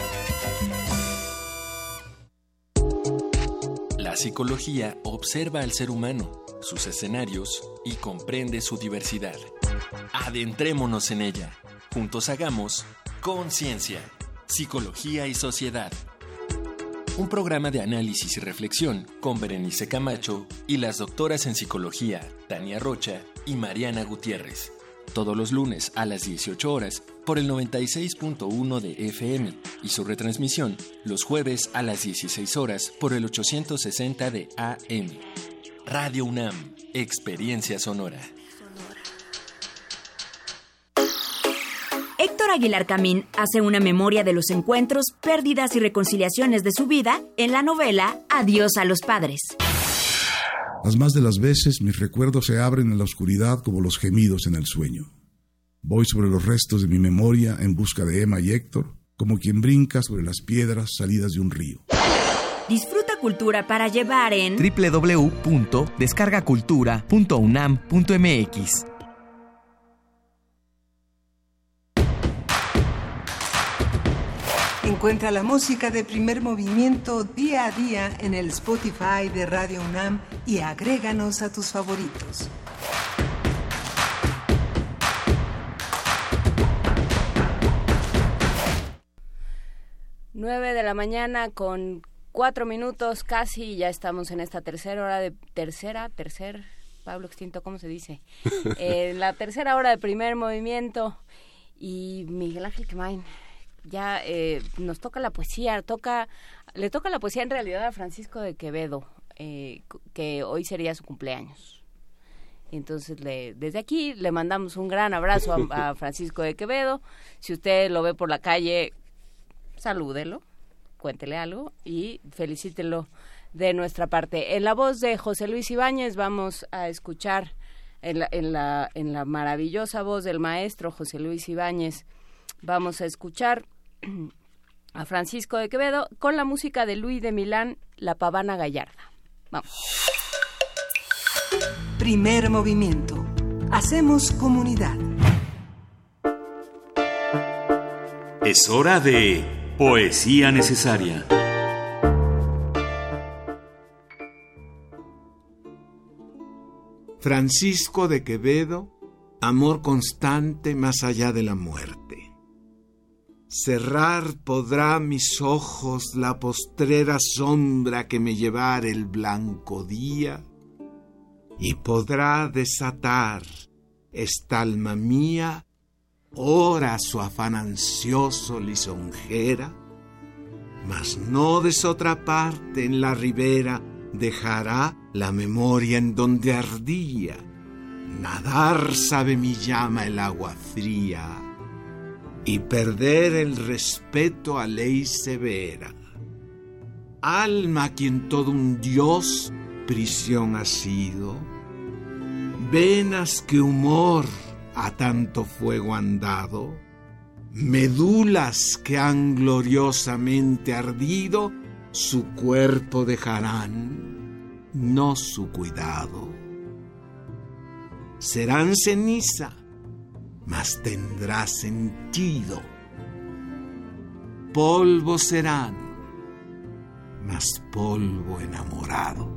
La psicología observa al ser humano, sus escenarios y comprende su diversidad. Adentrémonos en ella. Juntos hagamos Conciencia, Psicología y Sociedad. Un programa de análisis y reflexión con Berenice Camacho y las doctoras en psicología Tania Rocha y Mariana Gutiérrez. Todos los lunes a las 18 horas por el 96.1 de FM y su retransmisión los jueves a las 16 horas por el 860 de AM. Radio UNAM, experiencia sonora.
Héctor Aguilar Camín hace una memoria de los encuentros, pérdidas y reconciliaciones de su vida en la novela Adiós a los padres.
Las más de las veces mis recuerdos se abren en la oscuridad como los gemidos en el sueño. Voy sobre los restos de mi memoria en busca de Emma y Héctor, como quien brinca sobre las piedras salidas de un río.
Disfruta cultura para llevar en
www.descargacultura.unam.mx.
Encuentra la música de Primer Movimiento día a día en el Spotify de Radio UNAM y agréganos a tus favoritos.
Nueve de la mañana con 4 minutos casi, ya estamos en esta tercera hora de Pablo Extinto, ¿cómo se dice? En la tercera hora de Primer Movimiento. Y Miguel Ángel Quemain, ya nos toca la poesía, le toca la poesía en realidad a Francisco de Quevedo, que hoy sería su cumpleaños. Entonces desde aquí le mandamos un gran abrazo a Francisco de Quevedo. Si usted lo ve por la calle, salúdelo, cuéntele algo y felicítelo de nuestra parte. En la voz de José Luis Ibáñez vamos a escuchar, en la maravillosa voz del maestro José Luis Ibáñez, vamos a escuchar a Francisco de Quevedo con la música de Luis de Milán, La Pavana Gallarda. Vamos.
Primer Movimiento. Hacemos comunidad.
Es hora de Poesía Necesaria.
Francisco de Quevedo, amor constante más allá de la muerte. Cerrar podrá mis ojos la postrera sombra que me llevar el blanco día, y podrá desatar esta alma mía, ora su afán ansioso lisonjera, mas no de otra parte en la ribera dejará la memoria en donde ardía. Nadar sabe mi llama el agua fría, y perder el respeto a ley severa. Alma quien todo un dios prisión ha sido, venas que humor a tanto fuego han dado, médulas que han gloriosamente ardido, su cuerpo dejarán, no su cuidado. serán ceniza, mas tendrá sentido. Polvo serán, mas polvo enamorado.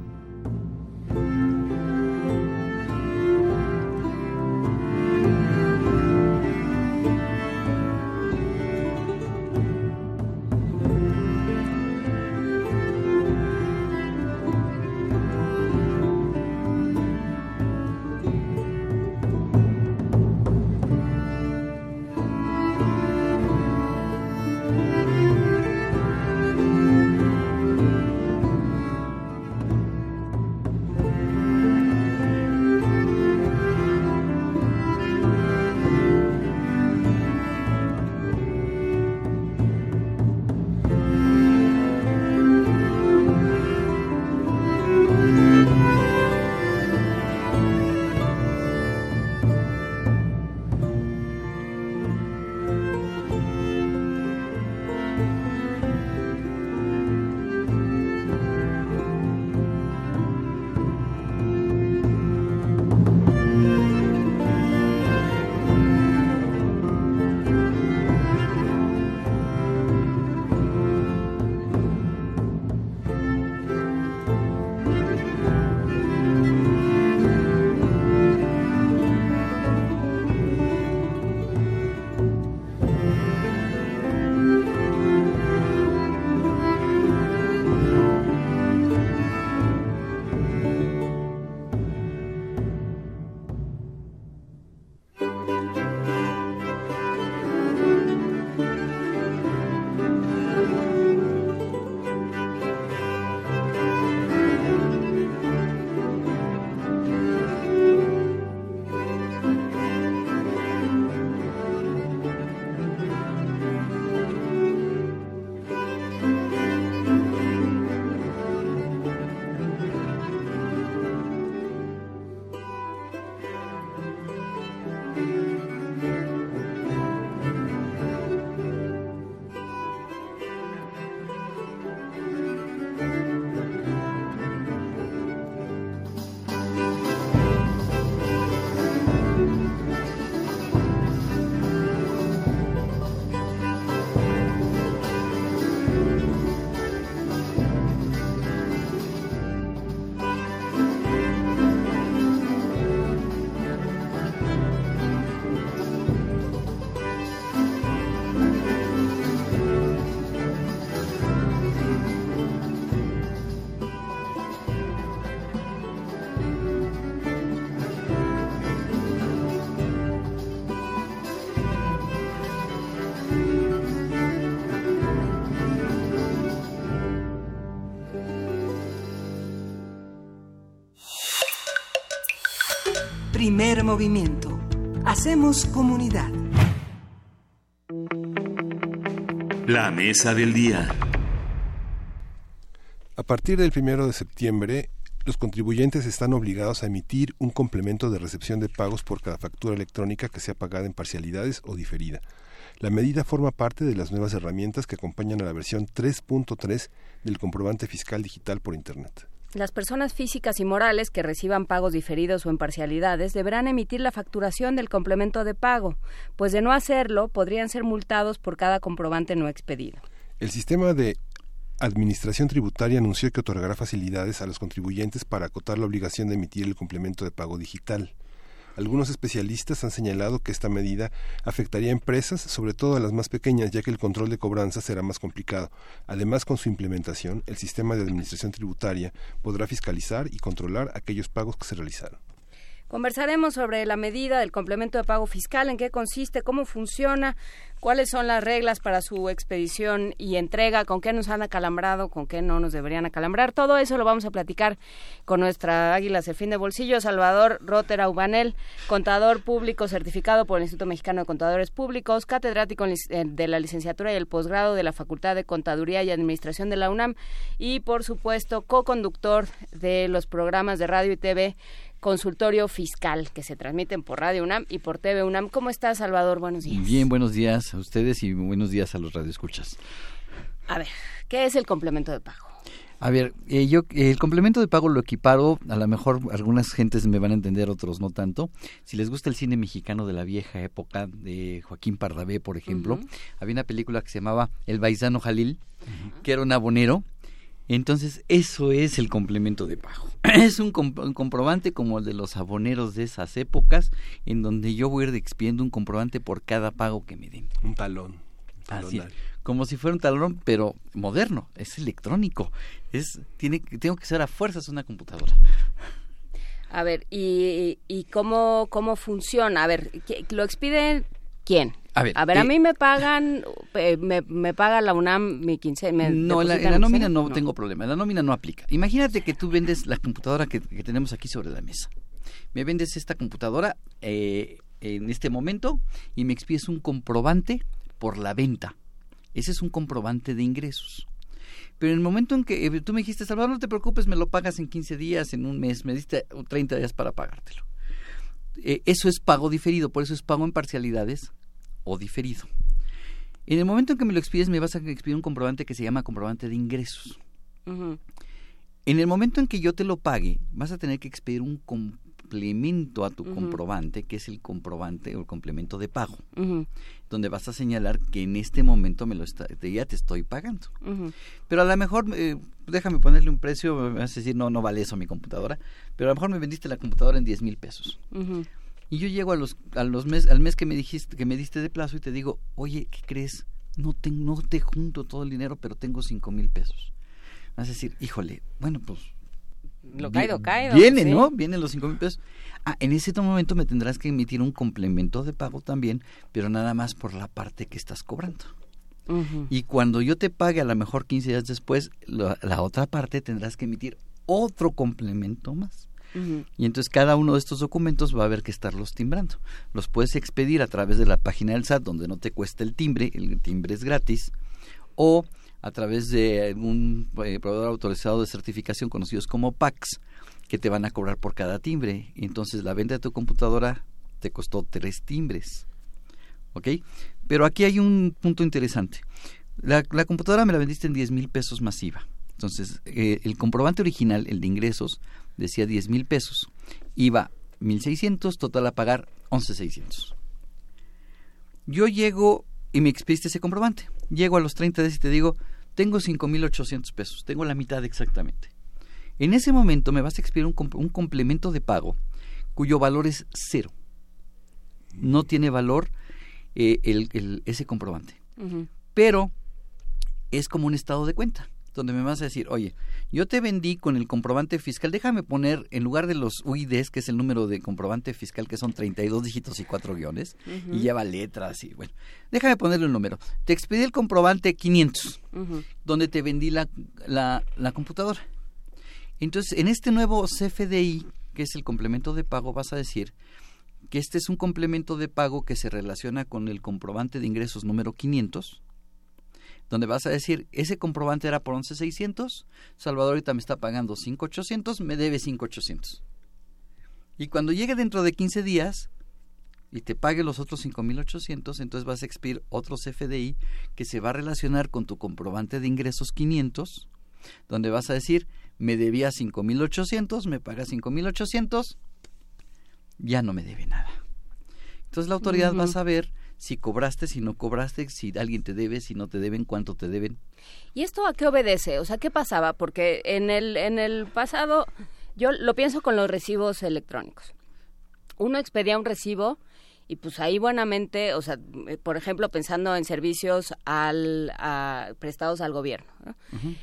Primer movimiento. Hacemos comunidad.
La mesa del día.
A partir del 1 de septiembre, los contribuyentes están obligados a emitir un complemento de recepción de pagos por cada factura electrónica que sea pagada en parcialidades o diferida. La medida forma parte de las nuevas herramientas que acompañan a la versión 3.3 del comprobante fiscal digital por Internet.
Las personas físicas y morales que reciban pagos diferidos o en parcialidades deberán emitir la facturación del complemento de pago, pues de no hacerlo podrían ser multados por cada comprobante no expedido.
El sistema de Administración Tributaria anunció que otorgará facilidades a los contribuyentes para acotar la obligación de emitir el complemento de pago digital. Algunos especialistas han señalado que esta medida afectaría a empresas, sobre todo a las más pequeñas, ya que el control de cobranza será más complicado. Además, con su implementación, el sistema de administración tributaria podrá fiscalizar y controlar aquellos pagos que se realizaron.
Conversaremos sobre la medida del complemento de pago fiscal, en qué consiste, cómo funciona, cuáles son las reglas para su expedición y entrega, con qué nos han acalambrado, con qué no nos deberían acalambrar. Todo eso lo vamos a platicar con nuestra águila serfín de bolsillo, Salvador Rotter Aubanel, contador público certificado por el Instituto Mexicano de Contadores Públicos, catedrático de la licenciatura y el posgrado de la Facultad de Contaduría y Administración de la UNAM y, por supuesto, co-conductor de los programas de radio y TV Consultorio Fiscal, que se transmiten por Radio UNAM y por TV UNAM. ¿Cómo estás, Salvador? Buenos días.
Bien, buenos días a ustedes y buenos días a los radioescuchas.
A ver, ¿qué es el complemento de pago?
A ver, yo el complemento de pago lo equiparo, a lo mejor algunas gentes me van a entender, otros no tanto. Si les gusta el cine mexicano de la vieja época, de Joaquín Pardavé, por ejemplo, había una película que se llamaba El Paisano Jalil, que era un abonero. Entonces, eso es el complemento de pago. Es un comprobante como el de los aboneros de esas épocas, en donde yo voy a ir expidiendo un comprobante por cada pago que me den.
Un talón.
Así, como si fuera un talón, pero moderno, es electrónico. Tengo que ser a fuerzas una computadora.
A ver, ¿y cómo funciona? A ver, ¿lo expide quién? A ver, a mí me pagan, me paga la UNAM mi quincena.
No, en la nómina no tengo problema, la nómina no aplica. Imagínate que tú vendes la computadora que tenemos aquí sobre la mesa. Me vendes esta computadora en este momento y me expides un comprobante por la venta. Ese es un comprobante de ingresos. Pero en el momento en que tú me dijiste, Salvador, no te preocupes, me lo pagas en 15 días, en un mes, me diste 30 días para pagártelo. Eso es pago diferido, por eso es pago en parcialidades o diferido. En el momento en que me lo expides, me vas a expedir un comprobante que se llama comprobante de ingresos. En el momento en que yo te lo pague, vas a tener que expedir un complemento a tu comprobante, que es el comprobante o el complemento de pago, donde vas a señalar que en este momento ya te estoy pagando. Pero a lo mejor, déjame ponerle un precio, me vas a decir, no vale eso mi computadora, pero a lo mejor me vendiste la computadora en 10,000 pesos. Y yo llego al mes que me diste de plazo y te digo, oye, ¿qué crees? No te junto todo el dinero, pero tengo 5,000 pesos. Vas a decir, híjole, bueno, pues
lo caído.
Viene,
sí.
¿no? Vienen los 5,000 pesos. En ese momento me tendrás que emitir un complemento de pago también, pero nada más por la parte que estás cobrando. Y cuando yo te pague, a lo mejor 15 días después, la otra parte tendrás que emitir otro complemento más. Y entonces cada uno de estos documentos va a haber que estarlos timbrando. Los puedes expedir a través de la página del SAT, donde no te cuesta el timbre es gratis, o a través de un proveedor autorizado de certificación conocidos como PACS, que te van a cobrar por cada timbre. Y entonces la venta de tu computadora te costó 3 timbres. ¿Ok? Pero aquí hay un punto interesante. La computadora me la vendiste en 10,000 pesos masiva. Entonces, el comprobante original, el de ingresos, decía 10,000 pesos. Iba 1,600, total a pagar 11,600. Yo llego y me expediste ese comprobante. Llego a los 30 días y te digo, tengo 5,800 pesos, tengo la mitad exactamente. En ese momento me vas a expedir un complemento de pago cuyo valor es 0. No tiene valor ese comprobante. Pero es como un estado de cuenta, donde me vas a decir, oye, yo te vendí con el comprobante fiscal, déjame poner, en lugar de los UIDs, que es el número de comprobante fiscal, que son 32 dígitos y 4 guiones, y lleva letras, y bueno, déjame ponerle un número. Te expedí el comprobante 500, donde te vendí la computadora. Entonces, en este nuevo CFDI, que es el complemento de pago, vas a decir que este es un complemento de pago que se relaciona con el comprobante de ingresos número 500, donde vas a decir, ese comprobante era por 11,600, Salvador ahorita me está pagando 5,800, me debe 5,800. Y cuando llegue dentro de 15 días y te pague los otros 5,800, entonces vas a expedir otro CFDI que se va a relacionar con tu comprobante de ingresos 500, donde vas a decir, me debía 5,800, me paga 5,800, ya no me debe nada. Entonces la autoridad va a saber si cobraste, si no cobraste, si alguien te debe, si no te deben, cuánto te deben.
¿Y esto a qué obedece? O sea, ¿qué pasaba? Porque en el pasado, yo lo pienso con los recibos electrónicos. Uno expedía un recibo y pues ahí buenamente, o sea, por ejemplo, pensando en servicios prestados al gobierno, ¿no?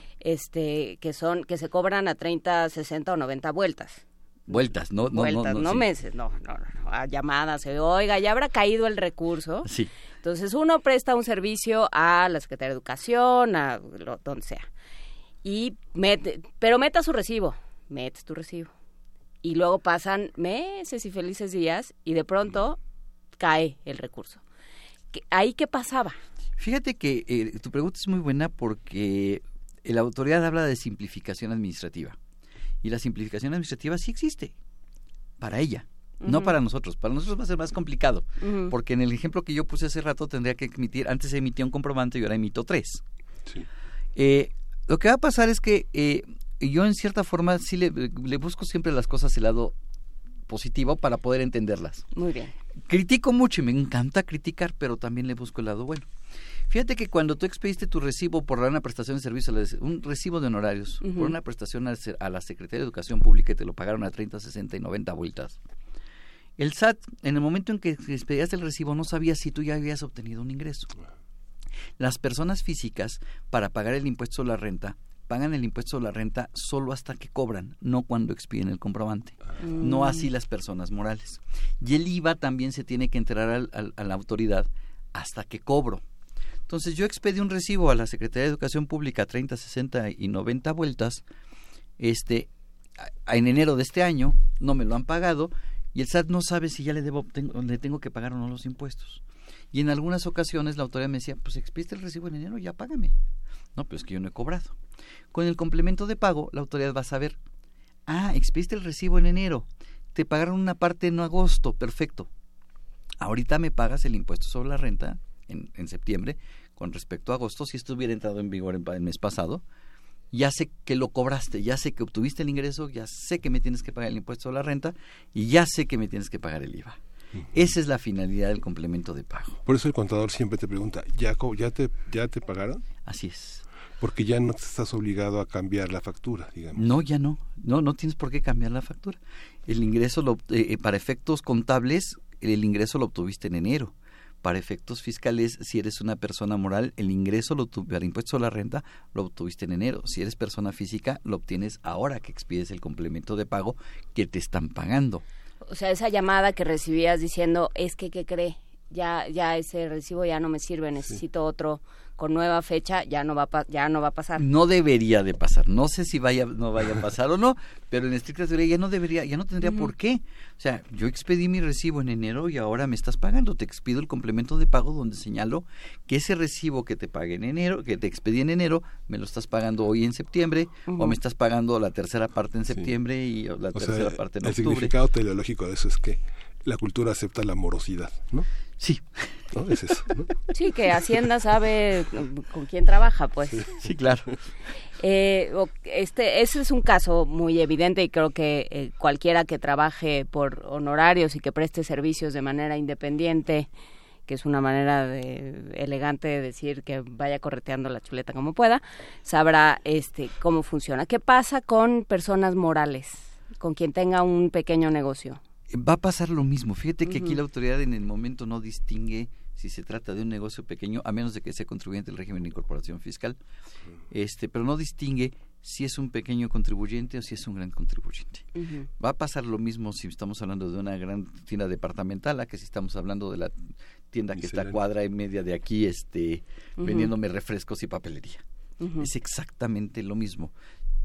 Que se cobran a 30, 60 o 90 vueltas.
Vueltas, no sí.
Meses, no, a llamadas, oiga, ya habrá caído el recurso.
Sí.
Entonces uno presta un servicio a la Secretaría de Educación, donde sea, pero meta su recibo, metes tu recibo, y luego pasan meses y felices días, y de pronto cae el recurso. ¿Ahí qué pasaba?
Fíjate que tu pregunta es muy buena porque la autoridad habla de simplificación administrativa. Y la simplificación administrativa sí existe para ella, no para nosotros. Para nosotros va a ser más complicado, porque en el ejemplo que yo puse hace rato tendría que emitir, antes emitía un comprobante y ahora emito 3. Sí. Lo que va a pasar es que yo en cierta forma sí le busco siempre las cosas el lado positivo para poder entenderlas.
Muy bien.
Critico mucho y me encanta criticar, pero también le busco el lado bueno. Fíjate que cuando tú expediste tu recibo por una prestación de servicio, un recibo de honorarios, por una prestación a la Secretaría de Educación Pública y te lo pagaron a 30, 60 y 90 vueltas, el SAT, en el momento en que expedías el recibo, no sabía si tú ya habías obtenido un ingreso. Las personas físicas, para pagar el impuesto sobre la renta, pagan el impuesto sobre la renta solo hasta que cobran, no cuando expiden el comprobante. No así las personas morales. Y el IVA también se tiene que enterar a la autoridad hasta que cobro. Entonces yo expedí un recibo a la Secretaría de Educación Pública 30, 60 y 90 vueltas, en enero de este año, no me lo han pagado, y el SAT no sabe si ya le tengo que pagar o no los impuestos. Y en algunas ocasiones la autoridad me decía, pues expediste el recibo en enero, ya págame. No, pero es que yo no he cobrado. Con el complemento de pago, la autoridad va a saber, expediste el recibo en enero, te pagaron una parte en agosto, perfecto. Ahorita me pagas el impuesto sobre la renta en septiembre, con respecto a agosto, si esto hubiera entrado en vigor el mes pasado, ya sé que lo cobraste, ya sé que obtuviste el ingreso, ya sé que me tienes que pagar el impuesto sobre la renta y ya sé que me tienes que pagar el IVA. Esa es la finalidad del complemento de pago.
Por eso el contador siempre te pregunta, ¿ya te pagaron?
Así es.
Porque ya no te estás obligado a cambiar la factura, digamos.
No, ya no. No tienes por qué cambiar la factura. El ingreso, para efectos contables, el ingreso lo obtuviste en enero. Para efectos fiscales, si eres una persona moral, el ingreso para impuesto a la renta lo obtuviste en enero. Si eres persona física, lo obtienes ahora que expides el complemento de pago que te están pagando.
O sea, esa llamada que recibías diciendo, es que, ¿qué cree? Ya ese recibo ya no me sirve, necesito otro con nueva fecha, ya no va a pasar.
No debería de pasar. No sé si no vaya a pasar o no, pero en estricta teoría ya no tendría por qué. O sea, yo expedí mi recibo en enero y ahora me estás pagando. Te expido el complemento de pago donde señalo que ese recibo que te pagué en enero, que te expedí en enero, me lo estás pagando hoy en septiembre, o me estás pagando la tercera parte en septiembre y la tercera parte en octubre.
El significado teleológico de eso es que la cultura acepta la morosidad, ¿no?
Sí.
¿No? Es eso, ¿no?
Sí, que Hacienda sabe con quién trabaja, pues.
Sí, claro.
Ese es un caso muy evidente y creo que cualquiera que trabaje por honorarios y que preste servicios de manera independiente, que es una manera elegante de decir que vaya correteando la chuleta como pueda, sabrá cómo funciona. ¿Qué pasa con personas morales, con quien tenga un pequeño negocio?
Va a pasar lo mismo. Fíjate que aquí la autoridad en el momento no distingue si se trata de un negocio pequeño, a menos de que sea contribuyente del régimen de incorporación fiscal, pero no distingue si es un pequeño contribuyente o si es un gran contribuyente. Va a pasar lo mismo si estamos hablando de una gran tienda departamental, a que si estamos hablando de la tienda que está a cuadra y media de aquí, vendiéndome refrescos y papelería. Es exactamente lo mismo.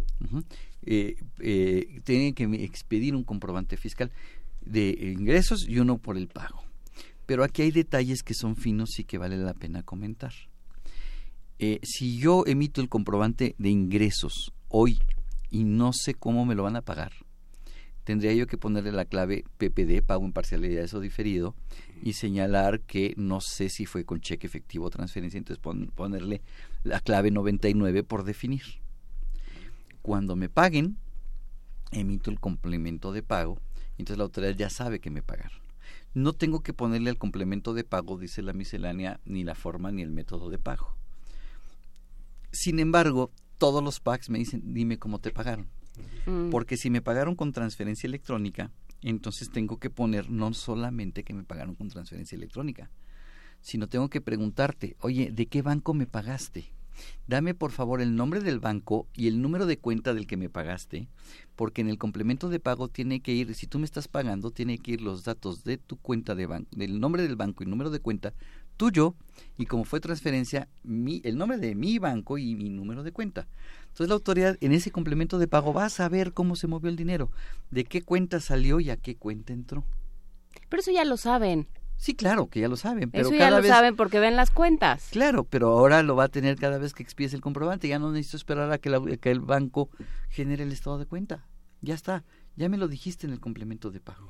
Tienen que expedir un comprobante fiscal de ingresos y uno por el pago. Pero aquí hay detalles que son finos y que vale la pena comentar. Si yo emito el comprobante de ingresos hoy y no sé cómo me lo van a pagar, tendría yo que ponerle la clave PPD, pago en parcialidades o diferido, y señalar que no sé si fue con cheque efectivo o transferencia, entonces ponerle la clave 99 por definir. Cuando me paguen, emito el complemento de pago, entonces la autoridad ya sabe que me pagaron. No tengo que ponerle al complemento de pago, dice la miscelánea, ni la forma ni el método de pago. Sin embargo, todos los PACs me dicen, dime cómo te pagaron. Porque si me pagaron con transferencia electrónica, entonces tengo que poner no solamente que me pagaron con transferencia electrónica, sino tengo que preguntarte, oye, ¿de qué banco me pagaste? Dame por favor el nombre del banco y el número de cuenta del que me pagaste, porque en el complemento de pago tiene que ir, si tú me estás pagando, tiene que ir los datos de tu cuenta de banco, del nombre del banco y número de cuenta tuyo, y como fue transferencia, el nombre de mi banco y mi número de cuenta. Entonces la autoridad en ese complemento de pago va a saber cómo se movió el dinero, de qué cuenta salió y a qué cuenta entró.
Pero eso ya lo saben.
Sí, claro, que ya lo saben. Pero
eso ya lo saben porque ven las cuentas.
Claro, pero ahora lo va a tener cada vez que expides el comprobante. Ya no necesito esperar a que el banco genere el estado de cuenta. Ya está, ya me lo dijiste en el complemento de pago.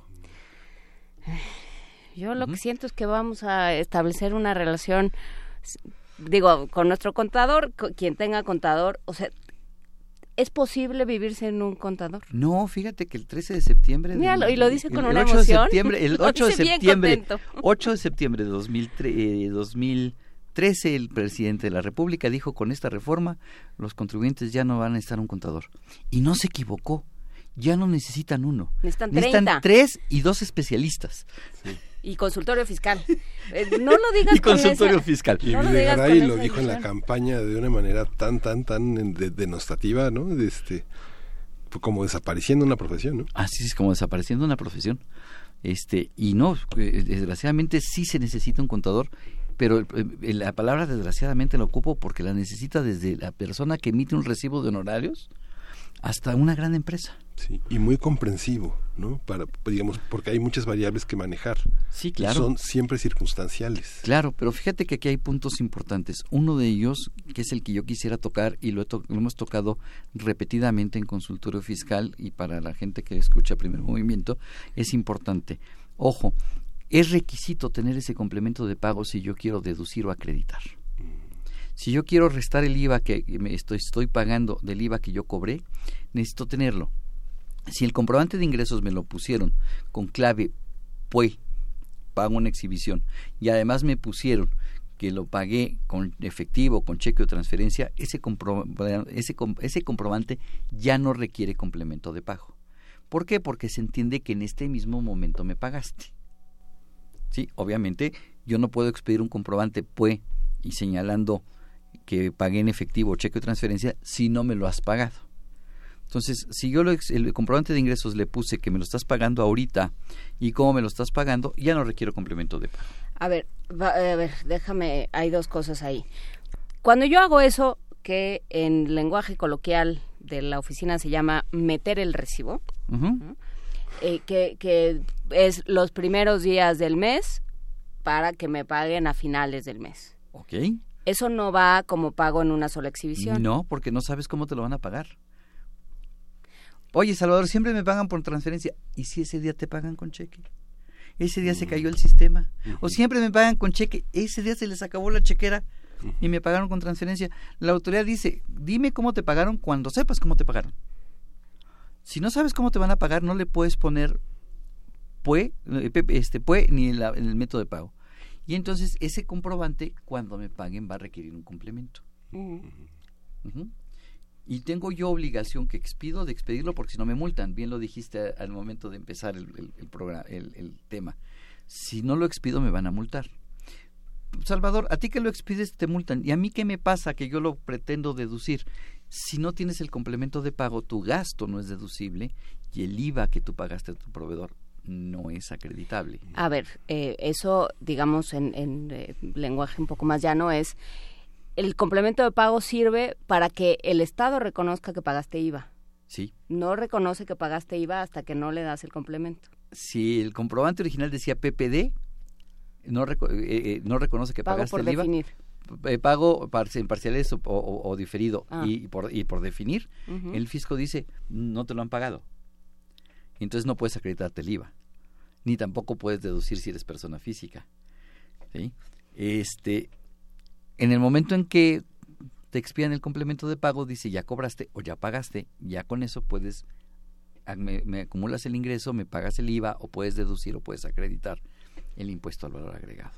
Yo lo que siento es que vamos a establecer una relación, con nuestro contador, quien tenga contador, o sea, ¿Es posible vivir sin un contador?
No, fíjate que el 13 de septiembre...
Míralo, y lo dice con una
8
emoción.
De septiembre, el 8 de septiembre, 8 de septiembre de 2013, el presidente de la República dijo: con esta reforma los contribuyentes ya no van a necesitar un contador. Y no se equivocó, ya no necesitan uno.
Necesitan
3 y 2 especialistas. Sí.
Y consultorio fiscal. No lo digas
y consultorio fiscal.
Y Videgaray lo dijo en la campaña de una manera tan denostativa, ¿no? Como desapareciendo una profesión, ¿no?
Así es, como desapareciendo una profesión. Y no, desgraciadamente sí se necesita un contador, pero la palabra desgraciadamente la ocupo porque la necesita desde la persona que emite un recibo de honorarios hasta una gran empresa.
Sí, y muy comprensivo, ¿no? Digamos, porque hay muchas variables que manejar.
Sí, claro.
Son siempre circunstanciales.
Claro, pero fíjate que aquí hay puntos importantes. Uno de ellos, que es el que yo quisiera tocar, y lo hemos tocado repetidamente en consultorio fiscal, y para la gente que escucha Primer Movimiento, es importante. Ojo, es requisito tener ese complemento de pago si yo quiero deducir o acreditar. Si yo quiero restar el IVA que estoy pagando del IVA que yo cobré, necesito tenerlo. Si el comprobante de ingresos me lo pusieron con clave PUE, pago una exhibición, y además me pusieron que lo pagué con efectivo, con cheque o transferencia, ese comprobante ya no requiere complemento de pago. ¿Por qué? Porque se entiende que en este mismo momento me pagaste. Sí, obviamente yo no puedo expedir un comprobante PUE y señalando que pagué en efectivo, cheque o transferencia si no me lo has pagado. Entonces, si yo el comprobante de ingresos le puse que me lo estás pagando ahorita y cómo me lo estás pagando, ya no requiero complemento de pago.
A ver, déjame, hay dos cosas ahí. Cuando yo hago eso, que en lenguaje coloquial de la oficina se llama meter el recibo, que es los primeros días del mes para que me paguen a finales del mes.
Ok.
Eso no va como pago en una sola exhibición.
No, porque no sabes cómo te lo van a pagar. Oye, Salvador, siempre me pagan por transferencia. ¿Y si ese día te pagan con cheque? Ese día se cayó el sistema. O siempre me pagan con cheque. Ese día se les acabó la chequera y me pagaron con transferencia. La autoridad dice: dime cómo te pagaron cuando sepas cómo te pagaron. Si no sabes cómo te van a pagar, no le puedes poner PUE ni el método de pago. Y entonces ese comprobante, cuando me paguen, va a requerir un complemento. Y tengo yo obligación que expido de expedirlo, porque si no me multan. Bien lo dijiste al momento de empezar el tema. Si no lo expido, me van a multar. Salvador, a ti que lo expides te multan. ¿Y a mí qué me pasa que yo lo pretendo deducir? Si no tienes el complemento de pago, tu gasto no es deducible y el IVA que tú pagaste a tu proveedor no es acreditable.
A ver, eso, digamos, en lenguaje un poco más llano es: el complemento de pago sirve para que el Estado reconozca que pagaste IVA.
Sí.
No reconoce que pagaste IVA hasta que no le das el complemento.
Si el comprobante original decía PPD, no reconoce que
pago
pagaste
por
el IVA.
Definir.
Pago en parciales o diferido. Y por definir, el fisco dice: no te lo han pagado. Y entonces no puedes acreditarte el IVA. Ni tampoco puedes deducir si eres persona física. ¿Sí? En el momento en que te expidan el complemento de pago, dice: ya cobraste o ya pagaste, ya con eso puedes, me acumulas el ingreso, me pagas el IVA, o puedes deducir o puedes acreditar el impuesto al valor agregado.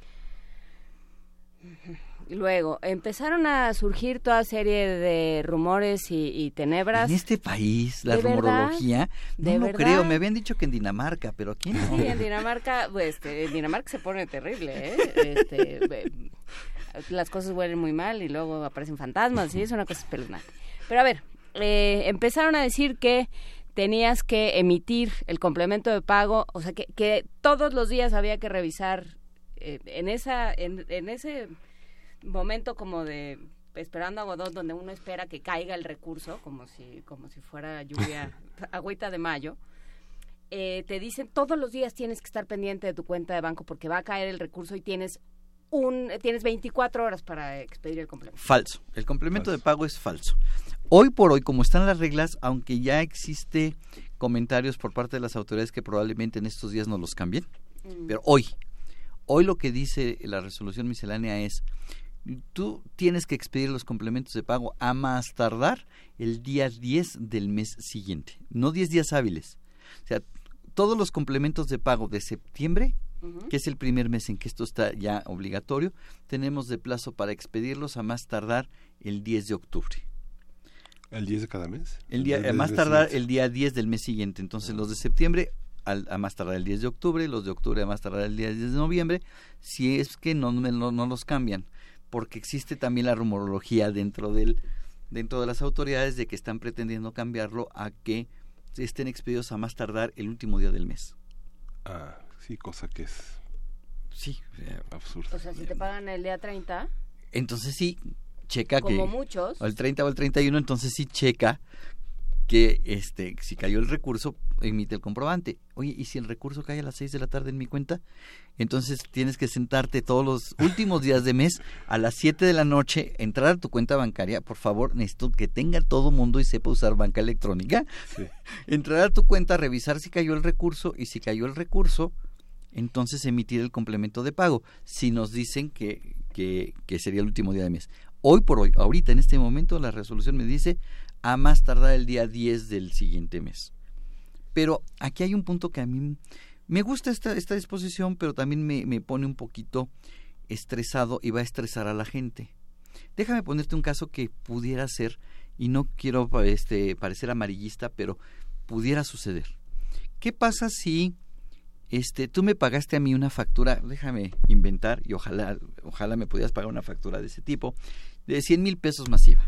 Luego, empezaron a surgir toda serie de rumores y tenebras.
En este país, la rumorología, no lo creo. Me habían dicho que en Dinamarca, pero aquí no.
Sí, en Dinamarca, en Dinamarca se pone terrible, ¿eh? Las cosas huelen muy mal y luego aparecen fantasmas, y es una cosa espeluznante. Pero a ver, empezaron a decir que tenías que emitir el complemento de pago, o sea, que todos los días había que revisar en ese momento como de esperando a Godot, donde uno espera que caiga el recurso, como si fuera lluvia, agüita de mayo. Te dicen todos los días tienes que estar pendiente de tu cuenta de banco porque va a caer el recurso y tienes 24 horas para expedir el complemento.
Falso. El complemento de pago es falso. Hoy por hoy, como están las reglas, aunque ya existe comentarios por parte de las autoridades que probablemente en estos días no los cambien, pero hoy lo que dice la resolución miscelánea es: Tú tienes que expedir los complementos de pago a más tardar el día 10 del mes siguiente, no 10 días hábiles. O sea, todos los complementos de pago de septiembre, que es el primer mes en que esto está ya obligatorio, tenemos de plazo para expedirlos a más tardar el 10 de octubre.
¿El 10 de cada mes?
A más tardar el día 10 del mes siguiente. Entonces los de septiembre a más tardar el 10 de octubre, los de octubre a más tardar el día 10 de noviembre, si es que no los cambian, porque existe también la rumorología dentro de las autoridades de que están pretendiendo cambiarlo a que estén expedidos a más tardar el último día del mes.
Ah, sí, cosa que es absurdo.
O sea, si te pagan el día 30...
Entonces sí, checa
como
que...
muchos.
O el 30 o el 31, entonces sí checa que si cayó el recurso, emite el comprobante. Oye, ¿y si el recurso cae a las 6 de la tarde en mi cuenta? Entonces tienes que sentarte todos los últimos días de mes a las 7 de la noche, entrar a tu cuenta bancaria. Por favor, necesito que tenga todo mundo y sepa usar banca electrónica. Sí. Entrar a tu cuenta, revisar si cayó el recurso, y si cayó el recurso, entonces emitir el complemento de pago. Si nos dicen que sería el último día de mes. Hoy por hoy, ahorita en este momento, la resolución me dice a más tardar el día 10 del siguiente mes. Pero aquí hay un punto que a mí me gusta esta disposición, pero también me pone un poquito estresado y va a estresar a la gente. Déjame ponerte un caso que pudiera ser, y no quiero parecer amarillista, pero pudiera suceder. ¿Qué pasa si tú me pagaste a mí una factura? Déjame inventar, y ojalá me pudieras pagar una factura de ese tipo, de 100,000 pesos masiva.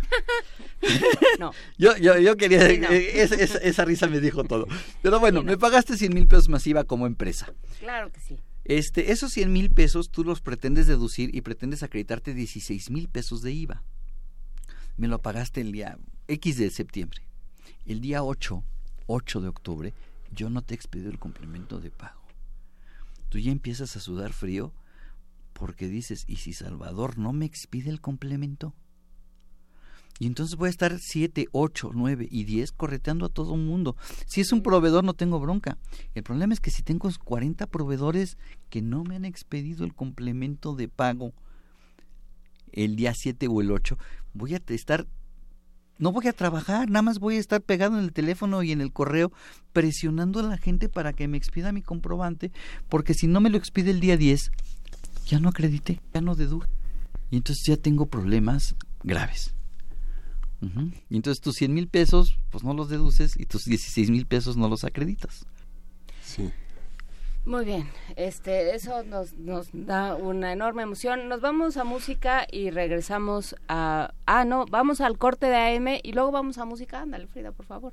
No.
Yo quería,
sí, no.
Esa risa me dijo todo. Pero bueno, sí, no. Me pagaste 100,000 pesos masiva como empresa.
Claro que sí.
Esos 100,000 pesos tú los pretendes deducir y pretendes acreditarte 16,000 pesos de IVA. Me lo pagaste el día X de septiembre. El día 8 de octubre, yo no te he expedido el complemento de pago. Tú ya empiezas a sudar frío porque dices, ¿y si Salvador no me expide el complemento? Y entonces voy a estar 7, 8, 9 y 10 correteando a todo el mundo. Si es un proveedor no tengo bronca. El problema es que si tengo 40 proveedores que no me han expedido el complemento de pago el día 7 o el 8, no voy a trabajar, nada más voy a estar pegado en el teléfono y en el correo presionando a la gente para que me expida mi comprobante, porque si no me lo expide el día 10, ya no acredité, ya no deduje. Y entonces ya tengo problemas graves. Y entonces tus 100,000 pesos pues no los deduces y tus 16,000 pesos no los acreditas.
Sí.
Muy bien, eso nos da una enorme emoción. Nos vamos a música y regresamos vamos al corte de AM y luego vamos a música. Ándale, Frida, por favor.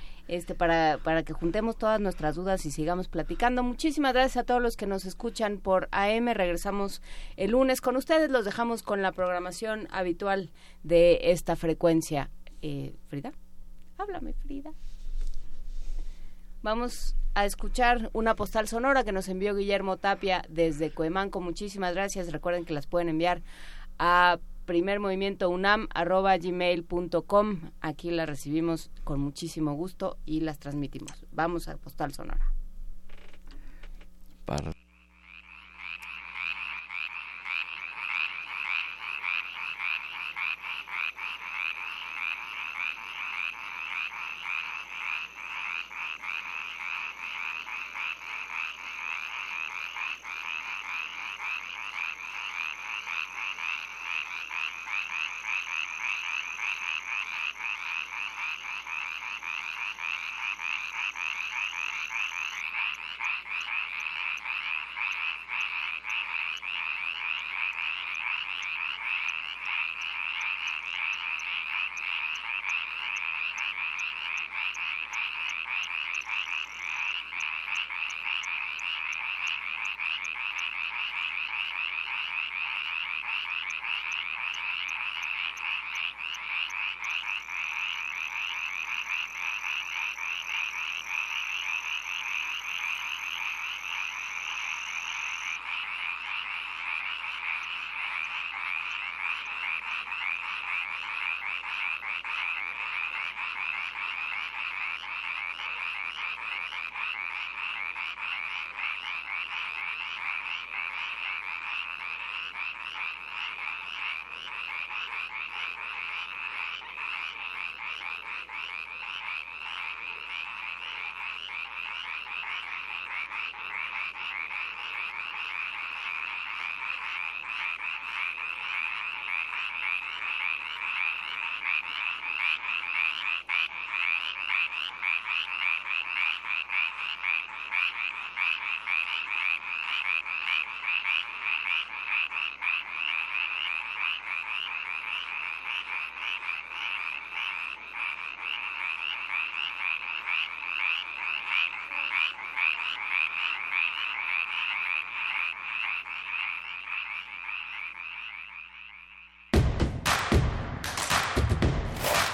Para que juntemos todas nuestras dudas y sigamos platicando. Muchísimas gracias a todos los que nos escuchan por AM. Regresamos el lunes con ustedes. Los dejamos con la programación habitual de esta frecuencia. Frida, háblame, Frida. Vamos a escuchar una postal sonora que nos envió Guillermo Tapia desde Coemanco. Muchísimas gracias. Recuerden que las pueden enviar a primermovimientounam@gmail.com. Aquí las recibimos con muchísimo gusto y las transmitimos. Vamos a postal sonora.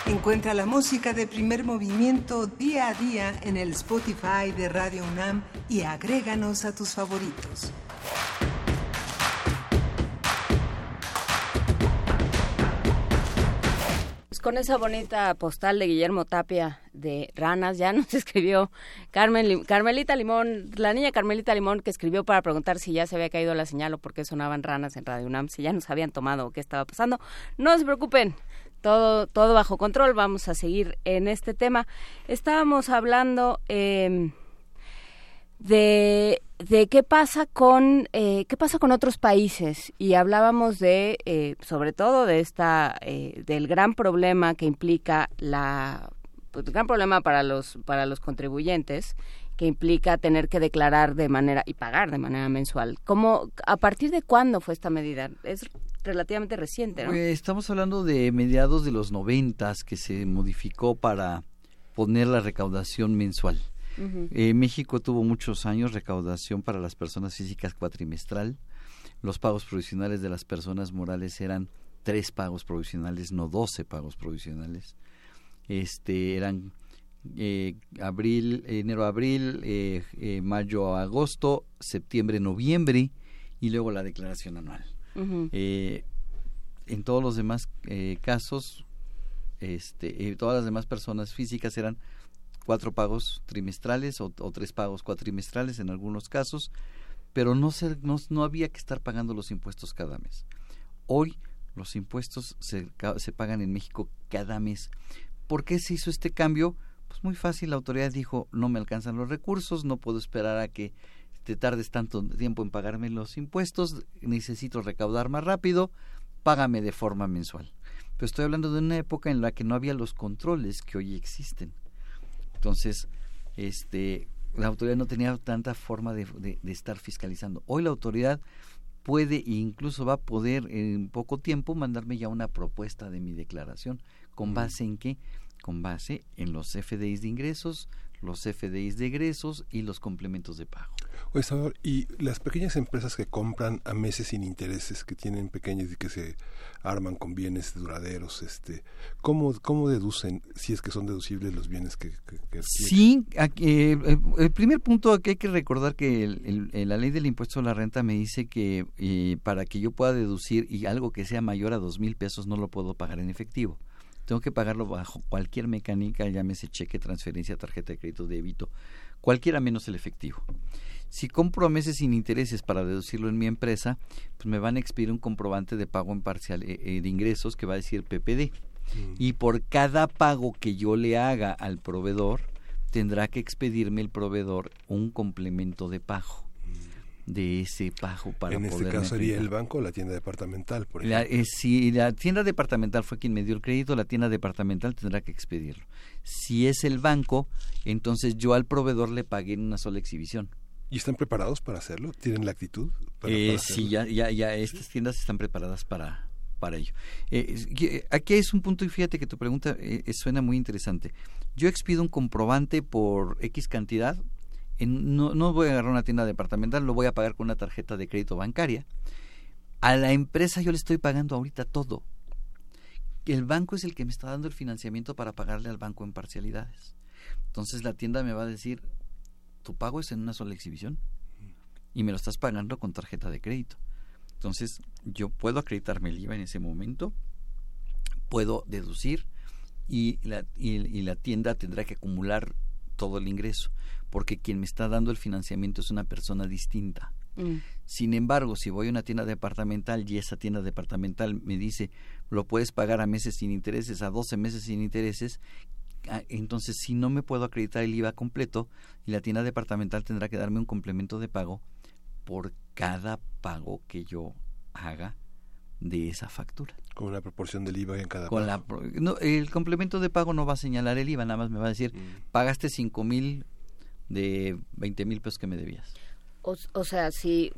Encuentra la música de Primer Movimiento día a día en el Spotify de Radio UNAM y agréganos a tus favoritos.
Con esa bonita postal de Guillermo Tapia de ranas, ya nos escribió Carmelita Limón, la niña Carmelita Limón, que escribió para preguntar si ya se había caído la señal o por qué sonaban ranas en Radio UNAM, si ya nos habían tomado o qué estaba pasando. No se preocupen, todo bajo control, vamos a seguir en este tema. Estábamos hablando de qué pasa con otros países, y hablábamos de sobre todo de del gran problema que implica el gran problema para los contribuyentes, que implica tener que declarar y pagar de manera mensual. ¿A partir de cuándo fue esta medida? Es relativamente reciente, ¿no?
Estamos hablando de mediados de los 90s, que se modificó para poner la recaudación mensual. Uh-huh. México tuvo muchos años recaudación para las personas físicas cuatrimestral. Los pagos provisionales de las personas morales eran 3 pagos provisionales, no 12 pagos provisionales. Eran enero-abril, mayo-agosto, septiembre-noviembre y luego la declaración anual. Uh-huh. En todos los demás casos, todas las demás personas físicas eran 4 pagos trimestrales o 3 pagos cuatrimestrales en algunos casos, pero no había que estar pagando los impuestos cada mes. Hoy los impuestos se pagan en México cada mes. ¿Por qué se hizo este cambio? Pues muy fácil, la autoridad dijo, no me alcanzan los recursos, no puedo esperar a que te tardes tanto tiempo en pagarme los impuestos, necesito recaudar más rápido, págame de forma mensual. Pero estoy hablando de una época en la que no había los controles que hoy existen. Entonces, la autoridad no tenía tanta forma de estar fiscalizando. Hoy la autoridad puede e incluso va a poder en poco tiempo mandarme ya una propuesta de mi declaración. ¿Con base en qué? Con base en los FDIs de ingresos, los FDIs de egresos y los complementos de pago.
Oye, Salvador, y las pequeñas empresas que compran a meses sin intereses, que tienen pequeños y que se arman con bienes duraderos, ¿cómo deducen, si es que son deducibles los bienes que
sí, el primer punto que hay que recordar que la ley del impuesto a la renta me dice que para que yo pueda deducir y algo que sea mayor a 2,000 pesos no lo puedo pagar en efectivo. Tengo que pagarlo bajo cualquier mecánica, llámese cheque, transferencia, tarjeta de crédito, débito, cualquiera menos el efectivo. Si compro a meses sin intereses para deducirlo en mi empresa, pues me van a expedir un comprobante de pago en parcial de ingresos que va a decir PPD. Y por cada pago que yo le haga al proveedor, tendrá que expedirme el proveedor un complemento de pago de ese pago para poder. En este
caso sería el banco o la tienda departamental, por ejemplo.
Si la tienda departamental fue quien me dio el crédito, la tienda departamental tendrá que expedirlo. Si es el banco, entonces yo al proveedor le pagué en una sola exhibición.
¿Y están preparados para hacerlo? ¿Tienen la actitud para
sí, ya estas tiendas están preparadas para ello. Aquí es un punto, y fíjate que tu pregunta suena muy interesante. Yo expido un comprobante por X cantidad. No voy a agarrar una tienda departamental, lo voy a pagar con una tarjeta de crédito bancaria. A la empresa yo le estoy pagando ahorita todo. El banco es el que me está dando el financiamiento para pagarle al banco en parcialidades. Entonces la tienda me va a decir, tu pago es en una sola exhibición y me lo estás pagando con tarjeta de crédito. Entonces yo puedo acreditarme el IVA en ese momento, puedo deducir y la tienda tendrá que acumular todo el ingreso, porque quien me está dando el financiamiento es una persona distinta. Sin embargo, si voy a una tienda departamental y esa tienda departamental me dice, lo puedes pagar a meses sin intereses, a 12 meses sin intereses, entonces si no me puedo acreditar el IVA completo, y la tienda departamental tendrá que darme un complemento de pago por cada pago que yo haga de esa factura.
Con una proporción del IVA en cada pago.
El complemento de pago no va a señalar el IVA, nada más me va a decir, pagaste 5,000 de 20,000 pesos que me debías.
O sea, si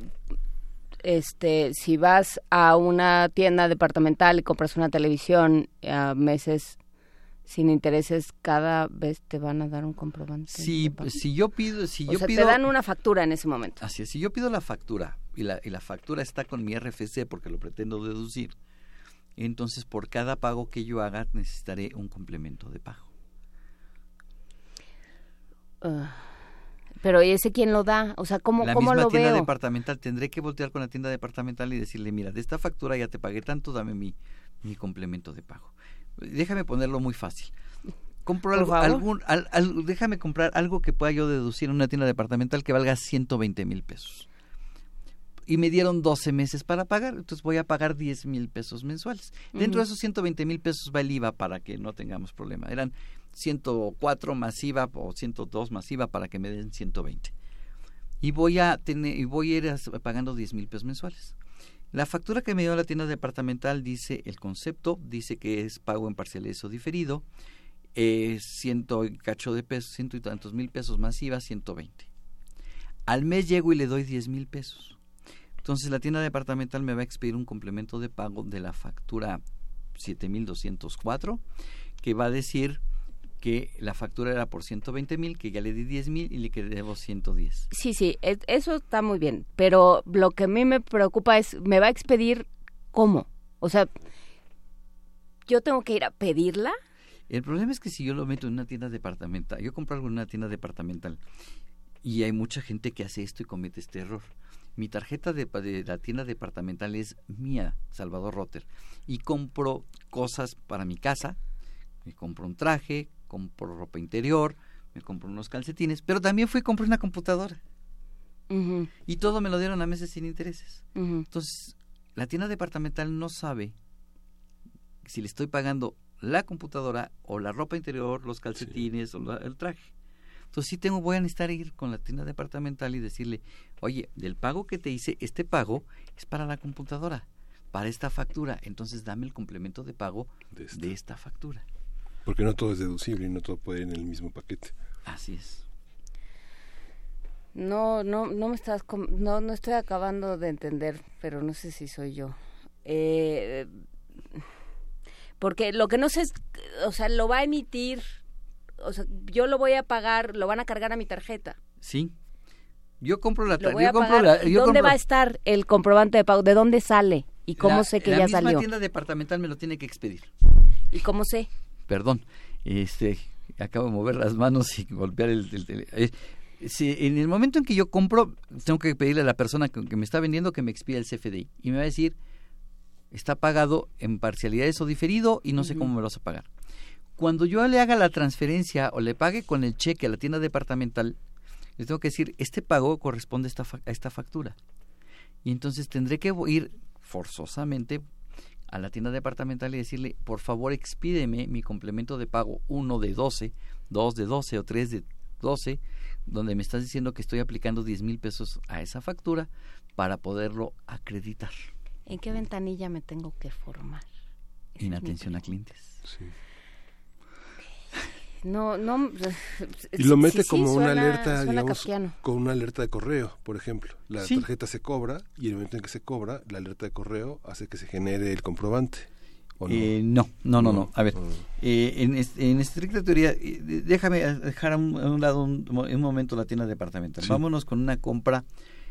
vas a una tienda departamental y compras una televisión a meses sin intereses, cada vez te van a dar un comprobante.
Si yo pido,
te dan una factura en ese momento.
Así es, si yo pido la factura y la factura está con mi RFC porque lo pretendo deducir, entonces por cada pago que yo haga necesitaré un complemento de pago.
Pero ¿y ese quién lo da? O sea, ¿cómo lo veo?
La misma tienda departamental. Tendré que voltear con la tienda departamental y decirle, mira, de esta factura ya te pagué tanto, dame mi complemento de pago. Déjame ponerlo muy fácil. Compro déjame comprar algo que pueda yo deducir en una tienda departamental que valga 120,000 pesos. Y me dieron 12 meses para pagar, entonces voy a pagar 10,000 pesos mensuales. Dentro de esos 120,000 pesos va el IVA para que no tengamos problema. Eran 104 más IVA o 102 más IVA para que me den 120. Y voy a ir pagando 10,000 pesos mensuales. La factura que me dio la tienda departamental dice, el concepto dice que es pago en parciales o diferido, 100 y cacho de pesos, 100 y tantos mil pesos más IVA, 120. Al mes llego y le doy 10,000 pesos. Entonces la tienda departamental me va a expedir un complemento de pago de la factura 7,204, que va a decir que la factura era por 120,000, que ya le di 10,000 y le debo 110.
Sí, eso está muy bien, pero lo que a mí me preocupa es, ¿me va a expedir cómo? O sea, ¿yo tengo que ir a pedirla?
El problema es que si yo lo meto en una tienda departamental, yo compro algo en una tienda departamental y hay mucha gente que hace esto y comete este error. Mi tarjeta de la tienda departamental es mía, Salvador Rotter, y compro cosas para mi casa, me compro un traje, compro ropa interior, me compro unos calcetines, pero también fui y compré una computadora. Uh-huh. Y todo me lo dieron a meses sin intereses. Uh-huh. Entonces, la tienda departamental no sabe si le estoy pagando la computadora o la ropa interior, los calcetines o el traje. Entonces voy a necesitar ir con la tienda departamental y decirle, oye, del pago que te hice, este pago es para la computadora, para esta factura, entonces dame el complemento de pago de esta factura.
Porque no todo es deducible y no todo puede ir en el mismo paquete.
Así es.
No me estás, no estoy acabando de entender, pero no sé si soy yo. Porque lo que no sé es, o sea, lo va a emitir, o sea, yo lo voy a pagar, lo van a cargar a mi tarjeta.
Sí. Yo compro la
tarjeta. ¿Dónde va a estar el comprobante de pago? ¿De dónde sale? ¿Y cómo sé que ya salió?
La misma tienda departamental me lo tiene que expedir.
¿Y cómo sé?
Perdón, acabo de mover las manos y golpear si en el momento en que yo compro, tengo que pedirle a la persona que me está vendiendo que me expida el CFDI. Y me va a decir, está pagado en parcialidades o diferido y no sé cómo me lo vas a pagar. Cuando yo le haga la transferencia o le pague con el cheque a la tienda departamental, les tengo que decir, este pago corresponde a esta factura. Y entonces tendré que ir forzosamente a la tienda departamental y decirle, por favor, expídeme mi complemento de pago 1 de 12, 2 de 12 o 3 de 12, donde me estás diciendo que estoy aplicando 10,000 pesos a esa factura para poderlo acreditar.
¿En qué ventanilla me tengo que formar?
En atención a clientes.
Sí.
No.
Y lo mete como una
suena,
alerta,
suena
digamos,
kafkiano.
con una alerta de correo, por ejemplo. La tarjeta se cobra y en el momento en que se cobra, la alerta de correo hace que se genere el comprobante. ¿O no?
No. A ver, en estricta teoría, déjame dejar a un lado un momento la tienda departamental. Sí. Vámonos con una compra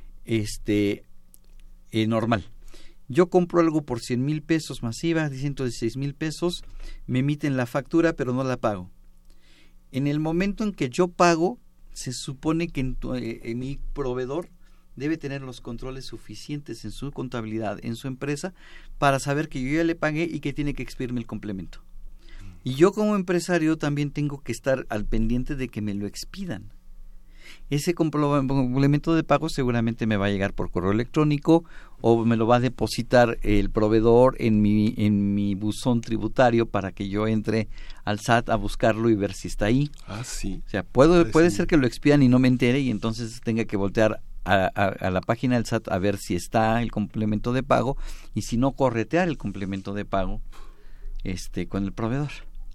normal. Yo compro algo por 100,000 pesos masiva, 116,000 pesos, me emiten la factura, pero no la pago. En el momento en que yo pago, se supone que en mi proveedor debe tener los controles suficientes en su contabilidad, en su empresa, para saber que yo ya le pagué y que tiene que expedirme el complemento. Y yo como empresario también tengo que estar al pendiente de que me lo expidan. Ese complemento de pago seguramente me va a llegar por correo electrónico o me lo va a depositar el proveedor en mi buzón tributario para que yo entre al SAT a buscarlo y ver si está ahí.
Ah, sí.
O sea, puede ser que lo expidan y no me entere y entonces tenga que voltear a la página del SAT a ver si está el complemento de pago y si no, corretear el complemento de pago con el proveedor.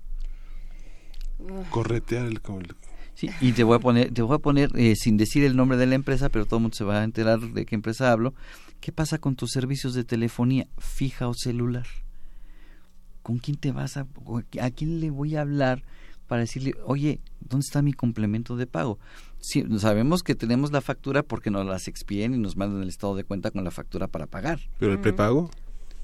Corretear el
Sí, y te voy a poner sin decir el nombre de la empresa, pero todo el mundo se va a enterar de qué empresa hablo. ¿Qué pasa con tus servicios de telefonía fija o celular? ¿Con quién a quién le voy a hablar para decirle, oye, ¿dónde está mi complemento de pago? Sí, sabemos que tenemos la factura porque nos las expiden y nos mandan el estado de cuenta con la factura para pagar.
¿Pero el prepago?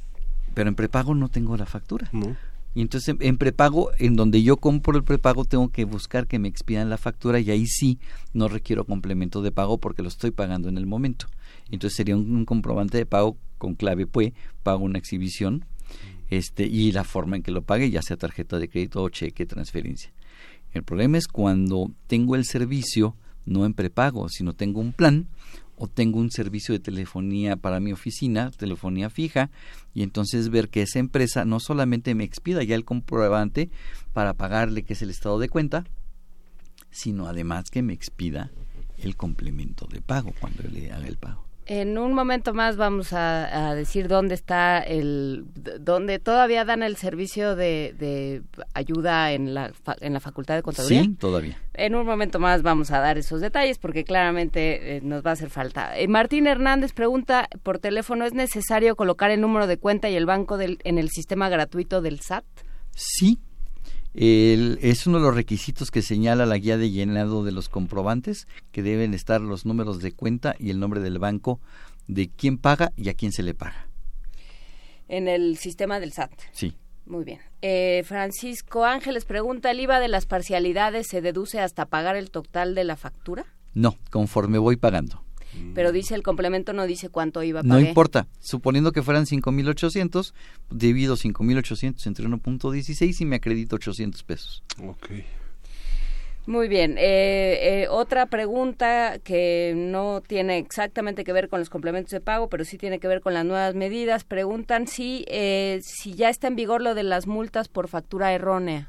pero en prepago no tengo la factura. No. Y entonces en prepago, en donde yo compro el prepago, tengo que buscar que me expidan la factura y ahí sí no requiero complemento de pago porque lo estoy pagando en el momento. Entonces sería un comprobante de pago con clave PUE, pago una exhibición y la forma en que lo pague, ya sea tarjeta de crédito o cheque, transferencia. El problema es cuando tengo el servicio no en prepago, sino tengo un plan o tengo un servicio de telefonía para mi oficina, telefonía fija, y entonces ver que esa empresa no solamente me expida ya el comprobante para pagarle, que es el estado de cuenta, sino además que me expida el complemento de pago cuando le haga el pago.
En un momento más vamos a decir dónde está dónde todavía dan el servicio de ayuda en la Facultad de Contaduría.
Sí, todavía.
En un momento más vamos a dar esos detalles porque claramente nos va a hacer falta. Martín Hernández pregunta por teléfono, ¿es necesario colocar el número de cuenta y el banco en el sistema gratuito del SAT?
Sí. Es uno de los requisitos que señala la guía de llenado de los comprobantes, que deben estar los números de cuenta y el nombre del banco de quién paga y a quién se le paga.
En el sistema del SAT.
Sí.
Muy bien. Francisco Ángeles pregunta, ¿el IVA de las parcialidades se deduce hasta pagar el total de la factura?
No, conforme voy pagando.
Pero dice el complemento, no dice cuánto IVA pagué.
No importa, suponiendo que fueran 5,800, divido 5,800 entre 1.16 y me acredito 800 pesos.
Okay.
Muy bien. Otra pregunta que no tiene exactamente que ver con los complementos de pago, pero sí tiene que ver con las nuevas medidas. Preguntan si ya está en vigor lo de las multas por factura errónea.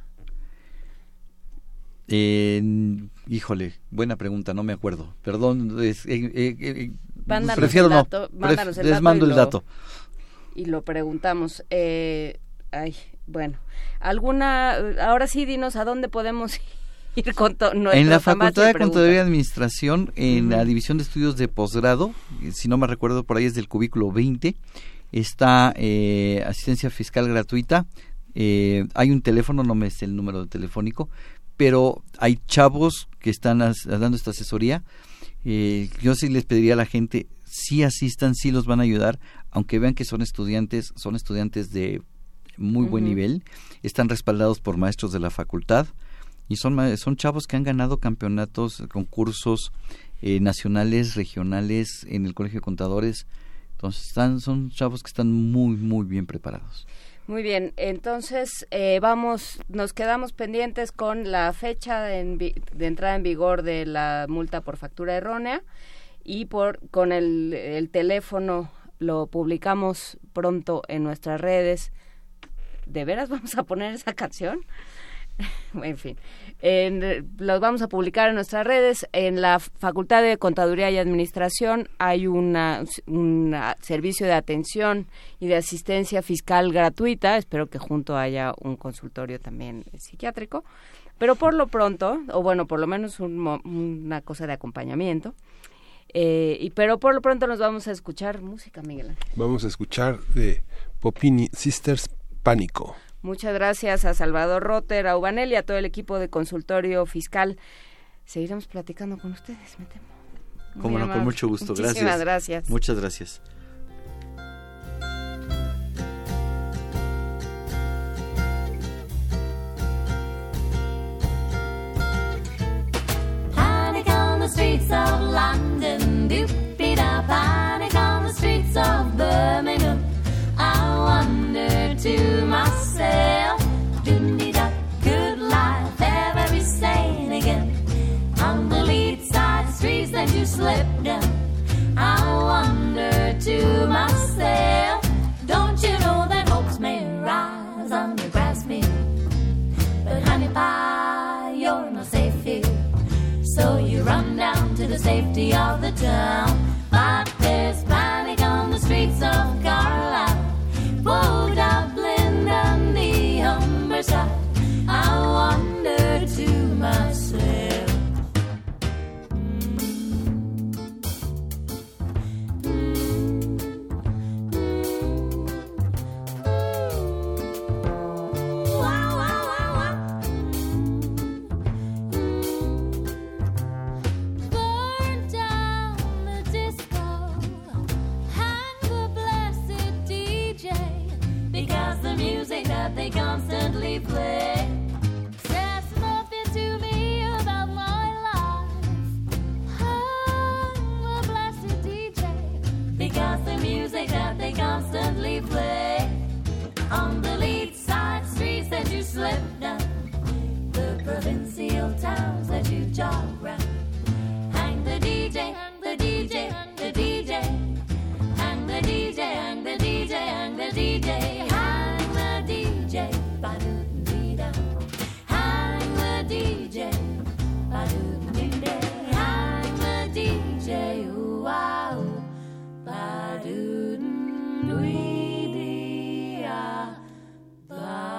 Híjole, buena pregunta, no me acuerdo. Perdón,
prefiero no.
Les mando el dato.
Y lo preguntamos. Bueno, ahora sí dinos a dónde podemos ir con nuestro.
En la Facultad de Contaduría y Administración, en la División de Estudios de Posgrado, si no me recuerdo, por ahí es del cubículo 20, está asistencia fiscal gratuita. Hay un teléfono, no me sé el número telefónico, pero hay chavos que están dando esta asesoría. Yo sí les pediría a la gente, sí asistan, sí los van a ayudar, aunque vean que son estudiantes de muy buen nivel, están respaldados por maestros de la facultad y son chavos que han ganado campeonatos, concursos nacionales, regionales en el Colegio de Contadores. Entonces son chavos que están muy, muy bien preparados.
Muy bien, entonces nos quedamos pendientes con la fecha de entrada en vigor de la multa por factura errónea y con el teléfono lo publicamos pronto en nuestras redes. ¿De veras vamos a poner esa canción? En fin, los vamos a publicar en nuestras redes. En la Facultad de Contaduría y Administración hay un servicio de atención y de asistencia fiscal gratuita. Espero que junto haya un consultorio también psiquiátrico, pero por lo pronto, o bueno, por lo menos una cosa de acompañamiento. Pero por lo pronto nos vamos a escuchar música, Miguel Ángel.
Vamos a escuchar de Popini Sisters, Pánico.
Muchas gracias a Salvador Rotter, a Ubanel y a todo el equipo de consultorio fiscal. Seguiremos platicando con ustedes, me temo.
Cómo no, con mucho gusto.
Muchísimas gracias.
Muchas gracias.
Panic on the streets of London, doop-dee-da, panic on the streets of Birmingham. I wonder to myself, doop-dee-da, could life ever be sane again? On the lead side streets that you slip down, I wonder to myself, don't you know that hopes may rise on the grass field? But honey pie, you're not safe here, so you run down to the safety of the town. But there's panic on the streets of Carlisle, Bow, Dublin, Dundee, Humberside. I wonder to myself. Burn down the the music that they constantly play says nothing to me about my life. I'm a blasted DJ because the music that they constantly play on the lead side streets that you slip down, the provincial towns that you jog round. Hang the DJ, hang the DJ, hang the DJ, hang the DJ, hang the DJ, hang the DJ, hang the DJ, ba-doo-dee-da. Hang the DJ, ba-doo-dee-da. Hang the DJ, ooh-ah-ooh, ba-doo-dee-da, ba.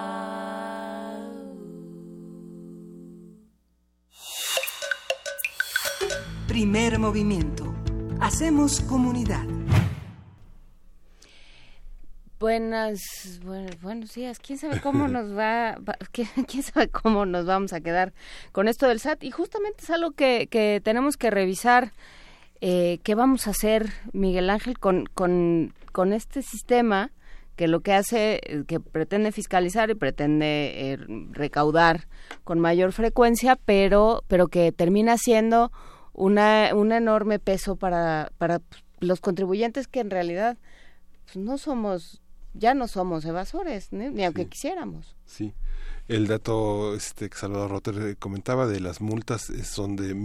Primer movimiento. Hacemos comunidad.
Buenos días. ¿Quién sabe cómo quién sabe cómo nos vamos a quedar con esto del SAT? Y justamente es algo que tenemos que revisar. ¿Qué vamos a hacer, Miguel Ángel, con este sistema que lo que hace, que pretende fiscalizar y pretende recaudar con mayor frecuencia, pero que termina siendo un enorme peso para los contribuyentes que en realidad pues, ya no somos evasores, ni aunque quisiéramos.
Sí. El dato que Salvador Rotter comentaba de las multas son de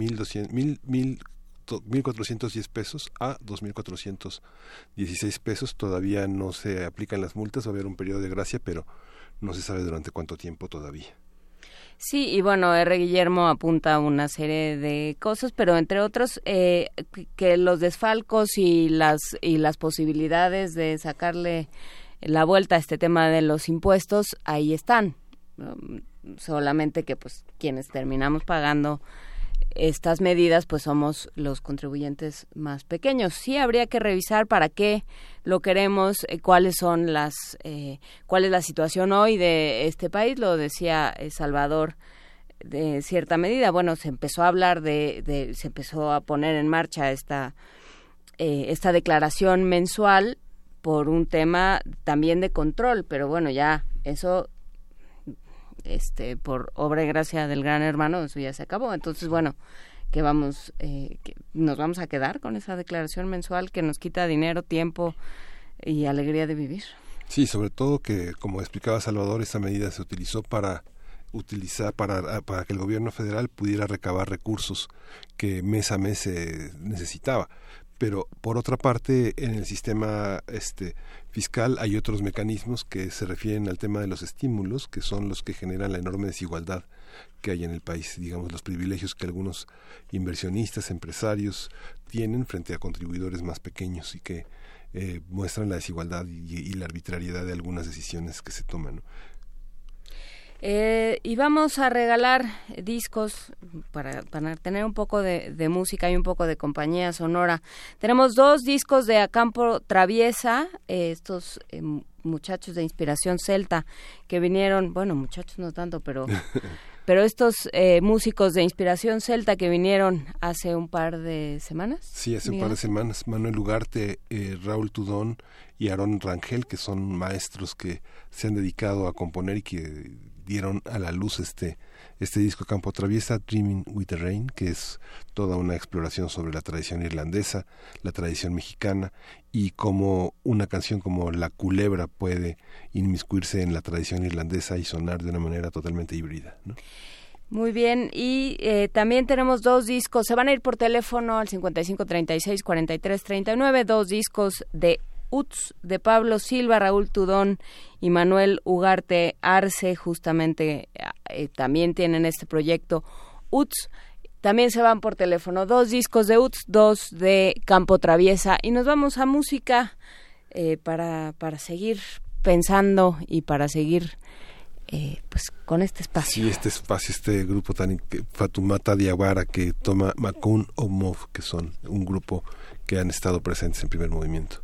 1,410 pesos a 2,416 pesos. Todavía no se aplican las multas, va a haber un periodo de gracia, pero no se sabe durante cuánto tiempo todavía.
Sí, y bueno, R. Guillermo apunta a una serie de cosas, pero entre otros que los desfalcos y las posibilidades de sacarle la vuelta a este tema de los impuestos, ahí están. Solamente que pues quienes terminamos pagando estas medidas pues somos los contribuyentes más pequeños. Sí habría que revisar para qué lo queremos, cuál es la situación hoy de este país. Lo decía Salvador de cierta medida. Bueno, se empezó a hablar se empezó a poner en marcha esta declaración mensual por un tema también de control, pero bueno, ya eso por obra y gracia del Gran Hermano, eso ya se acabó. Entonces, bueno, que nos vamos a quedar con esa declaración mensual que nos quita dinero, tiempo y alegría de vivir.
Sí, sobre todo que, como explicaba Salvador, esta medida se utilizó para que el gobierno federal pudiera recabar recursos que mes a mes se necesitaba. Pero por otra parte, en el sistema fiscal hay otros mecanismos que se refieren al tema de los estímulos, que son los que generan la enorme desigualdad que hay en el país, digamos, los privilegios que algunos inversionistas, empresarios tienen frente a contribuidores más pequeños y que muestran la desigualdad y la arbitrariedad de algunas decisiones que se toman, ¿no?
Y vamos a regalar discos para tener un poco de música y un poco de compañía sonora. Tenemos 2 discos de Acampo Traviesa, estos muchachos de inspiración celta que vinieron, bueno, muchachos no tanto, pero estos músicos de inspiración celta que vinieron hace un par de semanas.
Sí, hace un par de semanas. Manuel Ugarte, Raúl Tudón y Aarón Rangel, que son maestros que se han dedicado a componer y que dieron a la luz este disco Campo Traviesa, Dreaming with the Rain, que es toda una exploración sobre la tradición irlandesa, la tradición mexicana y cómo una canción como La Culebra puede inmiscuirse en la tradición irlandesa y sonar de una manera totalmente híbrida, ¿no?
Muy bien, y también tenemos 2 discos, se van a ir por teléfono al 5536-4339, 2 discos de UTS de Pablo Silva, Raúl Tudón y Manuel Ugarte Arce, justamente también tienen este proyecto UTS, también se van por teléfono, 2 discos de UTS, 2 de Campo Traviesa, y nos vamos a música para seguir pensando y para seguir pues con este espacio.
Sí, este espacio, este grupo tan Fatumata Diawara que toma Makun Omov, que son un grupo que han estado presentes en Primer Movimiento.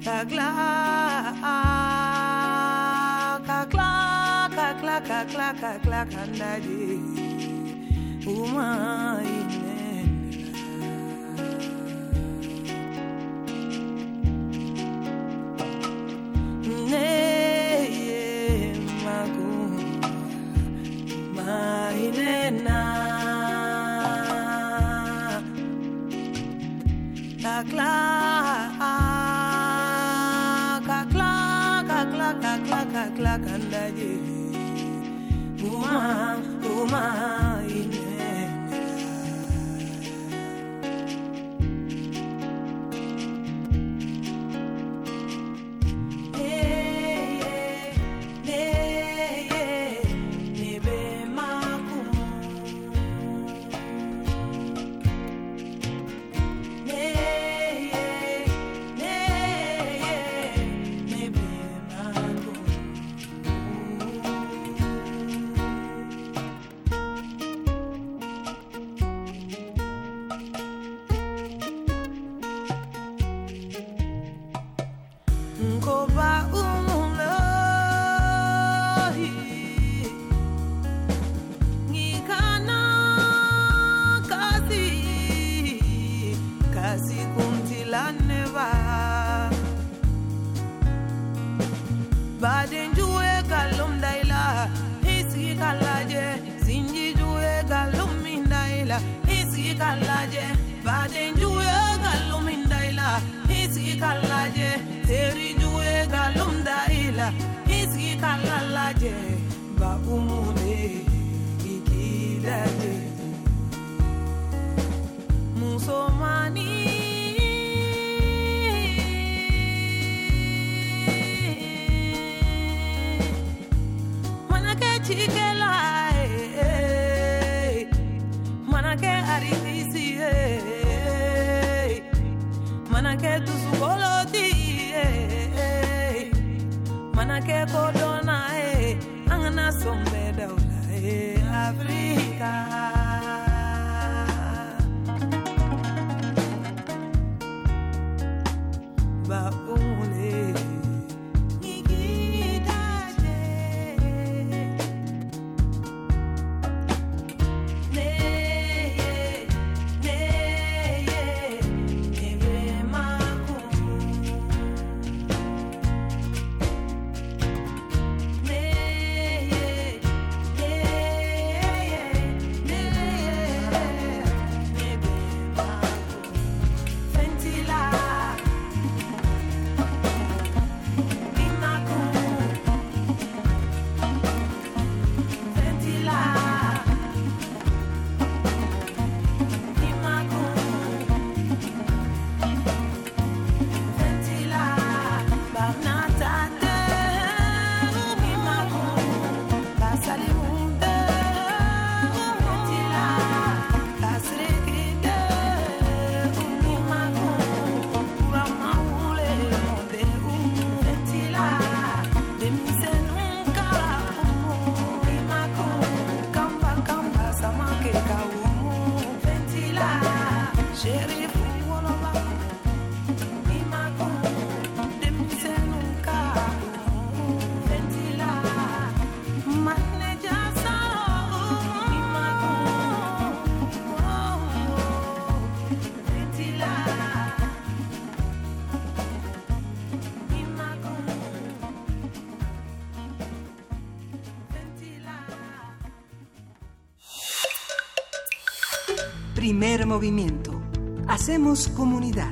Primer movimiento. Hacemos comunidad.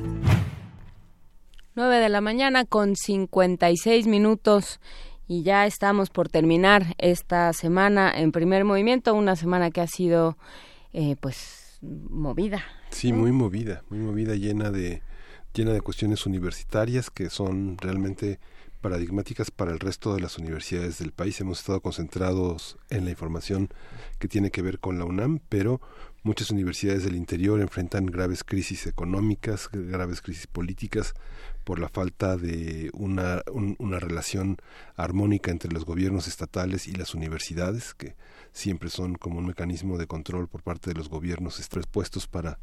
9 de la mañana con 56 minutos y ya estamos por terminar esta semana en Primer Movimiento, una semana que ha sido pues movida.
Sí, muy movida, llena de cuestiones universitarias que son realmente paradigmáticas para el resto de las universidades del país. Hemos estado concentrados en la información que tiene que ver con la UNAM, pero muchas universidades del interior enfrentan graves crisis económicas, graves crisis políticas por la falta de una relación armónica entre los gobiernos estatales y las universidades, que siempre son como un mecanismo de control por parte de los gobiernos expuestos para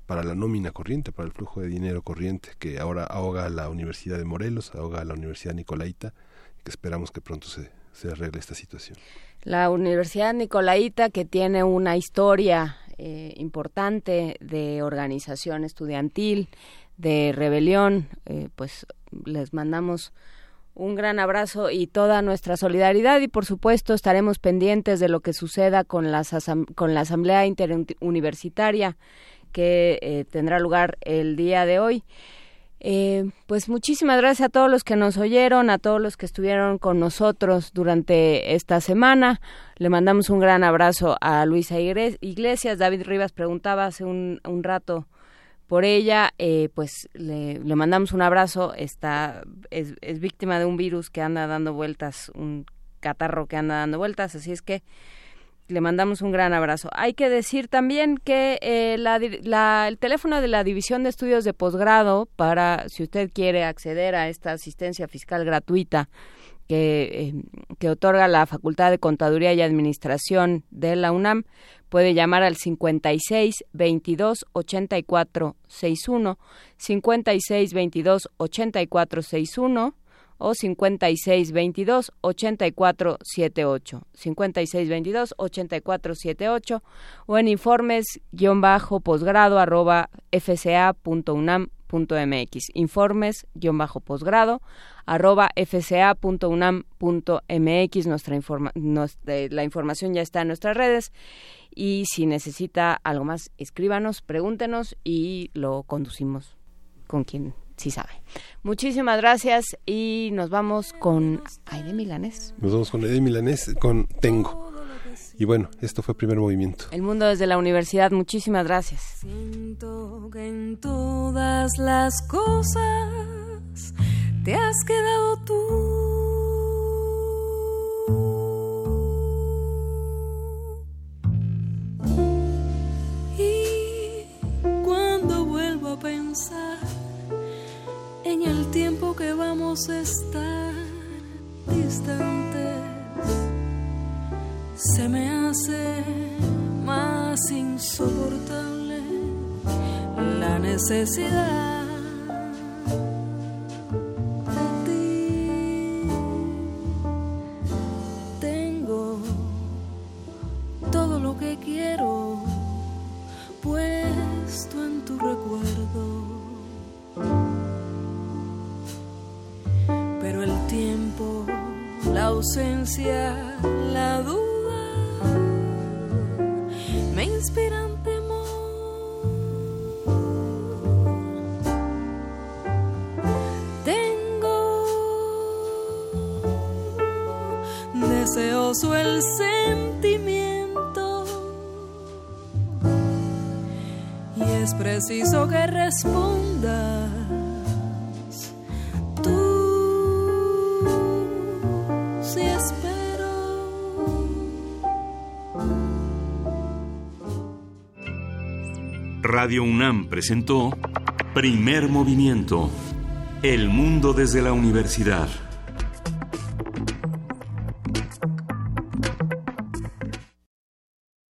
para la nómina corriente, para el flujo de dinero corriente que ahora ahoga a la Universidad de Morelos, ahoga a la Universidad Nicolaita, que esperamos que pronto se arregle esta situación.
La Universidad Nicolaita, que tiene una historia importante de organización estudiantil, de rebelión, pues les mandamos un gran abrazo y toda nuestra solidaridad, y por supuesto estaremos pendientes de lo que suceda con la Asamblea Interuniversitaria que tendrá lugar el día de hoy. Pues muchísimas gracias a todos los que nos oyeron, a todos los que estuvieron con nosotros durante esta semana. Le mandamos un gran abrazo a Luisa Iglesias. David Rivas preguntaba hace un rato por ella, pues le mandamos un abrazo. Es víctima de un virus que anda dando vueltas, un catarro que anda dando vueltas, así es que le mandamos un gran abrazo. Hay que decir también que el teléfono de la División de Estudios de Posgrado, para si usted quiere acceder a esta asistencia fiscal gratuita que otorga la Facultad de Contaduría y Administración de la UNAM, puede llamar al 56 22 84 61, 56 22 84 61 o 56 22 84 78, 56 22 84 78, o en informes-posgrado@fca.unam.mx, informes-posgrado@fca.unam.mx. La información ya está en nuestras redes, y si necesita algo más, escríbanos, pregúntenos y lo conducimos con quien sí sabe. Muchísimas gracias, y nos vamos con Aide Milanés.
Nos vamos con Aide Milanés, con Tengo. Y bueno, esto fue Primer Movimiento.
El mundo desde la universidad. Muchísimas gracias.
Siento que en todas las cosas te has quedado tú. Y cuando vuelvo a pensar en el tiempo que vamos a estar distantes, se me hace más insoportable la necesidad de ti. Tengo todo lo que quiero puesto en tu recuerdo, pero el tiempo, la ausencia, la duda me inspiran temor. Tengo deseoso el sentimiento, y es preciso que respondas tú, si espero.
Radio UNAM presentó Primer Movimiento, El mundo desde la universidad.